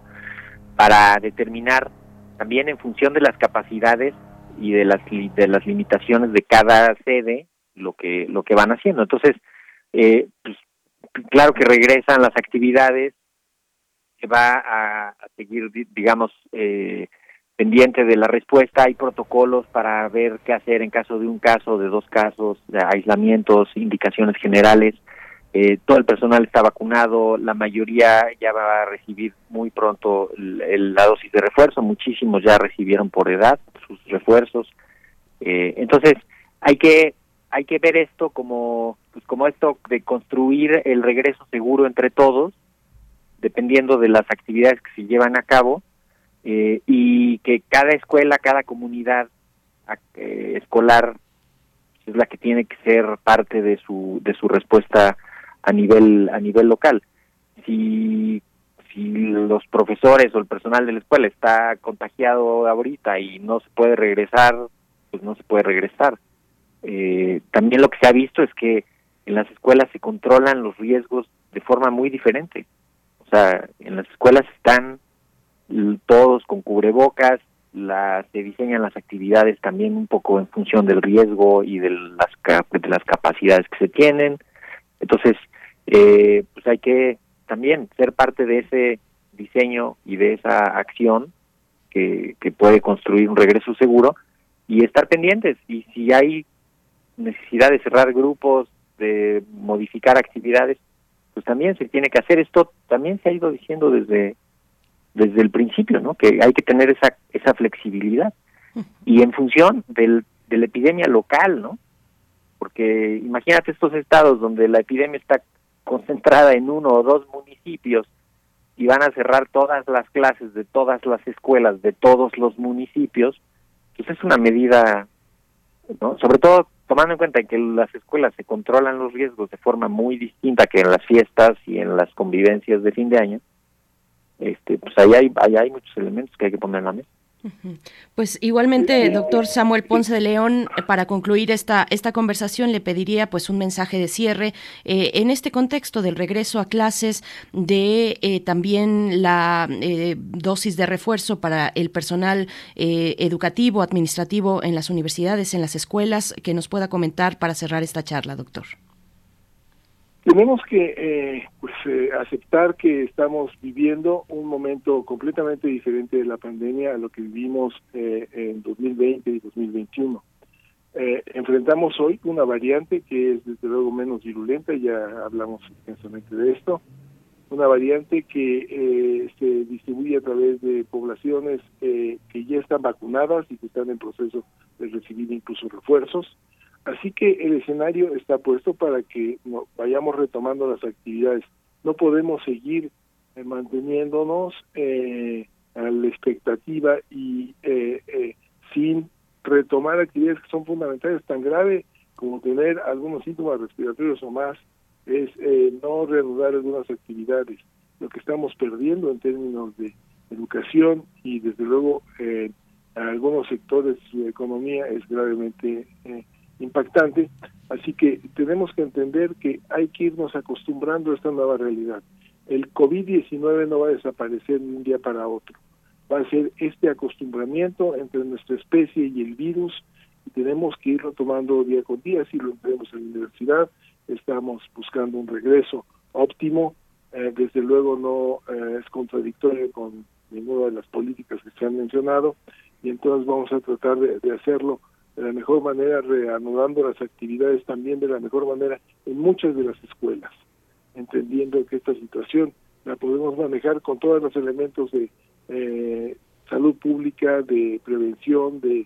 para determinar también en función de las capacidades y de las de las limitaciones de cada sede lo que lo que van haciendo. Entonces, eh, pues, claro que regresan las actividades, se va a, a seguir, digamos, eh, pendiente de la respuesta. Hay protocolos para ver qué hacer en caso de un caso, de dos casos, de aislamientos, indicaciones generales. Eh, todo el personal está vacunado, la mayoría ya va a recibir muy pronto el, el, la dosis de refuerzo, muchísimos ya recibieron por edad sus refuerzos. Eh, entonces hay que hay que ver esto como pues como esto de construir el regreso seguro entre todos, dependiendo de las actividades que se llevan a cabo, eh, y que cada escuela, cada comunidad eh, escolar es la que tiene que ser parte de su de su respuesta a nivel a nivel local. Si si los profesores o el personal de la escuela está contagiado ahorita y no se puede regresar, pues no se puede regresar. Eh, también lo que se ha visto es que en las escuelas se controlan los riesgos de forma muy diferente. O sea, en las escuelas están todos con cubrebocas, la, se diseñan las actividades también un poco en función del riesgo y de las de las capacidades que se tienen. Entonces, eh, pues hay que también ser parte de ese diseño y de esa acción que, que puede construir un regreso seguro, y estar pendientes. Y si hay necesidad de cerrar grupos, de modificar actividades, pues también se tiene que hacer. Esto también se ha ido diciendo desde desde el principio, ¿no? Que hay que tener esa esa flexibilidad y en función del de la epidemia local, ¿no? Porque imagínate estos estados donde la epidemia está concentrada en uno o dos municipios y van a cerrar todas las clases de todas las escuelas de todos los municipios, pues es una medida, ¿no? Sobre todo tomando en cuenta que las escuelas se controlan los riesgos de forma muy distinta que en las fiestas y en las convivencias de fin de año. Este, pues ahí hay, ahí hay muchos elementos que hay que poner en la mesa. Pues igualmente, doctor Samuel Ponce de León, para concluir esta esta conversación le pediría pues un mensaje de cierre eh, en este contexto del regreso a clases, de eh, también la eh, dosis de refuerzo para el personal eh, educativo, administrativo en las universidades, en las escuelas, que nos pueda comentar para cerrar esta charla, doctor. Tenemos que eh, pues eh, aceptar que estamos viviendo un momento completamente diferente de la pandemia a lo que vivimos eh, en dos mil veinte y dos mil veintiuno. Eh, enfrentamos hoy una variante que es desde luego menos virulenta, ya hablamos extensamente de esto, una variante que eh, se distribuye a través de poblaciones eh, que ya están vacunadas y que están en proceso de recibir incluso refuerzos. Así que el escenario está puesto para que no, vayamos retomando las actividades. No podemos seguir eh, manteniéndonos eh, a la expectativa y eh, eh, sin retomar actividades que son fundamentales. Tan grave como tener algunos síntomas respiratorios o más es eh, no reanudar algunas actividades. Lo que estamos perdiendo en términos de educación y desde luego eh, en algunos sectores de su economía es gravemente eh, impactante, así que tenemos que entender que hay que irnos acostumbrando a esta nueva realidad. El COVID diecinueve no va a desaparecer de un día para otro, va a ser este acostumbramiento entre nuestra especie y el virus, y tenemos que irlo tomando día con día. Si lo tenemos en la universidad, estamos buscando un regreso óptimo, eh, desde luego no eh, es contradictorio con ninguna de las políticas que se han mencionado, y entonces vamos a tratar de, de hacerlo de la mejor manera, reanudando las actividades también de la mejor manera en muchas de las escuelas, entendiendo que esta situación la podemos manejar con todos los elementos de eh, salud pública, de prevención, de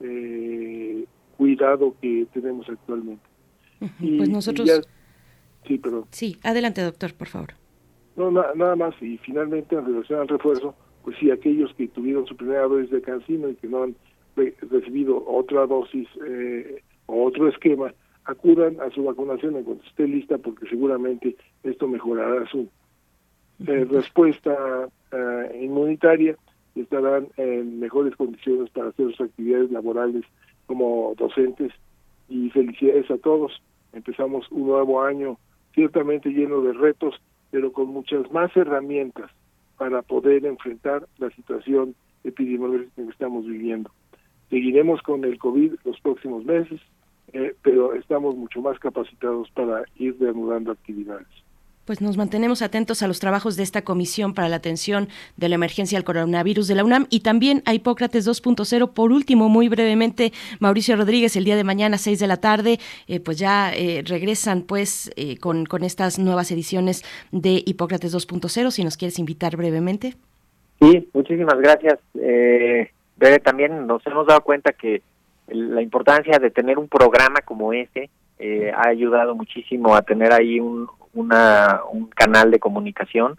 eh, cuidado que tenemos actualmente. Uh-huh. Y, pues nosotros... y ya... Sí, perdón. Sí, adelante, doctor, por favor. No, na- nada más, y finalmente en relación al refuerzo, pues sí, aquellos que tuvieron su primera dosis de CanSino y que no han recibido otra dosis eh, o otro esquema, acudan a su vacunación en cuanto esté lista, porque seguramente esto mejorará su eh, respuesta eh, inmunitaria y estarán en mejores condiciones para hacer sus actividades laborales como docentes. Y felicidades a todos. Empezamos un nuevo año ciertamente lleno de retos, pero con muchas más herramientas para poder enfrentar la situación epidemiológica que estamos viviendo. Seguiremos con el COVID los próximos meses, eh, pero estamos mucho más capacitados para ir reanudando actividades. Pues nos mantenemos atentos a los trabajos de esta Comisión para la Atención de la Emergencia del Coronavirus de la UNAM y también a Hipócrates dos punto cero. Por último, muy brevemente, Mauricio Rodríguez, el día de mañana, seis de la tarde, eh, pues ya eh, regresan pues eh, con, con estas nuevas ediciones de Hipócrates dos punto cero. Si nos quieres invitar brevemente. Sí, muchísimas gracias. Eh, Bebe, también nos hemos dado cuenta que el, la importancia de tener un programa como este eh, ha ayudado muchísimo a tener ahí un una un canal de comunicación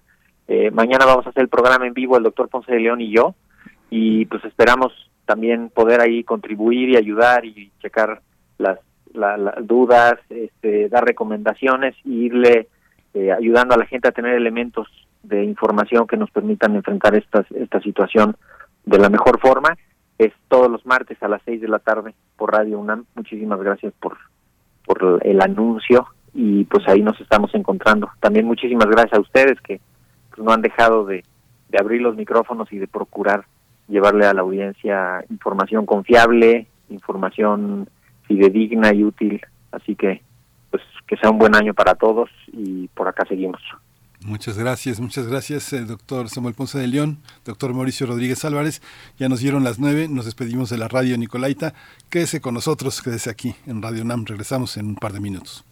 Eh, mañana vamos a hacer el programa en vivo el doctor Ponce de León y yo, y pues esperamos también poder ahí contribuir y ayudar y checar las, la, las dudas, este, dar recomendaciones y irle eh, ayudando a la gente a tener elementos de información que nos permitan enfrentar esta, esta situación de la mejor forma. Es todos los martes a las seis de la tarde por Radio UNAM. Muchísimas gracias por, por el anuncio y pues ahí nos estamos encontrando. También muchísimas gracias a ustedes que pues, no han dejado de, de abrir los micrófonos y de procurar llevarle a la audiencia información confiable, información fidedigna y útil. Así que pues que sea un buen año para todos y por acá seguimos. Muchas gracias, muchas gracias, eh, doctor Samuel Ponce de León, doctor Mauricio Rodríguez Álvarez. Ya nos dieron las nueve, nos despedimos de la radio Nicolaita. Quédese con nosotros, quédese aquí en Radio UNAM. Regresamos en un par de minutos.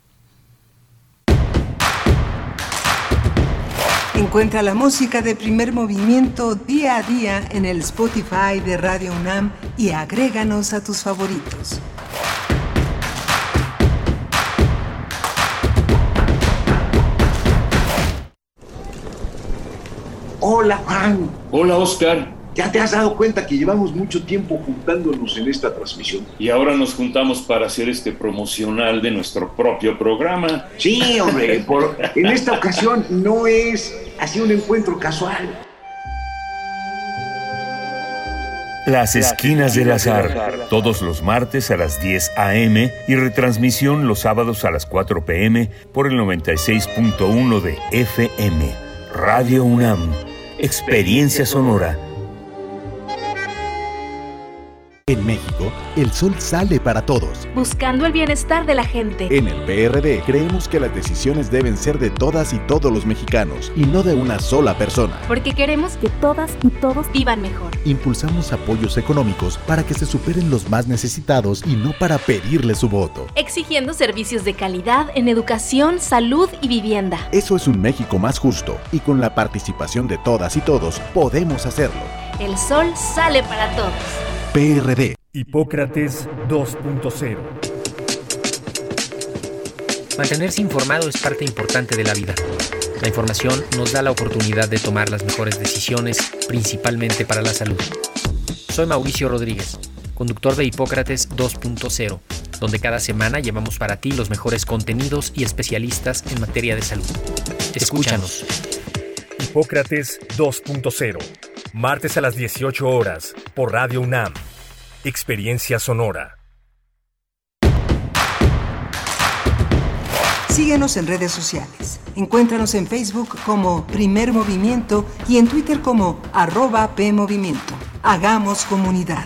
Encuentra la música de Primer Movimiento día a día en el Spotify de Radio UNAM y agréganos a tus favoritos. Hola, Juan. Hola, Oscar. ¿Ya te has dado cuenta que llevamos mucho tiempo juntándonos en esta transmisión? Y ahora nos juntamos para hacer este promocional de nuestro propio programa. Sí, hombre, por, en esta ocasión no es así un encuentro casual. Las Esquinas del Azar, todos los martes a las diez a eme y retransmisión los sábados a las cuatro pe eme por el noventa y seis punto uno de efe eme. Radio UNAM, experiencia sonora. En México, el sol sale para todos. Buscando el bienestar de la gente. En el pe erre de creemos que las decisiones deben ser de todas y todos los mexicanos y no de una sola persona. Porque queremos que todas y todos vivan mejor. Impulsamos apoyos económicos para que se superen los más necesitados y no para pedirle su voto. Exigiendo servicios de calidad en educación, salud y vivienda. Eso es un México más justo y con la participación de todas y todos podemos hacerlo. El sol sale para todos. pe erre de. Hipócrates dos punto cero. Mantenerse informado es parte importante de la vida. La información nos da la oportunidad de tomar las mejores decisiones, principalmente para la salud. Soy Mauricio Rodríguez, conductor de Hipócrates dos punto cero, donde cada semana llevamos para ti los mejores contenidos y especialistas en materia de salud. Escúchanos. Hipócrates dos punto cero. Martes a las dieciocho horas, por Radio UNAM. Experiencia sonora. Síguenos en redes sociales. Encuéntranos en Facebook como Primer Movimiento y en Twitter como arroba PMovimiento. Hagamos comunidad.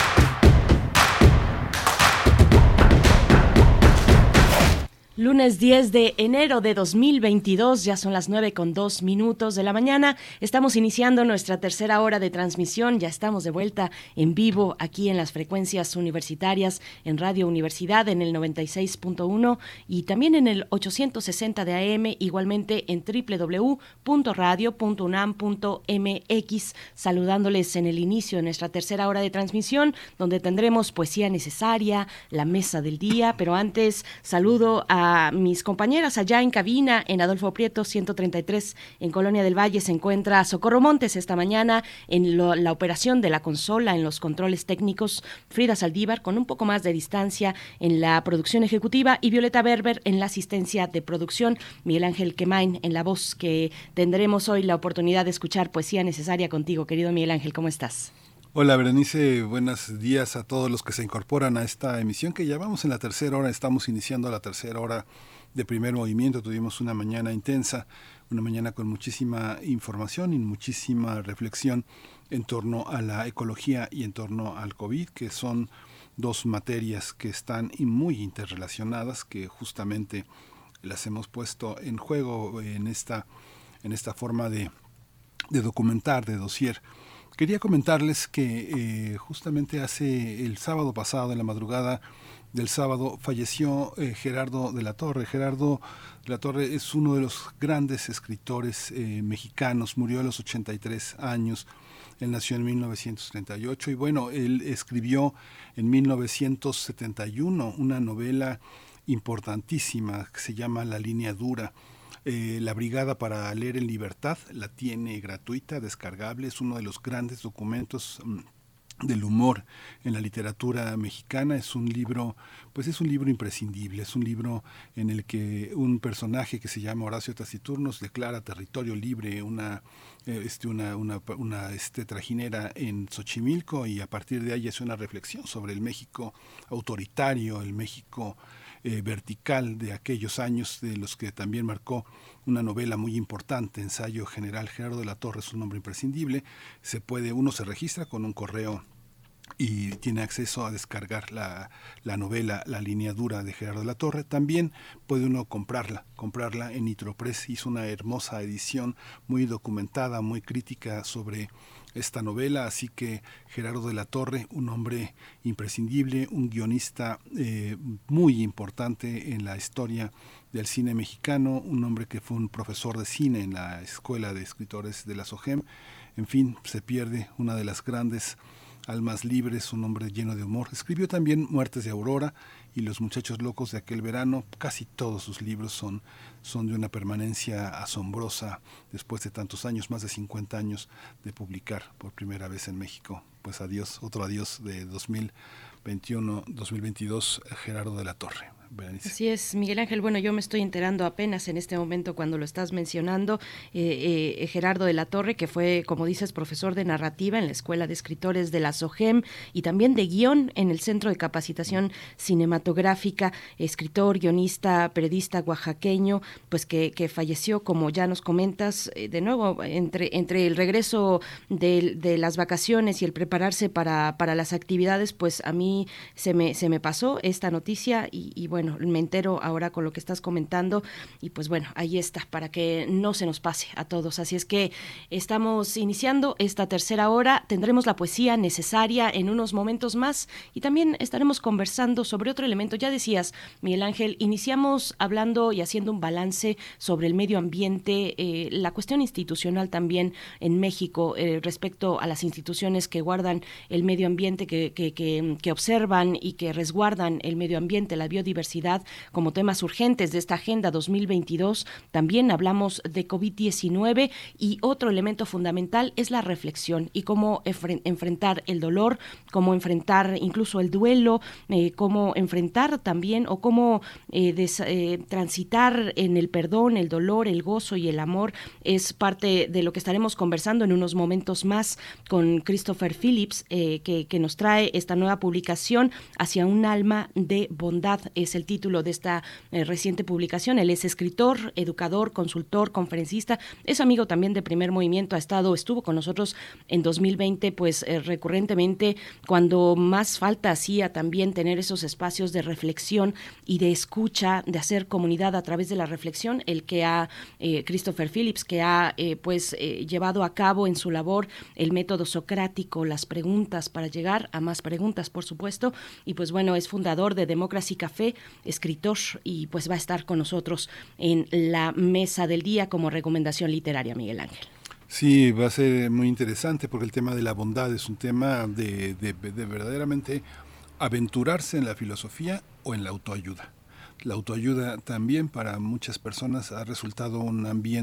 Lunes diez de enero de dos mil veintidós, ya son las nueve con dos minutos de la mañana. Estamos iniciando nuestra tercera hora de transmisión. Ya estamos de vuelta en vivo aquí en las frecuencias universitarias, en Radio Universidad, en el noventa y seis punto uno y también en el ochocientos sesenta de A M, igualmente en doble u doble u doble u punto radio punto unam punto eme equis. Saludándoles en el inicio de nuestra tercera hora de transmisión, donde tendremos poesía necesaria, la mesa del día, pero antes saludo a A mis compañeras allá en cabina, en Adolfo Prieto ciento treinta y tres, en Colonia del Valle, se encuentra Socorro Montes esta mañana en lo, la operación de la consola, en los controles técnicos, Frida Saldívar con un poco más de distancia en la producción ejecutiva y Violeta Berber en la asistencia de producción, Miguel Ángel Quemain en la voz, que tendremos hoy la oportunidad de escuchar poesía necesaria contigo, querido Miguel Ángel, ¿cómo estás? Hola Berenice, buenos días a todos los que se incorporan a esta emisión que ya vamos en la tercera hora, estamos iniciando la tercera hora de Primer Movimiento. Tuvimos una mañana intensa, una mañana con muchísima información y muchísima reflexión en torno a la ecología y en torno al COVID, que son dos materias que están muy interrelacionadas, que justamente las hemos puesto en juego en esta, en esta forma de, de documentar, de dossier. Quería comentarles que eh, justamente hace el sábado pasado, en la madrugada del sábado, falleció eh, Gerardo de la Torre. Gerardo de la Torre es uno de los grandes escritores eh, mexicanos, murió a los ochenta y tres años, él nació en mil novecientos treinta y ocho y bueno, él escribió en mil novecientos setenta y uno una novela importantísima que se llama La Línea Dura. eh, La Brigada para Leer en Libertad, la tiene gratuita, descargable, es uno de los grandes documentos mmm, del humor en la literatura mexicana. Es un libro, pues es un libro imprescindible, es un libro en el que un personaje que se llama Horacio Taciturno declara territorio libre una este una una, una este trajinera en Xochimilco, y a partir de ahí hace una reflexión sobre el México autoritario, el México eh, vertical de aquellos años, de los que también marcó una novela muy importante, Ensayo General. Gerardo de la Torre es un nombre imprescindible. Se puede, uno se registra con un correo y tiene acceso a descargar la, la novela La Lineadura de Gerardo de la Torre. También puede uno comprarla, comprarla en Nitropress. Hizo una hermosa edición muy documentada, muy crítica sobre esta novela, así que Gerardo de la Torre, un hombre imprescindible, un guionista eh, muy importante en la historia del cine mexicano, un hombre que fue un profesor de cine en la Escuela de Escritores de la SOGEM. En fin, se pierde una de las grandes almas libres, un hombre lleno de humor. Escribió también Muertes de Aurora y Los Muchachos Locos de Aquel Verano. Casi todos sus libros son, son de una permanencia asombrosa después de tantos años, más de cincuenta años de publicar por primera vez en México. Pues adiós, otro adiós de dos mil veintiuno dos mil veintidós, Gerardo de la Torre. Berenice. Así es, Miguel Ángel. Bueno, yo me estoy enterando apenas en este momento cuando lo estás mencionando. Eh, eh, Gerardo de la Torre, que fue, como dices, profesor de narrativa en la Escuela de Escritores de la SOGEM y también de guión en el Centro de Capacitación Cinematográfica, escritor, guionista, periodista oaxaqueño, pues que, que falleció, como ya nos comentas, eh, de nuevo, entre, entre el regreso de, de las vacaciones y el prepararse para, para las actividades, pues a mí se me, se me pasó esta noticia y, y bueno, Bueno, me entero ahora con lo que estás comentando y pues bueno, ahí está, para que no se nos pase a todos. Así es que estamos iniciando esta tercera hora, tendremos la poesía necesaria en unos momentos más y también estaremos conversando sobre otro elemento. Ya decías, Miguel Ángel, iniciamos hablando y haciendo un balance sobre el medio ambiente, eh, la cuestión institucional también en México eh, respecto a las instituciones que guardan el medio ambiente, que, que, que, que observan y que resguardan el medio ambiente, la biodiversidad, como temas urgentes de esta Agenda dos mil veintidós. También hablamos de COVID diecinueve y otro elemento fundamental es la reflexión y cómo enfre- enfrentar el dolor, cómo enfrentar incluso el duelo, eh, cómo enfrentar también o cómo eh, des, eh, transitar en el perdón, el dolor, el gozo y el amor. Es parte de lo que estaremos conversando en unos momentos más con Christopher Phillips, eh, que, que nos trae esta nueva publicación, Hacia un alma de bondad. Es el título de esta eh, reciente publicación. Él es escritor, educador, consultor, conferencista, es amigo también de Primer Movimiento, ha estado, estuvo con nosotros en dos mil veinte, pues eh, recurrentemente, cuando más falta hacía también tener esos espacios de reflexión y de escucha, de hacer comunidad a través de la reflexión, el que ha, eh, Christopher Phillips, que ha eh, pues eh, llevado a cabo en su labor el método socrático, las preguntas para llegar a más preguntas, por supuesto, y pues bueno, es fundador de Democracy Café, escritor, y pues va a estar con nosotros en la mesa del día como recomendación literaria, Miguel Ángel. Sí, va a ser muy interesante porque el tema de la bondad es un tema de, de, de verdaderamente aventurarse en la filosofía o en la autoayuda. La autoayuda también para muchas personas ha resultado un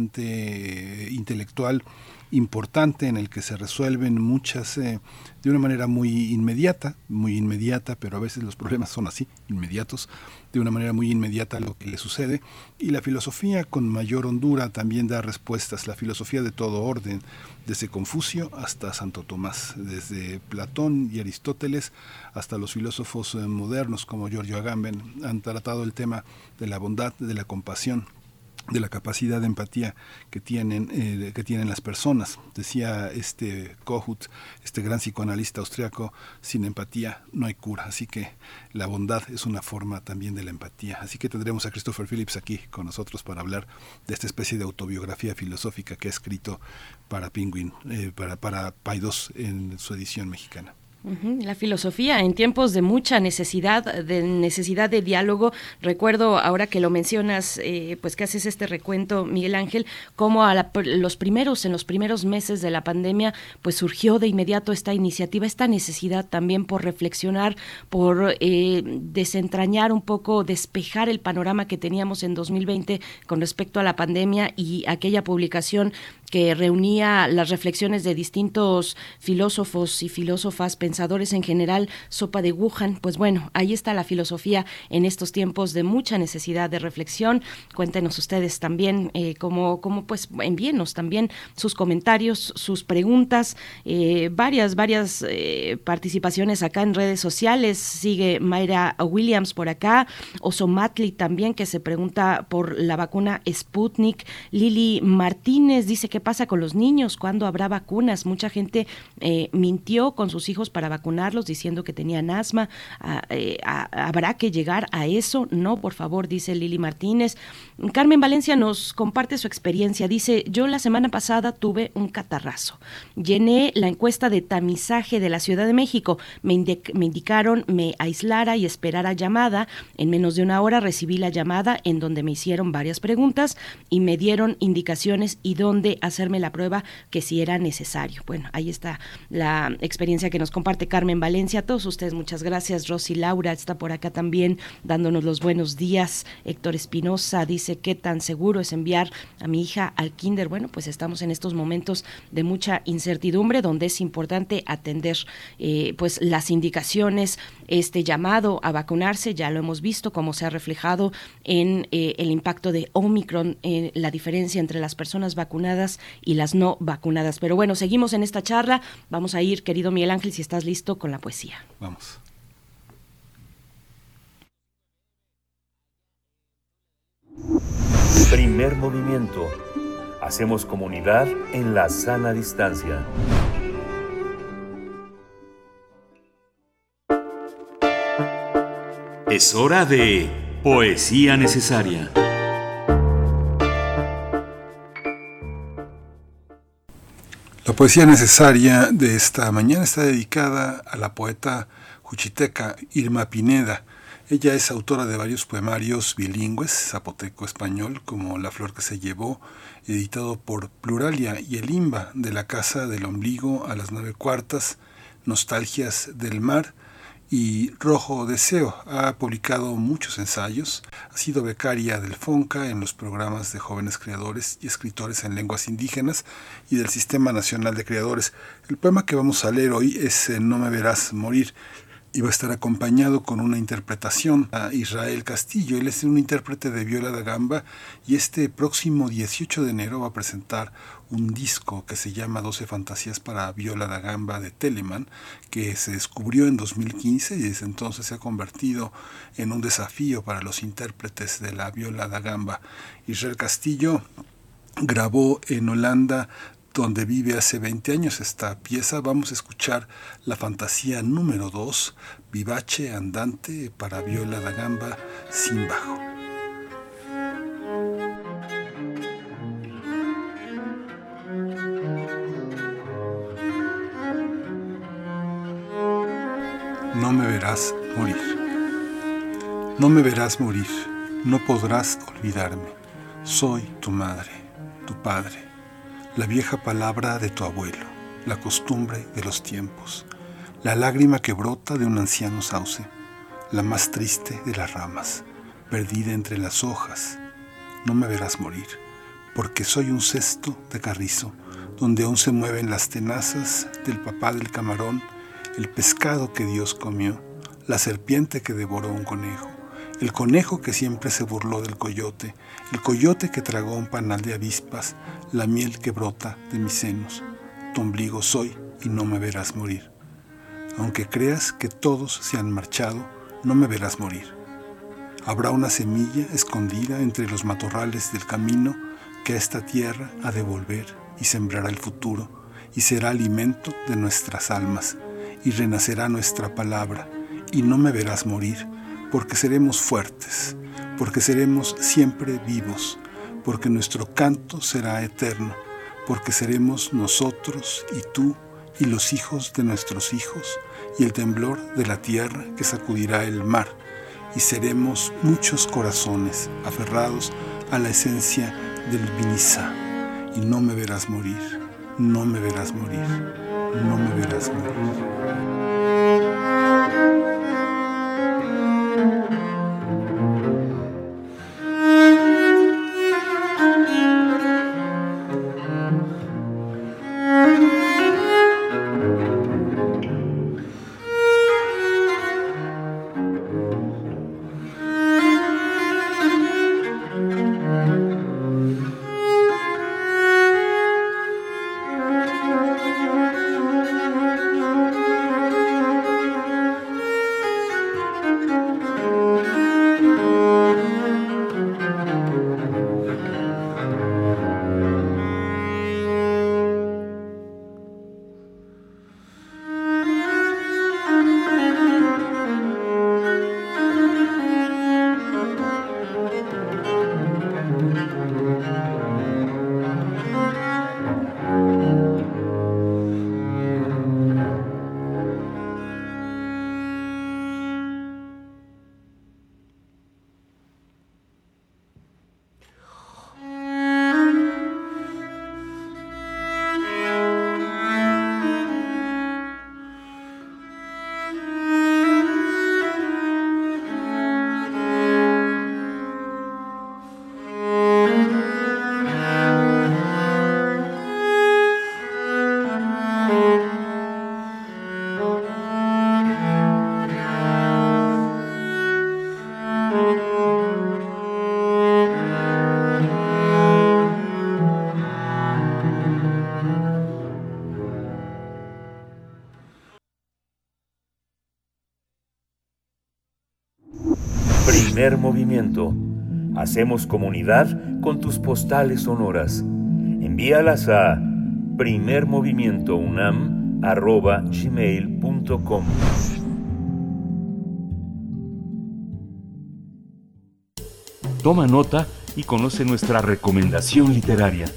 ambiente intelectual importante en el que se resuelven muchas eh, de una manera muy inmediata, muy inmediata, pero a veces los problemas son así, inmediatos, de una manera muy inmediata a lo que le sucede. Y la filosofía con mayor hondura también da respuestas, la filosofía de todo orden, desde Confucio hasta Santo Tomás, desde Platón y Aristóteles hasta los filósofos eh, modernos como Giorgio Agamben, han tratado el tema de la bondad, de la compasión, de la capacidad de empatía que tienen eh, que tienen las personas. Decía este Kohut, este gran psicoanalista austriaco, sin empatía no hay cura, así que la bondad es una forma también de la empatía. Así que tendremos a Christopher Phillips aquí con nosotros para hablar de esta especie de autobiografía filosófica que ha escrito para Penguin, eh, para, para Paidós en su edición mexicana. Uh-huh. La filosofía en tiempos de mucha necesidad, de necesidad de diálogo. Recuerdo, ahora que lo mencionas, eh, pues que haces este recuento, Miguel Ángel, cómo a la, los primeros, en los primeros meses de la pandemia, pues surgió de inmediato esta iniciativa, esta necesidad también por reflexionar, por eh, desentrañar un poco, despejar el panorama que teníamos en dos mil veinte con respecto a la pandemia, y aquella publicación que reunía las reflexiones de distintos filósofos y filósofas, pensadores en general, Sopa de Wuhan. Pues bueno, ahí está la filosofía en estos tiempos de mucha necesidad de reflexión. Cuéntenos ustedes también eh, cómo, cómo, pues envíenos también sus comentarios, sus preguntas, eh, varias, varias eh, participaciones acá en redes sociales. Sigue Mayra Williams por acá, Osomatli también, que se pregunta por la vacuna Sputnik. Lili Martínez dice: ¿qué pasa con los niños? ¿Cuándo habrá vacunas? Mucha gente eh, mintió con sus hijos para vacunarlos diciendo que tenían asma. Ah, eh, ah, ¿habrá que llegar a eso? No, por favor, dice Lili Martínez. Carmen Valencia nos comparte su experiencia. Dice: yo la semana pasada tuve un catarrazo. Llené la encuesta de tamizaje de la Ciudad de México. Me, indic- me indicaron me aislara y esperara llamada. En menos de una hora recibí la llamada, en donde me hicieron varias preguntas y me dieron indicaciones y dónde hacerme la prueba, que si era necesario. Bueno, ahí está la experiencia que nos comparte Carmen Valencia. A todos ustedes, muchas gracias. Rosy Laura está por acá también dándonos los buenos días. Héctor Espinosa dice: ¿qué tan seguro es enviar a mi hija al kinder? Bueno, pues estamos en estos momentos de mucha incertidumbre, donde es importante atender eh, pues las indicaciones, este llamado a vacunarse. Ya lo hemos visto cómo se ha reflejado en eh, el impacto de Omicron, eh, la diferencia entre las personas vacunadas y las no vacunadas. Pero bueno, seguimos en esta charla. Vamos a ir, querido Miguel Ángel, si estás listo, con la poesía. Vamos. Primer movimiento. Hacemos comunidad en la sana distancia. Es hora de Poesía Necesaria. La poesía necesaria de esta mañana está dedicada a la poeta juchiteca Irma Pineda. Ella es autora de varios poemarios bilingües, zapoteco-español, como La flor que se llevó, editado por Pluralia, y El Imba, de la casa del ombligo a las nueve cuartas, Nostalgias del mar y Rojo Deseo. Ha publicado muchos ensayos, ha sido becaria del FONCA en los programas de jóvenes creadores y escritores en lenguas indígenas y del Sistema Nacional de Creadores. El poema que vamos a leer hoy es No me verás morir, y va a estar acompañado con una interpretación a Israel Castillo. Él es un intérprete de viola da gamba, y este próximo dieciocho de enero va a presentar un disco que se llama doce fantasías para viola da gamba de Telemann, que se descubrió en dos mil quince y desde entonces se ha convertido en un desafío para los intérpretes de la viola da gamba. Israel Castillo grabó en Holanda, donde vive hace veinte años, esta pieza. Vamos a escuchar la fantasía número dos, Vivace Andante para viola da gamba sin bajo. No me verás morir. No me verás morir, no podrás olvidarme. Soy tu madre, tu padre, la vieja palabra de tu abuelo, la costumbre de los tiempos, la lágrima que brota de un anciano sauce, la más triste de las ramas, perdida entre las hojas. No me verás morir, porque soy un cesto de carrizo, donde aún se mueven las tenazas del papá del camarón, el pescado que Dios comió, la serpiente que devoró un conejo, el conejo que siempre se burló del coyote, el coyote que tragó un panal de avispas, la miel que brota de mis senos. Tu ombligo soy y no me verás morir. Aunque creas que todos se han marchado, no me verás morir. Habrá una semilla escondida entre los matorrales del camino que a esta tierra ha de volver y sembrará el futuro, y será alimento de nuestras almas, y renacerá nuestra palabra, y no me verás morir, porque seremos fuertes, porque seremos siempre vivos, porque nuestro canto será eterno, porque seremos nosotros y tú y los hijos de nuestros hijos, y el temblor de la tierra que sacudirá el mar, y seremos muchos corazones aferrados a la esencia del Vinizá, y no me verás morir, no me verás morir, no me verás morir. Primer movimiento. Hacemos comunidad con tus postales sonoras. Envíalas a primermovimientounam arroba gmail punto com. Toma nota y conoce nuestra recomendación literaria.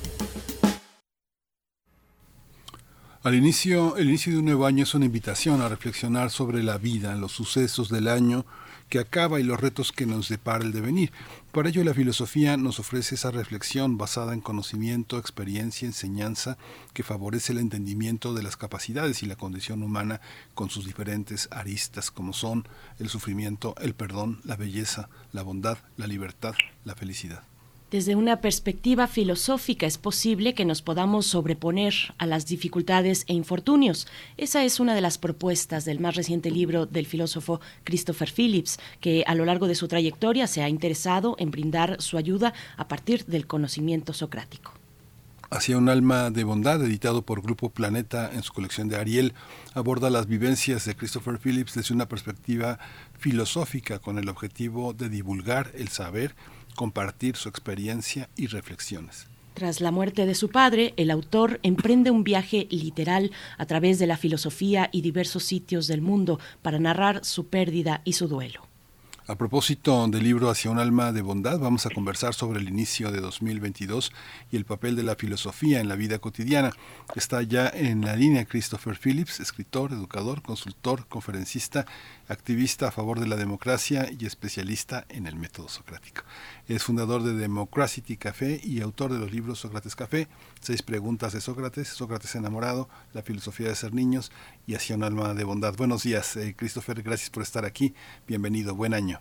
Al inicio, el inicio de un nuevo año es una invitación a reflexionar sobre la vida, los sucesos del año que acaba y los retos que nos depara el devenir. Por ello, la filosofía nos ofrece esa reflexión basada en conocimiento, experiencia, enseñanza, que favorece el entendimiento de las capacidades y la condición humana con sus diferentes aristas, como son el sufrimiento, el perdón, la belleza, la bondad, la libertad, la felicidad. Desde una perspectiva filosófica es posible que nos podamos sobreponer a las dificultades e infortunios. Esa es una de las propuestas del más reciente libro del filósofo Christopher Phillips, que a lo largo de su trayectoria se ha interesado en brindar su ayuda a partir del conocimiento socrático. Hacia un alma de bondad, editado por Grupo Planeta en su colección de Ariel, aborda las vivencias de Christopher Phillips desde una perspectiva filosófica con el objetivo de divulgar el saber, compartir su experiencia y reflexiones. Tras la muerte de su padre, el autor emprende un viaje literal a través de la filosofía y diversos sitios del mundo para narrar su pérdida y su duelo. A propósito del libro Hacia un alma de bondad, vamos a conversar sobre el inicio de dos mil veintidós y el papel de la filosofía en la vida cotidiana. Está ya en la línea Christopher Phillips, escritor, educador, consultor, conferencista, activista a favor de la democracia y especialista en el método socrático. Es fundador de Democracy Café y autor de los libros Sócrates Café, Seis preguntas de Sócrates, Sócrates enamorado, La filosofía de ser niños y Hacia un alma de bondad. Buenos días, eh, Christopher, gracias por estar aquí. Bienvenido, buen año.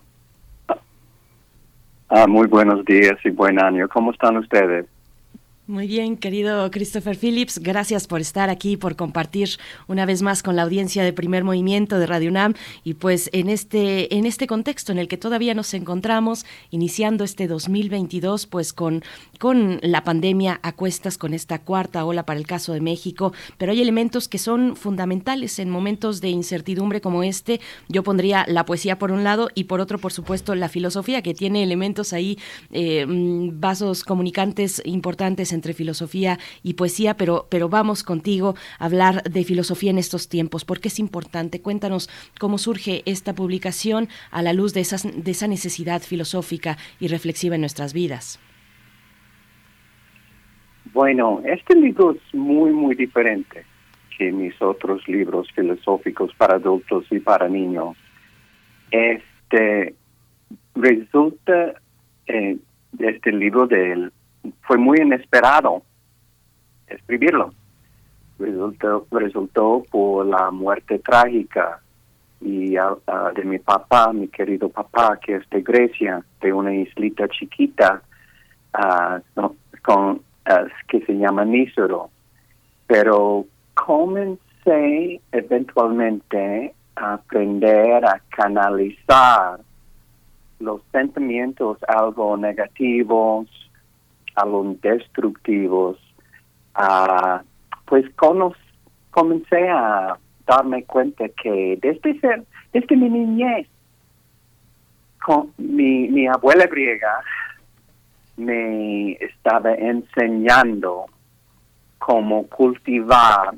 Ah, muy buenos días y buen año. ¿Cómo están ustedes? Muy bien, querido Christopher Phillips, gracias por estar aquí, por compartir una vez más con la audiencia de Primer Movimiento de Radio UNAM y pues en este en este contexto en el que todavía nos encontramos, iniciando este dos mil veintidós, pues con, con la pandemia a cuestas, con esta cuarta ola para el caso de México, pero hay elementos que son fundamentales en momentos de incertidumbre como este. Yo pondría la poesía por un lado y por otro, por supuesto, la filosofía, que tiene elementos ahí, eh, vasos comunicantes importantes entre filosofía y poesía, pero, pero vamos contigo a hablar de filosofía en estos tiempos, porque es importante. Cuéntanos cómo surge esta publicación a la luz de, esas, de esa necesidad filosófica y reflexiva en nuestras vidas. Bueno, este libro es muy, muy diferente. que mis otros libros filosóficos para adultos y para niños. Este resulta, eh, este libro de él fue muy inesperado escribirlo. Resultó, resultó por la muerte trágica y uh, uh, de mi papá, mi querido papá, que es de Grecia, de una islita chiquita uh, no, con, uh, que se llama Nísoro. Pero comencé eventualmente a aprender a canalizar los sentimientos algo negativos, algo destructivos. Uh, pues cono- comencé a darme cuenta que desde, ser, desde mi niñez, con mi, mi abuela griega me estaba enseñando cómo cultivar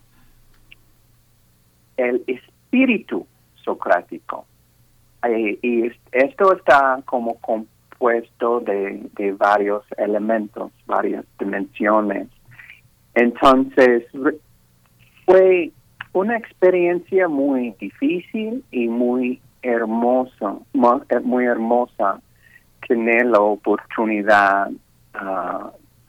el espíritu socrático. Y, y esto está como compuesto de, de varios elementos, varias dimensiones. Entonces, fue una experiencia muy difícil y muy hermosa, muy hermosa tener la oportunidad uh,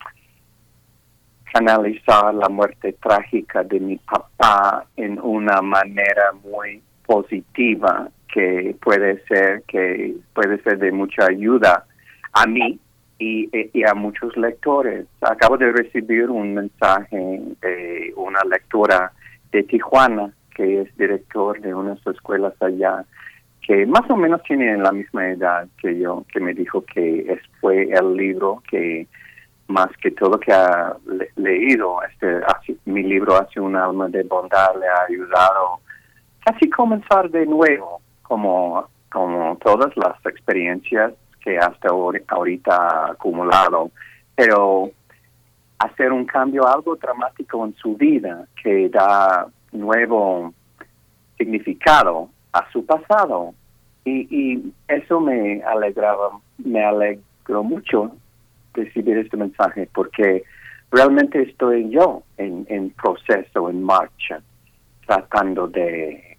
canalizar la muerte trágica de mi papá en una manera muy positiva que puede ser que puede ser de mucha ayuda a mí y, y a muchos lectores. Acabo de recibir un mensaje de una lectora de Tijuana que es director de unas escuelas allá, que más o menos tiene la misma edad que yo, que me dijo que es, fue el libro que más que todo que ha le, leído, este, hace, mi libro Hace un alma de bondad le ha ayudado casi comenzar de nuevo, como, como todas las experiencias que hasta ahorita ha acumulado, pero hacer un cambio algo dramático en su vida que da nuevo significado a su pasado. Y, y eso me alegraba, me alegró mucho recibir este mensaje, porque realmente estoy yo en, en proceso, en marcha, tratando de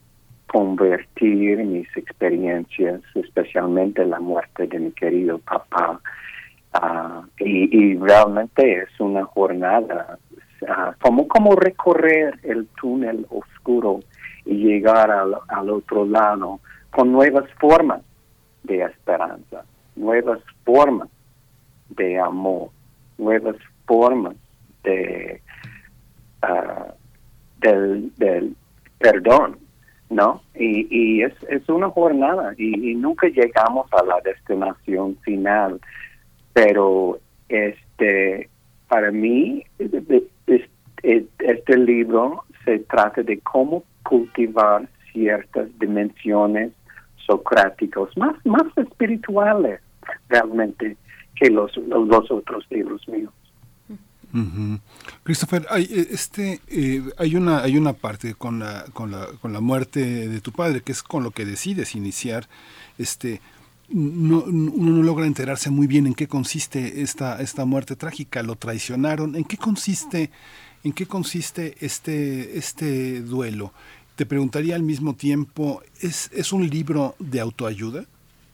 convertir mis experiencias, especialmente la muerte de mi querido papá, uh, y, y realmente es una jornada, uh, como, como recorrer el túnel oscuro y llegar al, al otro lado con nuevas formas de esperanza, nuevas formas de amor, nuevas formas de uh, del, del perdón, ¿no? Y, y es, es una jornada y, y nunca llegamos a la destinación final, pero este para mí este, este libro se trata de cómo cultivar ciertas dimensiones socráticas más, más espirituales realmente que los, los, los otros libros míos. Uh-huh. Christopher, hay este eh, hay una hay una parte con la con la con la muerte de tu padre que es con lo que decides iniciar. Este no, uno no logra enterarse muy bien en qué consiste esta esta muerte trágica. Lo traicionaron. ¿En qué consiste en qué consiste este este duelo? Te preguntaría al mismo tiempo, ¿es es un libro de autoayuda?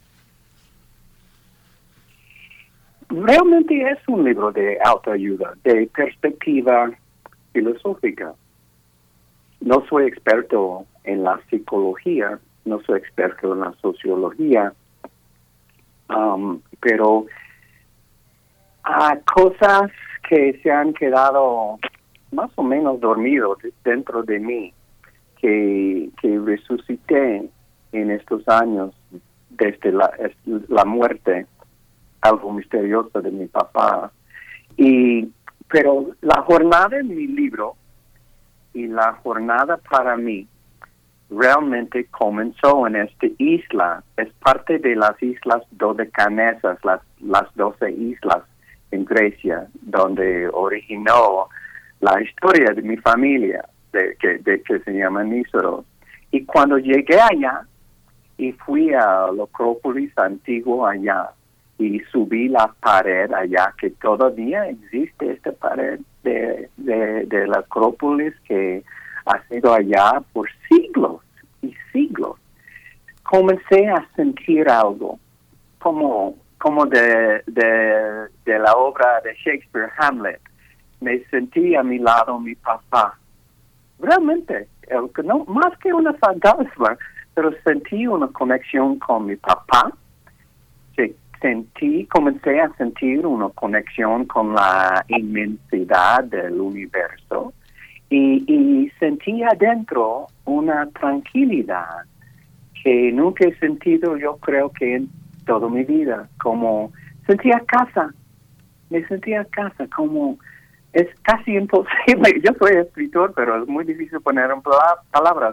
Realmente es un libro de autoayuda, de perspectiva filosófica. No soy experto en la psicología, no soy experto en la sociología, um, pero hay cosas que se han quedado más o menos dormidos dentro de mí, que, que resucité en estos años desde la, la muerte, algo misterioso de mi papá. Y pero la jornada en mi libro y la jornada para mí realmente comenzó en esta isla. Es parte de las islas dodecanesas, las las doce islas en Grecia, donde originó la historia de mi familia, de que de que se llama Nísoro. Y cuando llegué allá y fui a la Acrópolis antiguo allá, y subí la pared allá, que todavía existe esta pared de, de, de la Acrópolis, que ha sido allá por siglos y siglos. Comencé a sentir algo, como, como de, de, de la obra de Shakespeare, Hamlet. Me sentí a mi lado mi papá. Realmente, el, no, más que una fantasma, pero sentí una conexión con mi papá. Sí, sentí, comencé a sentir una conexión con la inmensidad del universo y, y sentí adentro una tranquilidad que nunca he sentido, yo creo que en toda mi vida, como sentía casa, me sentía casa, como es casi imposible. Yo soy escritor, pero es muy difícil poner en palabras,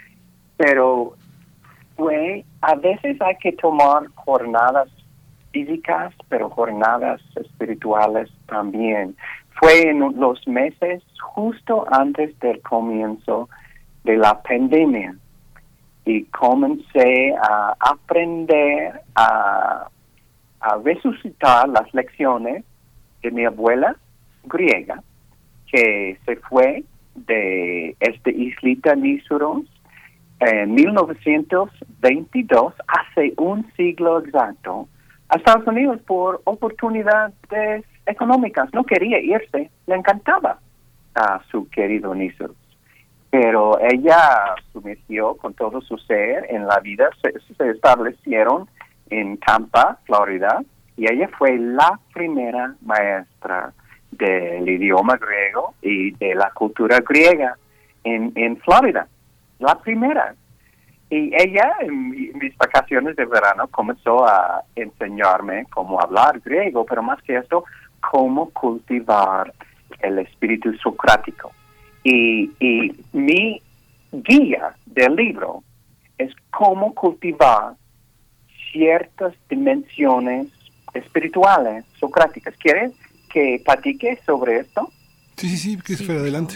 pero fue, a veces hay que tomar jornadas físicas, pero jornadas espirituales también. Fue en los meses justo antes del comienzo de la pandemia y comencé a aprender a, a resucitar las lecciones de mi abuela griega, que se fue de esta islita Nísuros en mil novecientos veintidós, hace un siglo exacto, a Estados Unidos por oportunidades económicas. No quería irse, le encantaba a su querido Nísuros, pero ella sumergió con todo su ser en la vida. Se, se establecieron en Tampa, Florida, y ella fue la primera maestra del idioma griego y de la cultura griega en, en Florida, la primera. Y ella, en mis vacaciones de verano, comenzó a enseñarme cómo hablar griego, pero más que eso, cómo cultivar el espíritu socrático. Y, y mi guía del libro es cómo cultivar ciertas dimensiones espirituales socráticas. ¿Quieres que platique sobre esto? Sí, sí, sí, que sí, fuera adelante.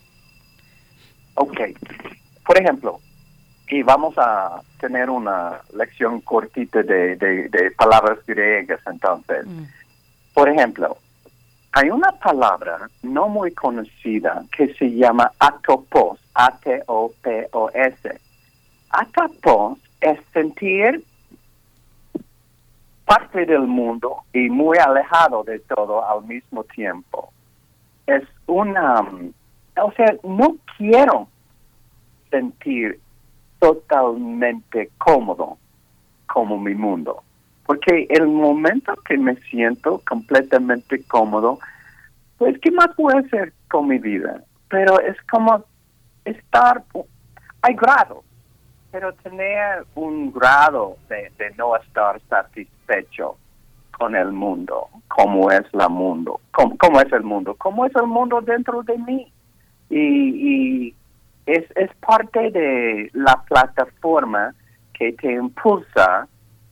Ok. Por ejemplo, y vamos a tener una lección cortita de, de, de palabras griegas entonces. Mm. Por ejemplo, hay una palabra no muy conocida que se llama atopos, A T O P O S. Atopos es sentir parte del mundo y muy alejado de todo al mismo tiempo. Es una, o sea, no quiero sentir totalmente cómodo como mi mundo, porque el momento que me siento completamente cómodo, pues ¿qué más puedo hacer con mi vida? Pero es como estar, hay grados, pero tener un grado de, de no estar satisfecho con el mundo, como es la mundo, como, como es el mundo, como es el mundo dentro de mí. Y, y es, es parte de la plataforma que te impulsa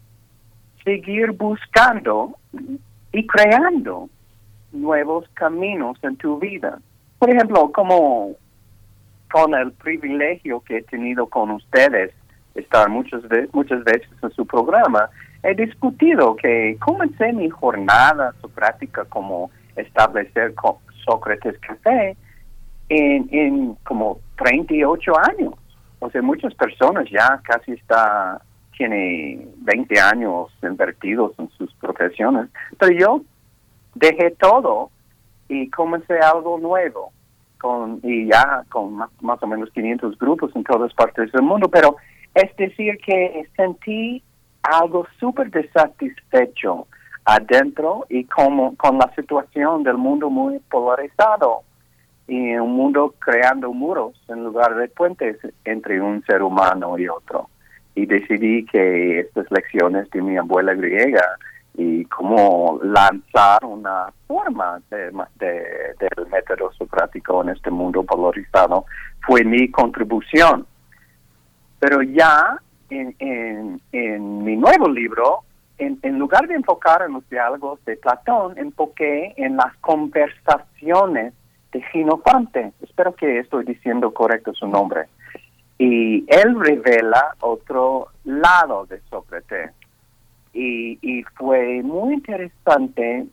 seguir buscando y creando nuevos caminos en tu vida. Por ejemplo, como con el privilegio que he tenido con ustedes, estar muchas veces, muchas veces en su programa, he discutido que comencé mi jornada socrática como establecer con Sócrates Café en, en como treinta y ocho años. O sea, muchas personas ya casi está, tiene veinte años invertidos en sus profesiones, pero yo dejé todo y comencé algo nuevo. Con, y ya con más, más o menos quinientos grupos en todas partes del mundo, pero es decir que sentí algo súper desatisfecho adentro y como con la situación del mundo muy polarizado y un mundo creando muros en lugar de puentes entre un ser humano y otro. Y decidí que estas lecciones de mi abuela griega y cómo lanzar una forma de, de, del método socrático en este mundo polarizado fue mi contribución. Pero ya en, en, en mi nuevo libro, en, en lugar de enfocar en los diálogos de Platón, enfoqué en las conversaciones de Xenofonte. Espero que estoy diciendo correcto su nombre. Y él revela otro lado de Sócrates. Y, y fue muy interesante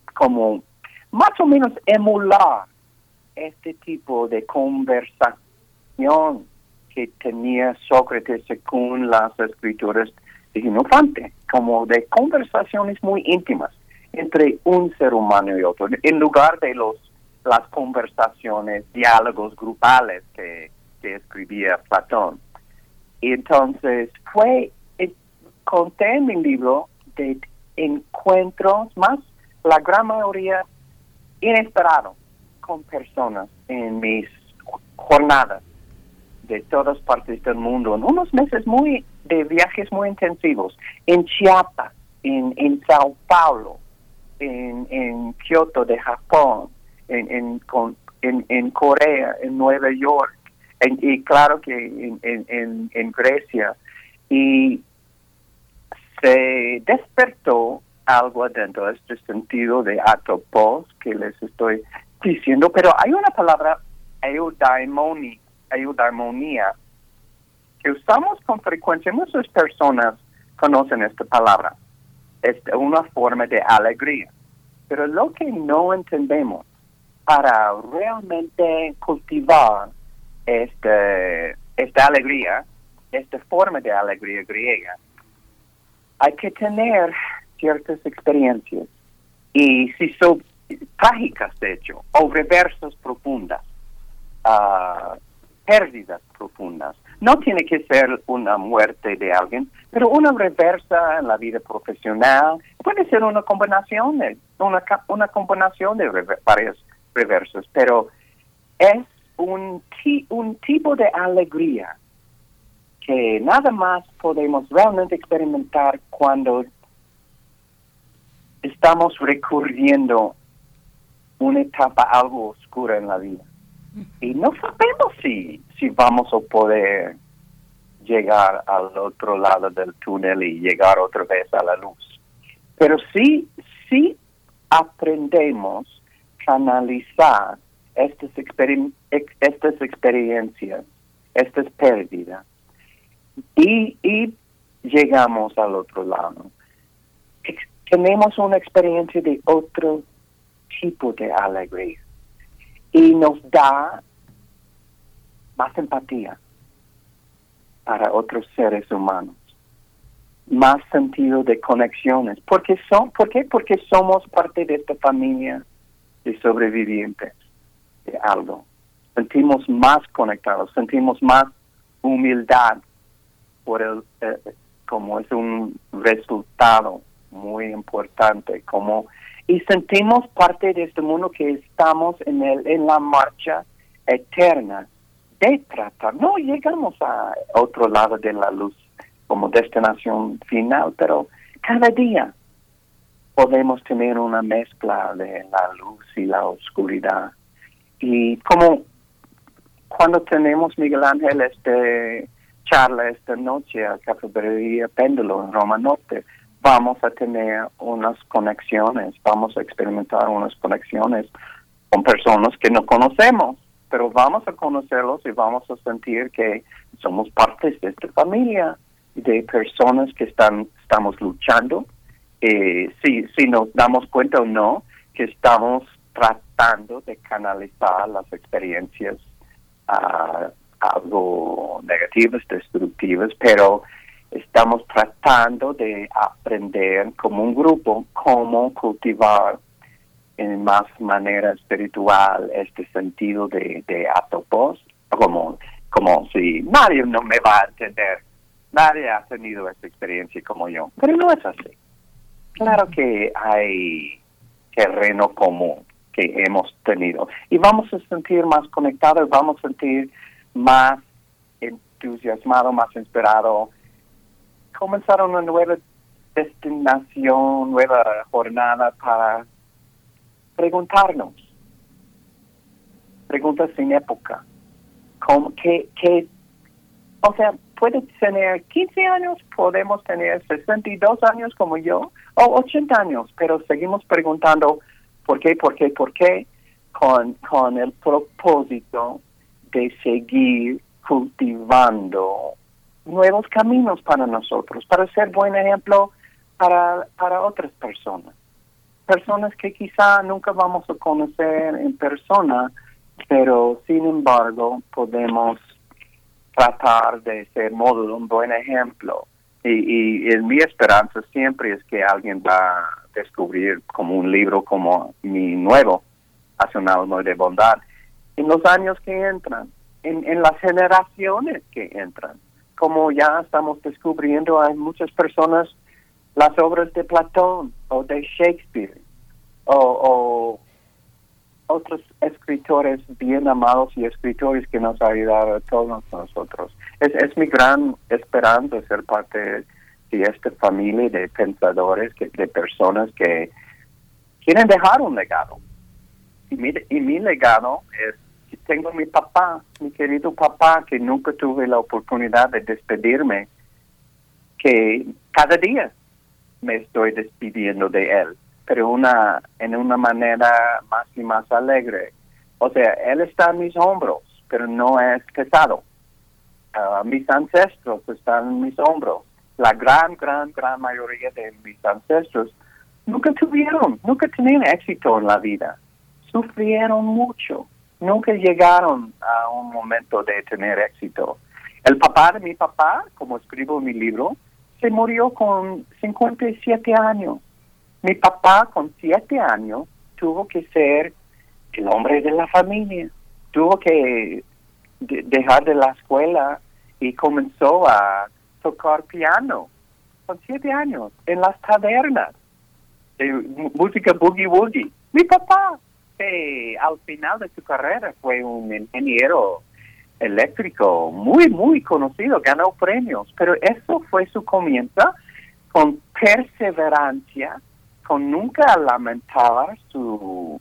como más o menos emular este tipo de conversa, conversación que tenía Sócrates según las escrituras de Jenofonte, como de conversaciones muy íntimas entre un ser humano y otro, en lugar de los las conversaciones, diálogos grupales que, que escribía Platón. Y entonces fue, eh, conté en mi libro de encuentros, más la gran mayoría inesperados, con personas en mis jornadas de todas partes del mundo, en unos meses muy de viajes muy intensivos, en Chiapas, en, en Sao Paulo, en, en Kioto de Japón, en, en, con, en, en Corea, en Nueva York, en, y claro que en, en, en, en Grecia. Y se despertó algo adentro, este sentido de atopos que les estoy diciendo, pero hay una palabra, eudaimonia, eudaimonia, que usamos con frecuencia. Muchas personas conocen esta palabra. Es una forma de alegría. Pero lo que no entendemos para realmente cultivar este, esta alegría, esta forma de alegría griega, hay que tener ciertas experiencias, y si son trágicas de hecho, o reversas profundas, uh, pérdidas profundas. No tiene que ser una muerte de alguien, pero una reversa en la vida profesional puede ser una combinación de una, una combinación de rever, varias reversas, pero es un, ti, un tipo de alegría que nada más podemos realmente experimentar cuando estamos recurriendo una etapa algo oscura en la vida. Y no sabemos si, si vamos a poder llegar al otro lado del túnel y llegar otra vez a la luz. Pero sí, sí aprendemos a canalizar estas, exper- ex- estas experiencias, estas pérdidas, y, y llegamos al otro lado. Ex- tenemos una experiencia de otro tipo de alegría. Y nos da más empatía para otros seres humanos, más sentido de conexiones. Porque son, ¿por qué? Porque somos parte de esta familia de sobrevivientes de algo. Sentimos más conectados, sentimos más humildad por el, eh, como es un resultado muy importante, como y sentimos parte de este mundo que estamos en el en la marcha eterna de tratar. No llegamos a otro lado de la luz como destinación final, pero cada día podemos tener una mezcla de la luz y la oscuridad. Y como cuando tenemos, Miguel Ángel, este charla esta noche a Cafetería Péndulo en Roma Norte, vamos a tener unas conexiones, vamos a experimentar unas conexiones con personas que no conocemos, pero vamos a conocerlos y vamos a sentir que somos partes de esta familia, de personas que están estamos luchando, eh, si, si nos damos cuenta o no, que estamos tratando de canalizar las experiencias uh, algo negativas, destructivas, pero estamos tratando de aprender como un grupo cómo cultivar en más manera espiritual este sentido de, de atopos, como, como si nadie no me va a entender, nadie ha tenido esta experiencia como yo, pero no es así. Claro que hay terreno común que hemos tenido y vamos a sentir más conectados, vamos a sentir más entusiasmado, más inspirado, comenzar una nueva destinación, nueva jornada para preguntarnos, preguntas sin época, ¿cómo, qué, qué, o sea, puede tener quince años, podemos tener sesenta y dos años como yo, o ochenta años, pero seguimos preguntando por qué, por qué, por qué, con, con el propósito de seguir cultivando nuevos caminos para nosotros, para ser buen ejemplo para, para otras personas. Personas que quizá nunca vamos a conocer en persona, pero sin embargo podemos tratar de ser modelo, un buen ejemplo. Y, y, y mi esperanza siempre es que alguien va a descubrir como un libro como mi nuevo, Hacia un alma de bondad, en los años que entran, en, en las generaciones que entran. Como ya estamos descubriendo, hay muchas personas, las obras de Platón o de Shakespeare o, o otros escritores bien amados y escritores que nos han ayudado a todos nosotros. Es, es mi gran esperanza ser parte de esta familia de pensadores, que, de personas que quieren dejar un legado. Y mi, y mi legado es que tengo mi papá, mi querido papá, que nunca tuve la oportunidad de despedirme, que cada día me estoy despidiendo de él, pero una en una manera más y más alegre. O sea, él está en mis hombros, pero no es pesado. Uh, mis ancestros están en mis hombros. La gran, gran, gran mayoría de mis ancestros nunca tuvieron, nunca tenían éxito en la vida. Sufrieron mucho. Nunca llegaron a un momento de tener éxito. El papá de mi papá, como escribo en mi libro, se murió con cincuenta y siete años. Mi papá, con siete años, tuvo que ser el hombre de la familia. Tuvo que de- dejar de la escuela y comenzó a tocar piano con siete años en las tabernas de música boogie woogie. Mi papá, que al final de su carrera fue un ingeniero eléctrico muy, muy conocido, ganó premios, pero eso fue su comienzo, con perseverancia, con nunca lamentar su,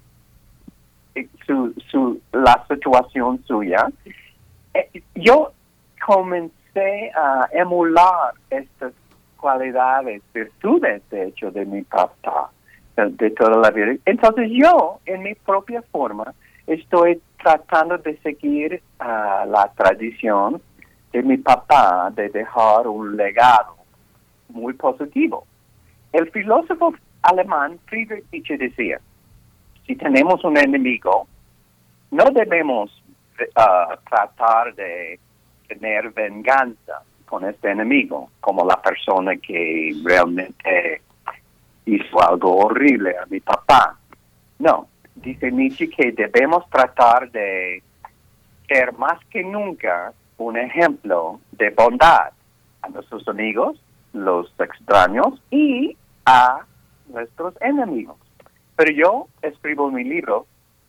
su, su la situación suya. Eh, yo comencé a emular estas cualidades, virtudes, de hecho, de mi papá, de, de toda la vida. Entonces yo, en mi propia forma, estoy tratando de seguir uh, la tradición de mi papá de dejar un legado muy positivo. El filósofo alemán Friedrich Nietzsche decía, si tenemos un enemigo, no debemos uh, tratar de tener venganza con este enemigo, como la persona que realmente hizo algo horrible a mi papá. No, dice Nietzsche que debemos tratar de ser más que nunca un ejemplo de bondad a nuestros amigos, los extraños y a nuestros enemigos. Pero yo escribo en mi libro,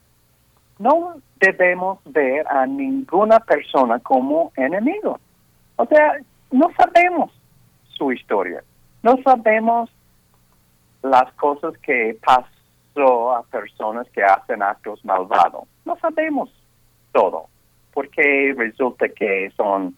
no debemos ver a ninguna persona como enemigo. O sea, no sabemos su historia, no sabemos las cosas que pasó a personas que hacen actos malvados. No sabemos todo, porque resulta que son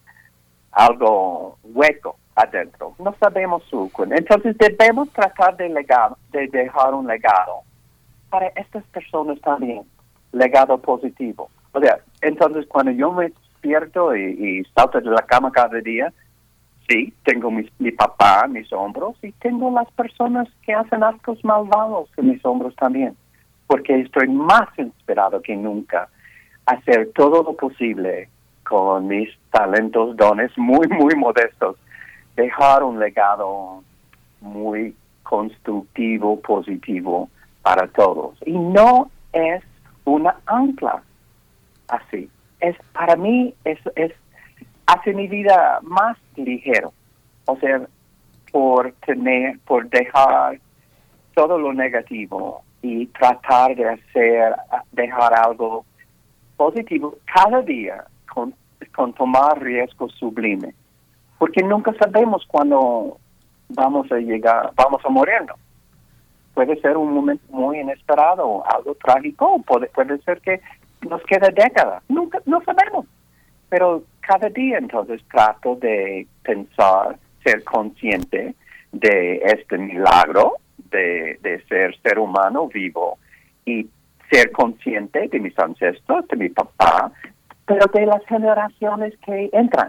algo hueco adentro. No sabemos su cuenta. Entonces debemos tratar de, legado, de dejar un legado para estas personas también, legado positivo. O sea, entonces cuando yo me despierto y, y salto de la cama cada día, sí, tengo mi, mi papá en mis hombros y tengo las personas que hacen actos malvados en mis hombros también, porque estoy más inspirado que nunca a hacer todo lo posible con mis talentos, dones muy, muy modestos, dejar un legado muy constructivo, positivo para todos. Y no es una ancla así. Es, para mí es, es hace mi vida más ligero. O sea, por tener, por dejar todo lo negativo y tratar de hacer, dejar algo positivo cada día con, con tomar riesgos sublimes. Porque nunca sabemos cuándo vamos a llegar, vamos a morirnos. Puede ser un momento muy inesperado, algo trágico, puede, puede ser que nos quede décadas. Nunca, no sabemos. Pero cada día entonces trato de pensar, ser consciente de este milagro de, de ser ser humano vivo y ser consciente de mis ancestros, de mi papá, pero de las generaciones que entran,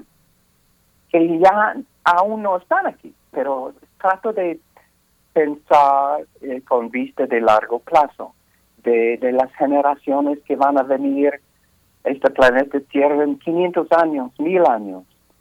que ya aún no están aquí, pero trato de pensar eh, con vista de largo plazo, de, de las generaciones que van a venir este planeta Tierra en quinientos años, mil años,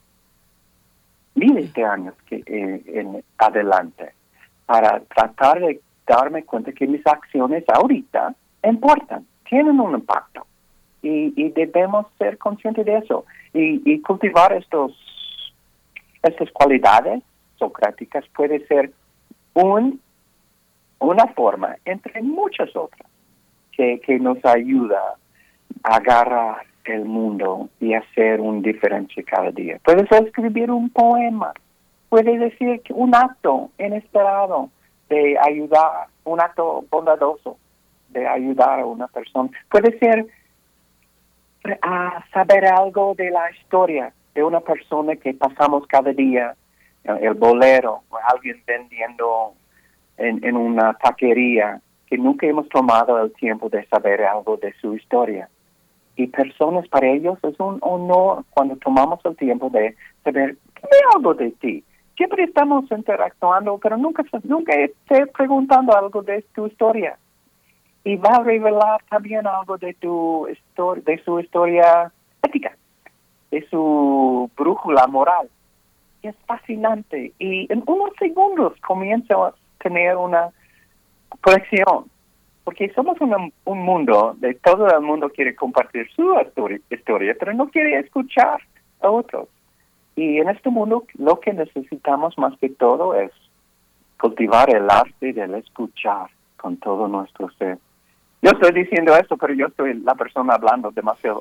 miles de años que, eh, en adelante, para tratar de darme cuenta que mis acciones ahorita importan, tienen un impacto, y, y debemos ser conscientes de eso, y, y cultivar estos estas cualidades socráticas puede ser un una forma entre muchas otras que, que nos ayuda a agarrar el mundo y hacer un diferencia cada día. Puedes escribir un poema, puedes decir que un acto inesperado de ayudar, un acto bondadoso de ayudar a una persona. Puede ser uh, saber algo de la historia de una persona que pasamos cada día, el bolero, o alguien vendiendo en, en una taquería, que nunca hemos tomado el tiempo de saber algo de su historia. Y personas, para ellos es un honor cuando tomamos el tiempo de saber algo de ti. Siempre estamos interactuando, pero nunca, nunca estoy preguntando algo de tu historia. Y va a revelar también algo de tu histori- de su historia ética, de su brújula moral. Y es fascinante. Y en unos segundos comienza a tener una conexión. Porque somos una, un mundo de todo el mundo quiere compartir su histori- historia, pero no quiere escuchar a otros. Y en este mundo lo que necesitamos más que todo es cultivar el arte del escuchar con todo nuestro ser. Yo estoy diciendo esto, pero yo soy la persona hablando demasiado.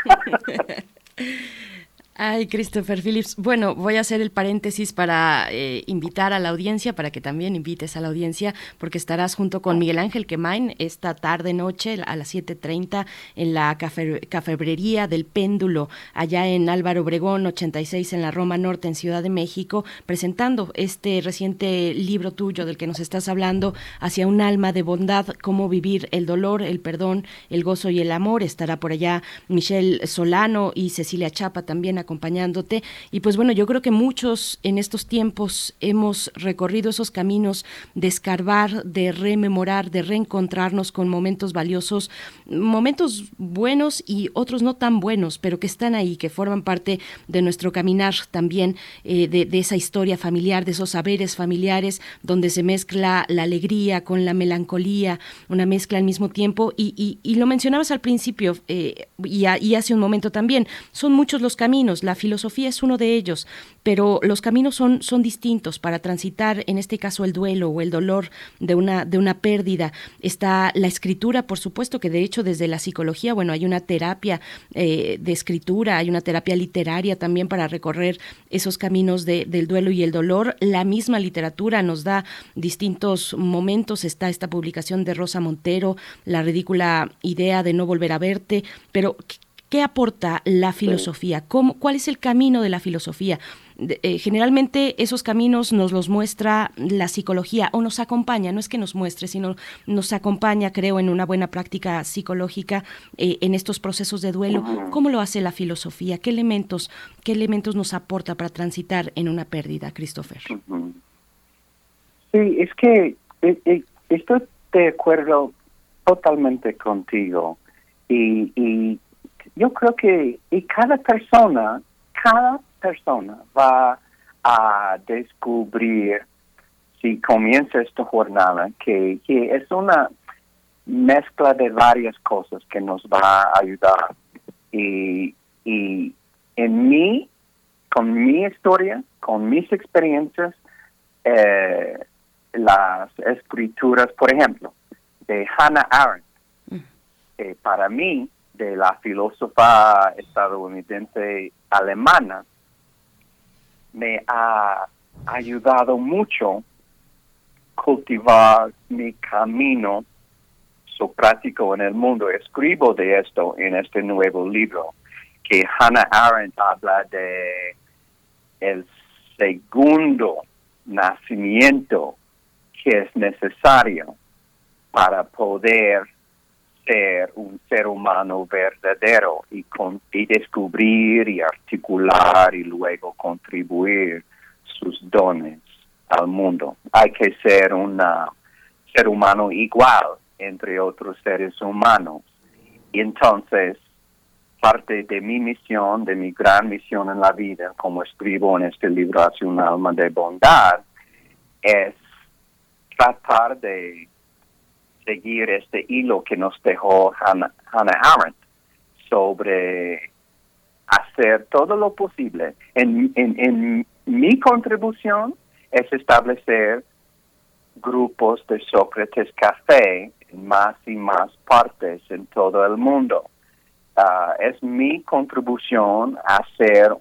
Ay, Christopher Phillips. Bueno, voy a hacer el paréntesis para eh, invitar a la audiencia, para que también invites a la audiencia, porque estarás junto con Miguel Ángel Quemain esta tarde-noche a las siete treinta en la cafe, cafebrería del Péndulo, allá en Álvaro Obregón ochenta y seis, en la Roma Norte, en Ciudad de México, presentando este reciente libro tuyo del que nos estás hablando, Hacia un alma de bondad, cómo vivir el dolor, el perdón, el gozo y el amor. Estará por allá Michelle Solano y Cecilia Chapa también acompañándote. Y pues bueno, yo creo que muchos en estos tiempos hemos recorrido esos caminos de escarbar, de rememorar, de reencontrarnos con momentos valiosos, momentos buenos y otros no tan buenos, pero que están ahí, que forman parte de nuestro caminar también, eh, de, de esa historia familiar, de esos saberes familiares, donde se mezcla la alegría con la melancolía, una mezcla al mismo tiempo. Y, y, y lo mencionabas al principio, eh, y, a, y hace un momento también, son muchos los caminos. La filosofía es uno de ellos, pero los caminos son, son distintos para transitar, en este caso, el duelo o el dolor de una, de una pérdida. Está la escritura, por supuesto, que de hecho desde la psicología, bueno, hay una terapia eh, de escritura, hay una terapia literaria también para recorrer esos caminos de, del duelo y el dolor. La misma literatura nos da distintos momentos. Está esta publicación de Rosa Montero, La ridícula idea de no volver a verte, pero ¿qué aporta la filosofía? ¿Cómo, ¿Cuál es el camino de la filosofía? De, eh, generalmente esos caminos nos los muestra la psicología o nos acompaña, no es que nos muestre, sino nos acompaña, creo, en una buena práctica psicológica eh, en estos procesos de duelo. ¿Cómo lo hace la filosofía? ¿Qué elementos, qué elementos nos aporta para transitar en una pérdida, Christopher? Sí, es que eh, eh, estoy de acuerdo totalmente contigo y, y yo creo que y cada persona, cada persona va a descubrir, si comienza esta jornada, que, que es una mezcla de varias cosas que nos va a ayudar. Y, y en mí, con mi historia, con mis experiencias, eh, las escrituras, por ejemplo, de Hannah Arendt, que para mí, de la filósofa estadounidense alemana, me ha ayudado mucho cultivar mi camino socrático en el mundo. Escribo de esto en este nuevo libro, que Hannah Arendt habla de el segundo nacimiento que es necesario para poder ser un ser humano verdadero y, con, y descubrir y articular y luego contribuir sus dones al mundo. Hay que ser un ser humano igual entre otros seres humanos. Y entonces, parte de mi misión, de mi gran misión en la vida, como escribo en este libro Hacia un alma de bondad, es tratar de seguir este hilo que nos dejó Hannah, Hannah Arendt sobre hacer todo lo posible. En, en, en mi contribución es establecer grupos de Sócrates Café en más y más partes en todo el mundo. Uh, es mi contribución a hacer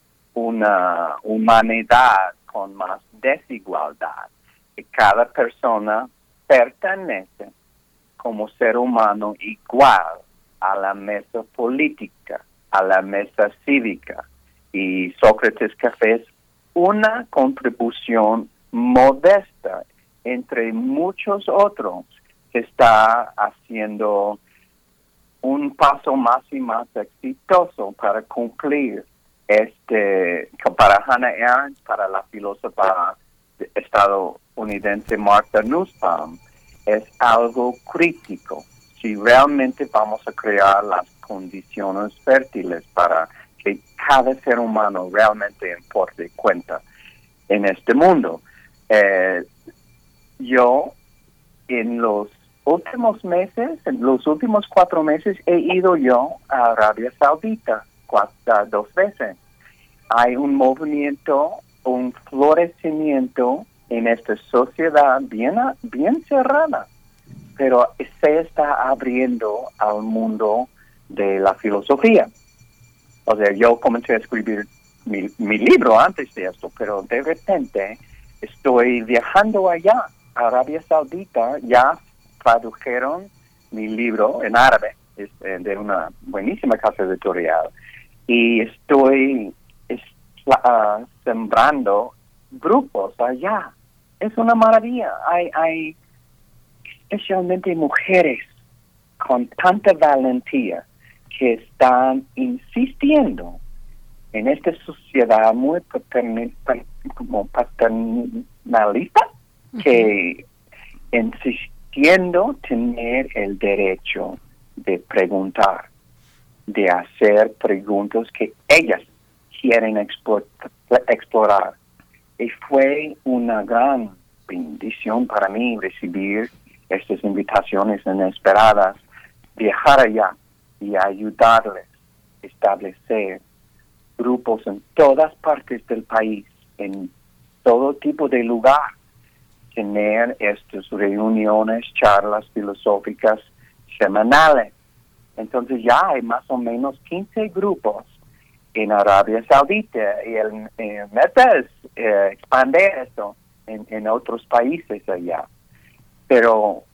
una humanidad con más desigualdad, que cada persona pertenece como ser humano igual a la mesa política, a la mesa cívica, y Sócrates Café es una contribución modesta entre muchos otros que está haciendo un paso más y más exitoso para cumplir este, para Hannah Arendt, para la filósofa estadounidense Martha Nussbaum, es algo crítico. Si realmente vamos a crear las condiciones fértiles para que cada ser humano realmente importe cuenta en este mundo. Eh, yo, en los últimos meses, en los últimos cuatro meses, he ido yo a Arabia Saudita cuatro, dos veces. Hay un movimiento, un florecimiento en esta sociedad bien, bien cerrada, pero se está abriendo al mundo de la filosofía. O sea, yo comencé a escribir mi, mi libro antes de esto, pero de repente estoy viajando allá, a Arabia Saudita. Ya tradujeron mi libro en árabe, es de una buenísima casa editorial, y estoy es, uh, sembrando grupos allá. Es una maravilla. Hay, hay especialmente mujeres con tanta valentía que están insistiendo en esta sociedad muy paternal, como paternalista, uh-huh. que insistiendo tener el derecho de preguntar, de hacer preguntas que ellas quieren explore, explorar. Y fue una gran bendición para mí recibir estas invitaciones inesperadas, viajar allá y ayudarles a establecer grupos en todas partes del país, en todo tipo de lugar, tener estas reuniones, charlas filosóficas semanales. Entonces ya hay más o menos quince grupos en Arabia Saudita, y el, el meta es eh, expandir esto en, en otros países allá. Pero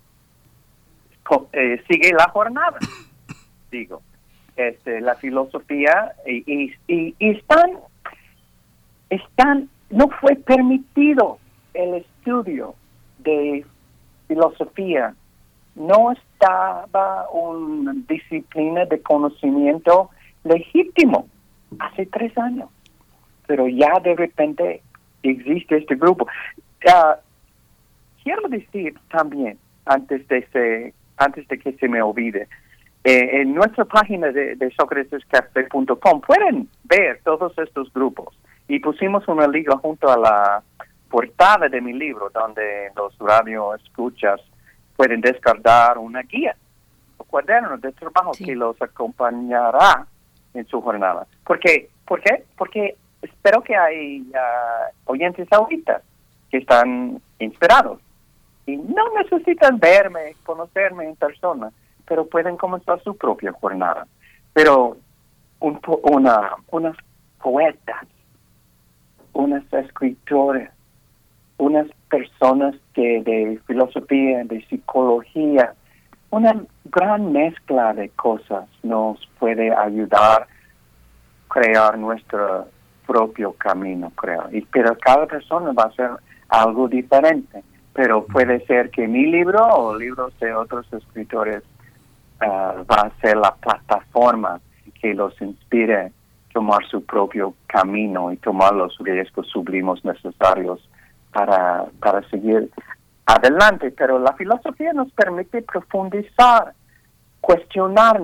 eh, sigue la jornada, digo. Este, la filosofía, y, y, y, y están, están, no fue permitido el estudio de filosofía. No estaba una disciplina de conocimiento legítimo hace tres años, pero ya de repente existe este grupo. Uh, quiero decir también, antes de se, antes de que se me olvide, eh, en nuestra página de, de sócrates café punto com pueden ver todos estos grupos, y pusimos una liga junto a la portada de mi libro, donde los radio escuchas pueden descargar una guía o cuaderno de trabajo, sí, que los acompañará en su jornada. ¿Por qué? ¿Por qué? Porque espero que hay uh, oyentes ahorita que están inspirados y no necesitan verme, conocerme en persona, pero pueden comenzar su propia jornada. Pero un po- una, unas poetas, unas escritoras, unas personas que de filosofía, de psicología, una gran mezcla de cosas nos puede ayudar a crear nuestro propio camino, creo. Y, pero cada persona va a hacer algo diferente. Pero puede ser que mi libro o libros de otros escritores uh, va a ser la plataforma que los inspire a tomar su propio camino y tomar los riesgos sublimes necesarios para, para seguir adelante. Pero la filosofía nos permite profundizar, cuestionarnos,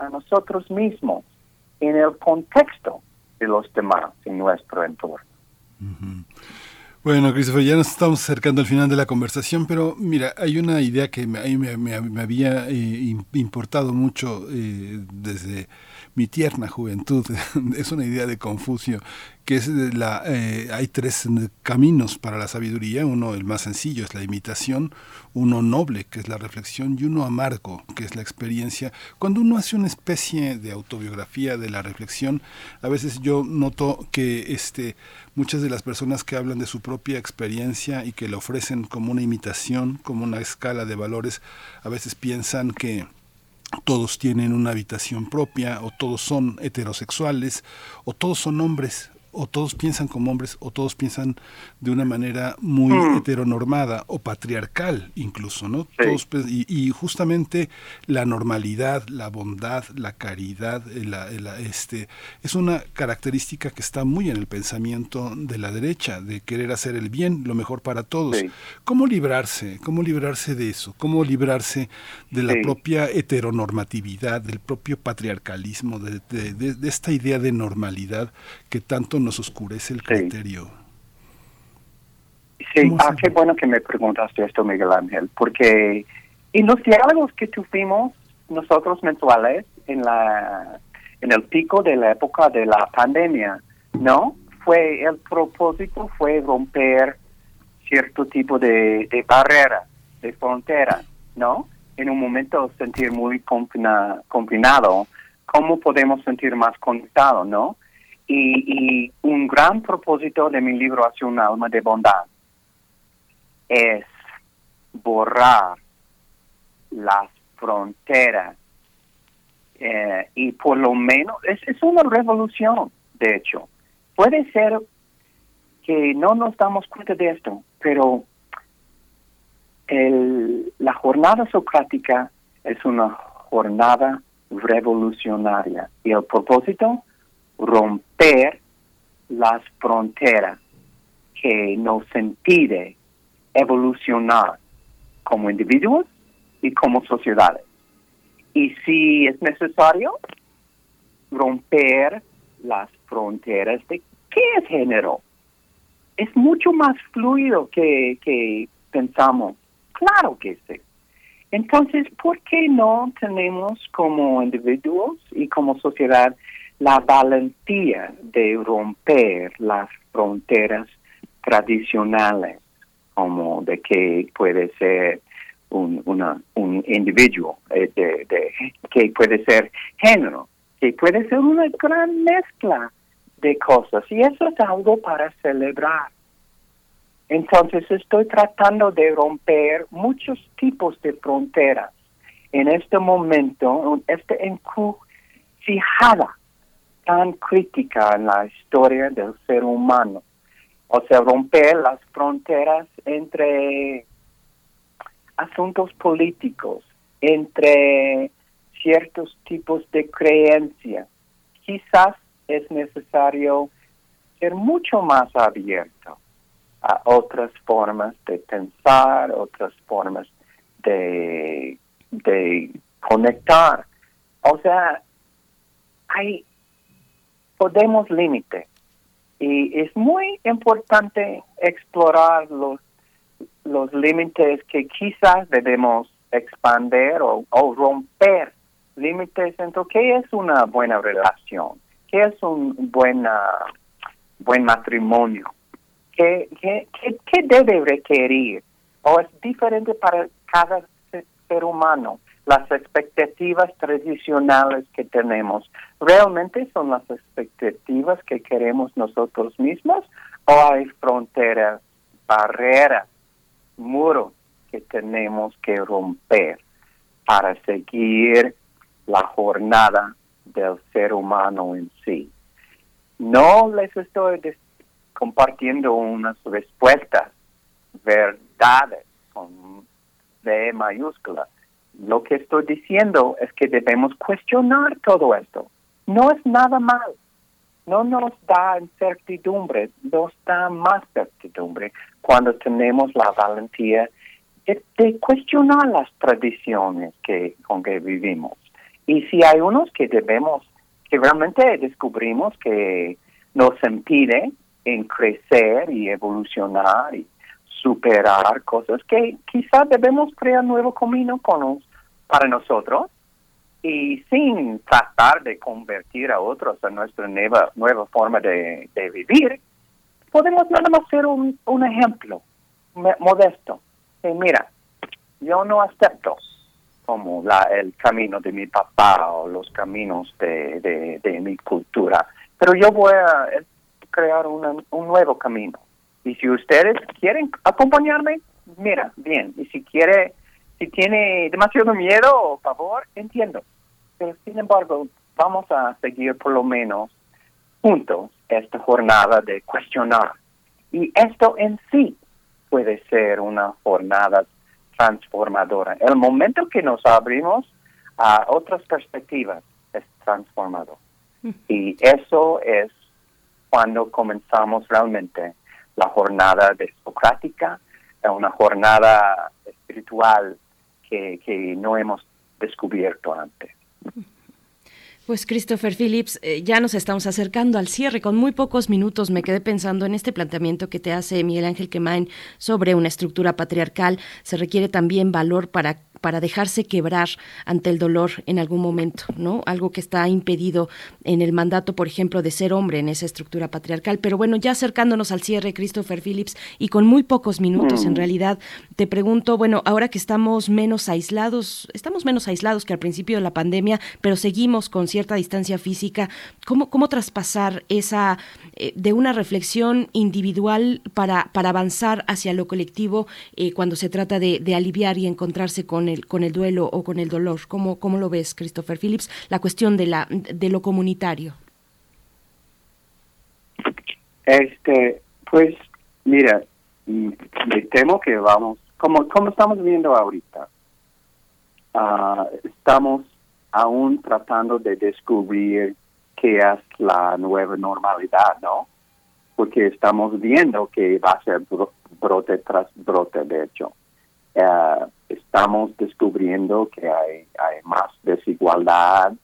a nosotros mismos en el contexto de los demás en nuestro entorno. Uh-huh. Bueno, Christopher, ya nos estamos acercando al final de la conversación, pero mira, hay una idea que me, me, me, me había eh, importado mucho eh, desde mi tierna juventud. Es una idea de Confucio, que es de la eh, hay tres caminos para la sabiduría. Uno, el más sencillo, es la imitación; uno noble, que es la reflexión; y uno amargo, que es la experiencia. Cuando uno hace una especie de autobiografía de la reflexión, a veces yo noto que este muchas de las personas que hablan de su propia experiencia y que la ofrecen como una imitación, como una escala de valores, a veces piensan que todos tienen una habitación propia, o todos son heterosexuales, o todos son hombres, o todos piensan como hombres, o todos piensan de una manera muy mm. heteronormada o patriarcal incluso, ¿no? Sí. Todos, y, y justamente la normalidad, la bondad, la caridad, la, la, este, es una característica que está muy en el pensamiento de la derecha, de querer hacer el bien, lo mejor para todos. Sí. ¿Cómo librarse? ¿Cómo librarse de eso? ¿Cómo librarse de la sí. propia heteronormatividad, del propio patriarcalismo, de, de, de, de esta idea de normalidad que tanto nos oscurece el criterio? Sí, sí. Ah, qué bueno que me preguntaste esto, Miguel Ángel, porque en los diálogos que tuvimos nosotros mensuales en la en el pico de la época de la pandemia, ¿no? Fue el propósito fue romper cierto tipo de, de barrera, de frontera, ¿no? En un momento sentir muy confina, confinado, ¿cómo podemos sentir más conectados, no? Y, y un gran propósito de mi libro Hacia un alma de bondad es borrar las fronteras eh, y por lo menos es, es una revolución, de hecho. Puede ser que no nos damos cuenta de esto, pero el, la jornada socrática es una jornada revolucionaria y el propósito, romper las fronteras que nos impide evolucionar como individuos y como sociedades. Y si es necesario, romper las fronteras de qué es género. Es mucho más fluido que, que pensamos. Claro que sí. Entonces, ¿por qué no tenemos como individuos y como sociedad la valentía de romper las fronteras tradicionales, como de que puede ser un, una, un individuo, eh, de, de, que puede ser género, que puede ser una gran mezcla de cosas, y eso es algo para celebrar. Entonces estoy tratando de romper muchos tipos de fronteras en este momento, esta encrucijada tan crítica en la historia del ser humano. O sea, romper las fronteras entre asuntos políticos, entre ciertos tipos de creencias. Quizás es necesario ser mucho más abierto a otras formas de pensar, otras formas de, de conectar. O sea, hay podemos límite y es muy importante explorar los los límites que quizás debemos expandir o, o romper límites entre qué es una buena relación, qué es un buena buen matrimonio, qué, qué, qué, qué debe requerir, o es diferente para cada ser humano. Las expectativas tradicionales que tenemos, ¿realmente son las expectativas que queremos nosotros mismos? ¿O hay fronteras, barreras, muros que tenemos que romper para seguir la jornada del ser humano en sí? No les estoy des- compartiendo unas respuestas, verdades, con V mayúscula. Lo que estoy diciendo es que debemos cuestionar todo esto. No es nada mal. No nos da incertidumbre, nos da más certidumbre cuando tenemos la valentía de, de cuestionar las tradiciones que con que vivimos Y si hay unos que debemos, que realmente descubrimos que nos impide en crecer y evolucionar y superar cosas que quizás debemos crear nuevo camino con, para nosotros y sin tratar de convertir a otros a nuestra nueva, nueva forma de, de vivir, podemos nada más ser un, un ejemplo modesto. Y mira, yo no acepto como la, el camino de mi papá o los caminos de, de, de mi cultura, pero yo voy a crear una, un nuevo camino. Y si ustedes quieren acompañarme, mira, bien. Y si quiere, si tiene demasiado miedo o favor, entiendo. Pero sin embargo, vamos a seguir por lo menos juntos esta jornada de cuestionar. Y esto en sí puede ser una jornada transformadora. El momento que nos abrimos a otras perspectivas es transformador. Y eso es cuando comenzamos realmente la jornada de socrática, una jornada espiritual que, que no hemos descubierto antes. Pues Christopher Phillips, eh, ya nos estamos acercando al cierre, con muy pocos minutos. Me quedé pensando en este planteamiento que te hace Miguel Ángel Quemain sobre una estructura patriarcal. Se requiere también valor para para dejarse quebrar ante el dolor en algún momento, ¿no? Algo que está impedido en el mandato, por ejemplo, de ser hombre en esa estructura patriarcal. Pero bueno, ya acercándonos al cierre, Christopher Phillips, y con muy pocos minutos, mm. en realidad, te pregunto, bueno, ahora que estamos menos aislados, estamos menos aislados que al principio de la pandemia, pero seguimos con cierta distancia física, ¿cómo, cómo traspasar esa, eh, de una reflexión individual para, para avanzar hacia lo colectivo eh, cuando se trata de, de aliviar y encontrarse con el, con el duelo o con el dolor? ¿Cómo, cómo lo ves, Christopher Phillips? La cuestión de, la, de lo comunitario. Este, pues, mira, me temo que vamos, como, como estamos viendo ahorita, uh, estamos aún tratando de descubrir qué es la nueva normalidad, ¿no? Porque estamos viendo que va a ser bro- brote tras brote, de hecho. Uh, estamos descubriendo que hay, hay más desigualdad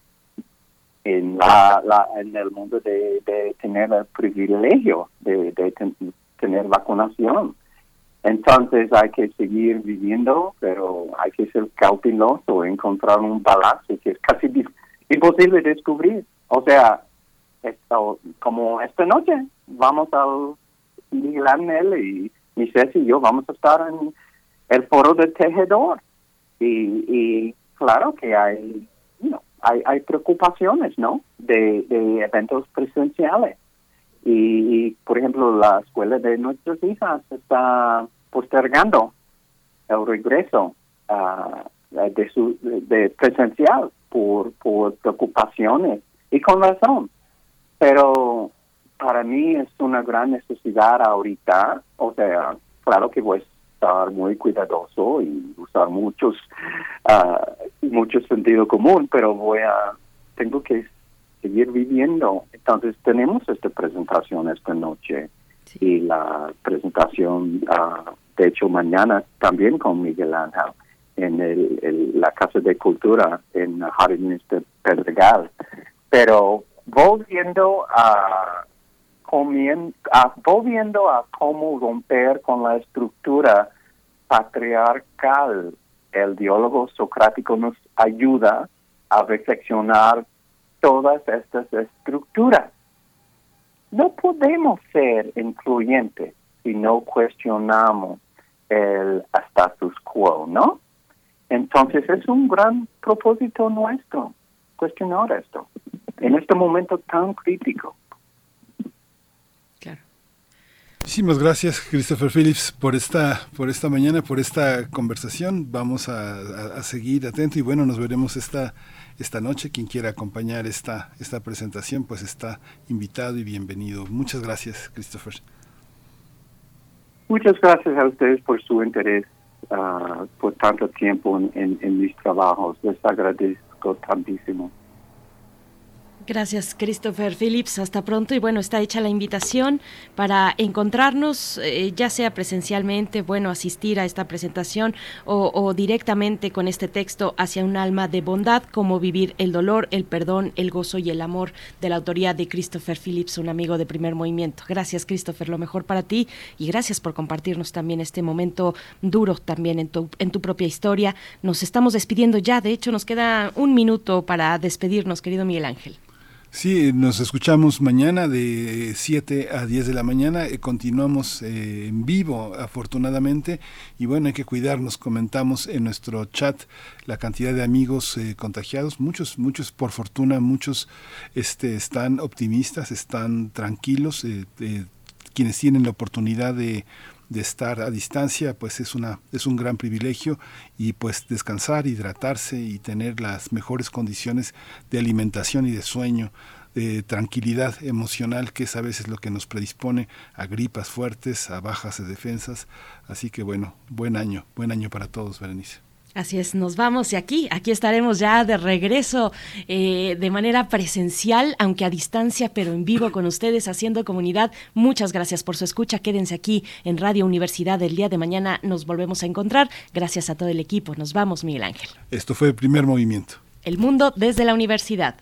en la, la en el mundo de, de tener el privilegio de, de ten, tener vacunación. Entonces hay que seguir viviendo, pero hay que ser cauteloso, encontrar un balance que es casi di- imposible descubrir. O sea, esto, como esta noche vamos al Miguel Ángel y mi Ceci y yo vamos a estar en el foro del tejedor. Y, y claro que hay, you know, hay, hay preocupaciones, ¿no? De, de eventos presenciales. Y, y, por ejemplo, la escuela de nuestras hijas está postergando el regreso uh, de su de, de presencial por, por preocupaciones, y con razón. Pero para mí es una gran necesidad ahorita, o sea, claro que voy a estar muy cuidadoso y usar muchos uh, mucho sentido común, pero voy a tengo que seguir viviendo. Entonces tenemos esta presentación esta noche, sí. Y la presentación uh, de hecho mañana también con Miguel Ángel en el, el, la Casa de Cultura en Jardines de Pedregal. Pero volviendo a, comien, a volviendo a cómo romper con la estructura patriarcal, el diálogo socrático nos ayuda a reflexionar todas estas estructuras. No podemos ser incluyentes si no cuestionamos el status quo, ¿no? Entonces es un gran propósito nuestro cuestionar esto en este momento tan crítico. Claro. Muchísimas gracias, Christopher Phillips, por esta por esta mañana, por esta conversación. Vamos a, a, a seguir atento y bueno, nos veremos esta esta noche. Quien quiera acompañar esta esta presentación, pues está invitado y bienvenido. Muchas gracias, Christopher. Muchas gracias a ustedes por su interés, uh, por tanto tiempo en, en, en mis trabajos. Les agradezco tantísimo. Gracias, Christopher Phillips. Hasta pronto. Y bueno, está hecha la invitación para encontrarnos, eh, ya sea presencialmente, bueno, asistir a esta presentación o, o directamente con este texto Hacia un alma de bondad, cómo vivir el dolor, el perdón, el gozo y el amor, de la autoría de Christopher Phillips, un amigo de Primer Movimiento. Gracias, Christopher, lo mejor para ti y gracias por compartirnos también este momento duro también en tu, en tu propia historia. Nos estamos despidiendo ya, de hecho nos queda un minuto para despedirnos, querido Miguel Ángel. Sí, nos escuchamos mañana de siete a diez de la mañana, eh, continuamos eh, en vivo afortunadamente y bueno, hay que cuidarnos, comentamos en nuestro chat la cantidad de amigos eh, contagiados, muchos, muchos por fortuna, muchos este, están optimistas, están tranquilos, eh, eh, quienes tienen la oportunidad de de estar a distancia, pues es una es un gran privilegio y pues descansar, hidratarse y tener las mejores condiciones de alimentación y de sueño, de tranquilidad emocional, que es a veces lo que nos predispone a gripas fuertes, a bajas de defensas. Así que bueno, buen año, buen año para todos, Berenice. Así es, nos vamos y aquí, aquí estaremos ya de regreso eh, de manera presencial, aunque a distancia, pero en vivo con ustedes, haciendo comunidad. Muchas gracias por su escucha, quédense aquí en Radio Universidad. El día de mañana nos volvemos a encontrar. Gracias a todo el equipo, nos vamos, Miguel Ángel. Esto fue el Primer Movimiento. El mundo desde la universidad.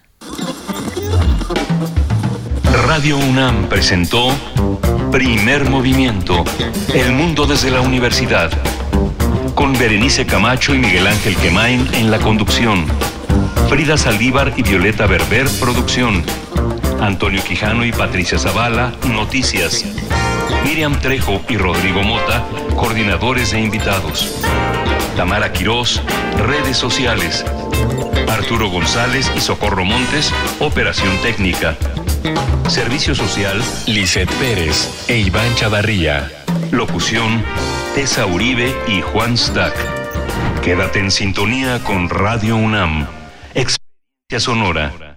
Radio UNAM presentó Primer Movimiento, el mundo desde la universidad. Con Berenice Camacho y Miguel Ángel Quemain en la conducción. Frida Saldívar y Violeta Berber, producción. Antonio Quijano y Patricia Zavala, noticias. Miriam Trejo y Rodrigo Mota, coordinadores e invitados. Tamara Quirós, redes sociales. Arturo González y Socorro Montes, operación técnica. Servicio social, Lisette Pérez e Iván Chavarría. Locución, Tessa Uribe y Juan Stack. Quédate en sintonía con Radio UNAM. Experiencia sonora.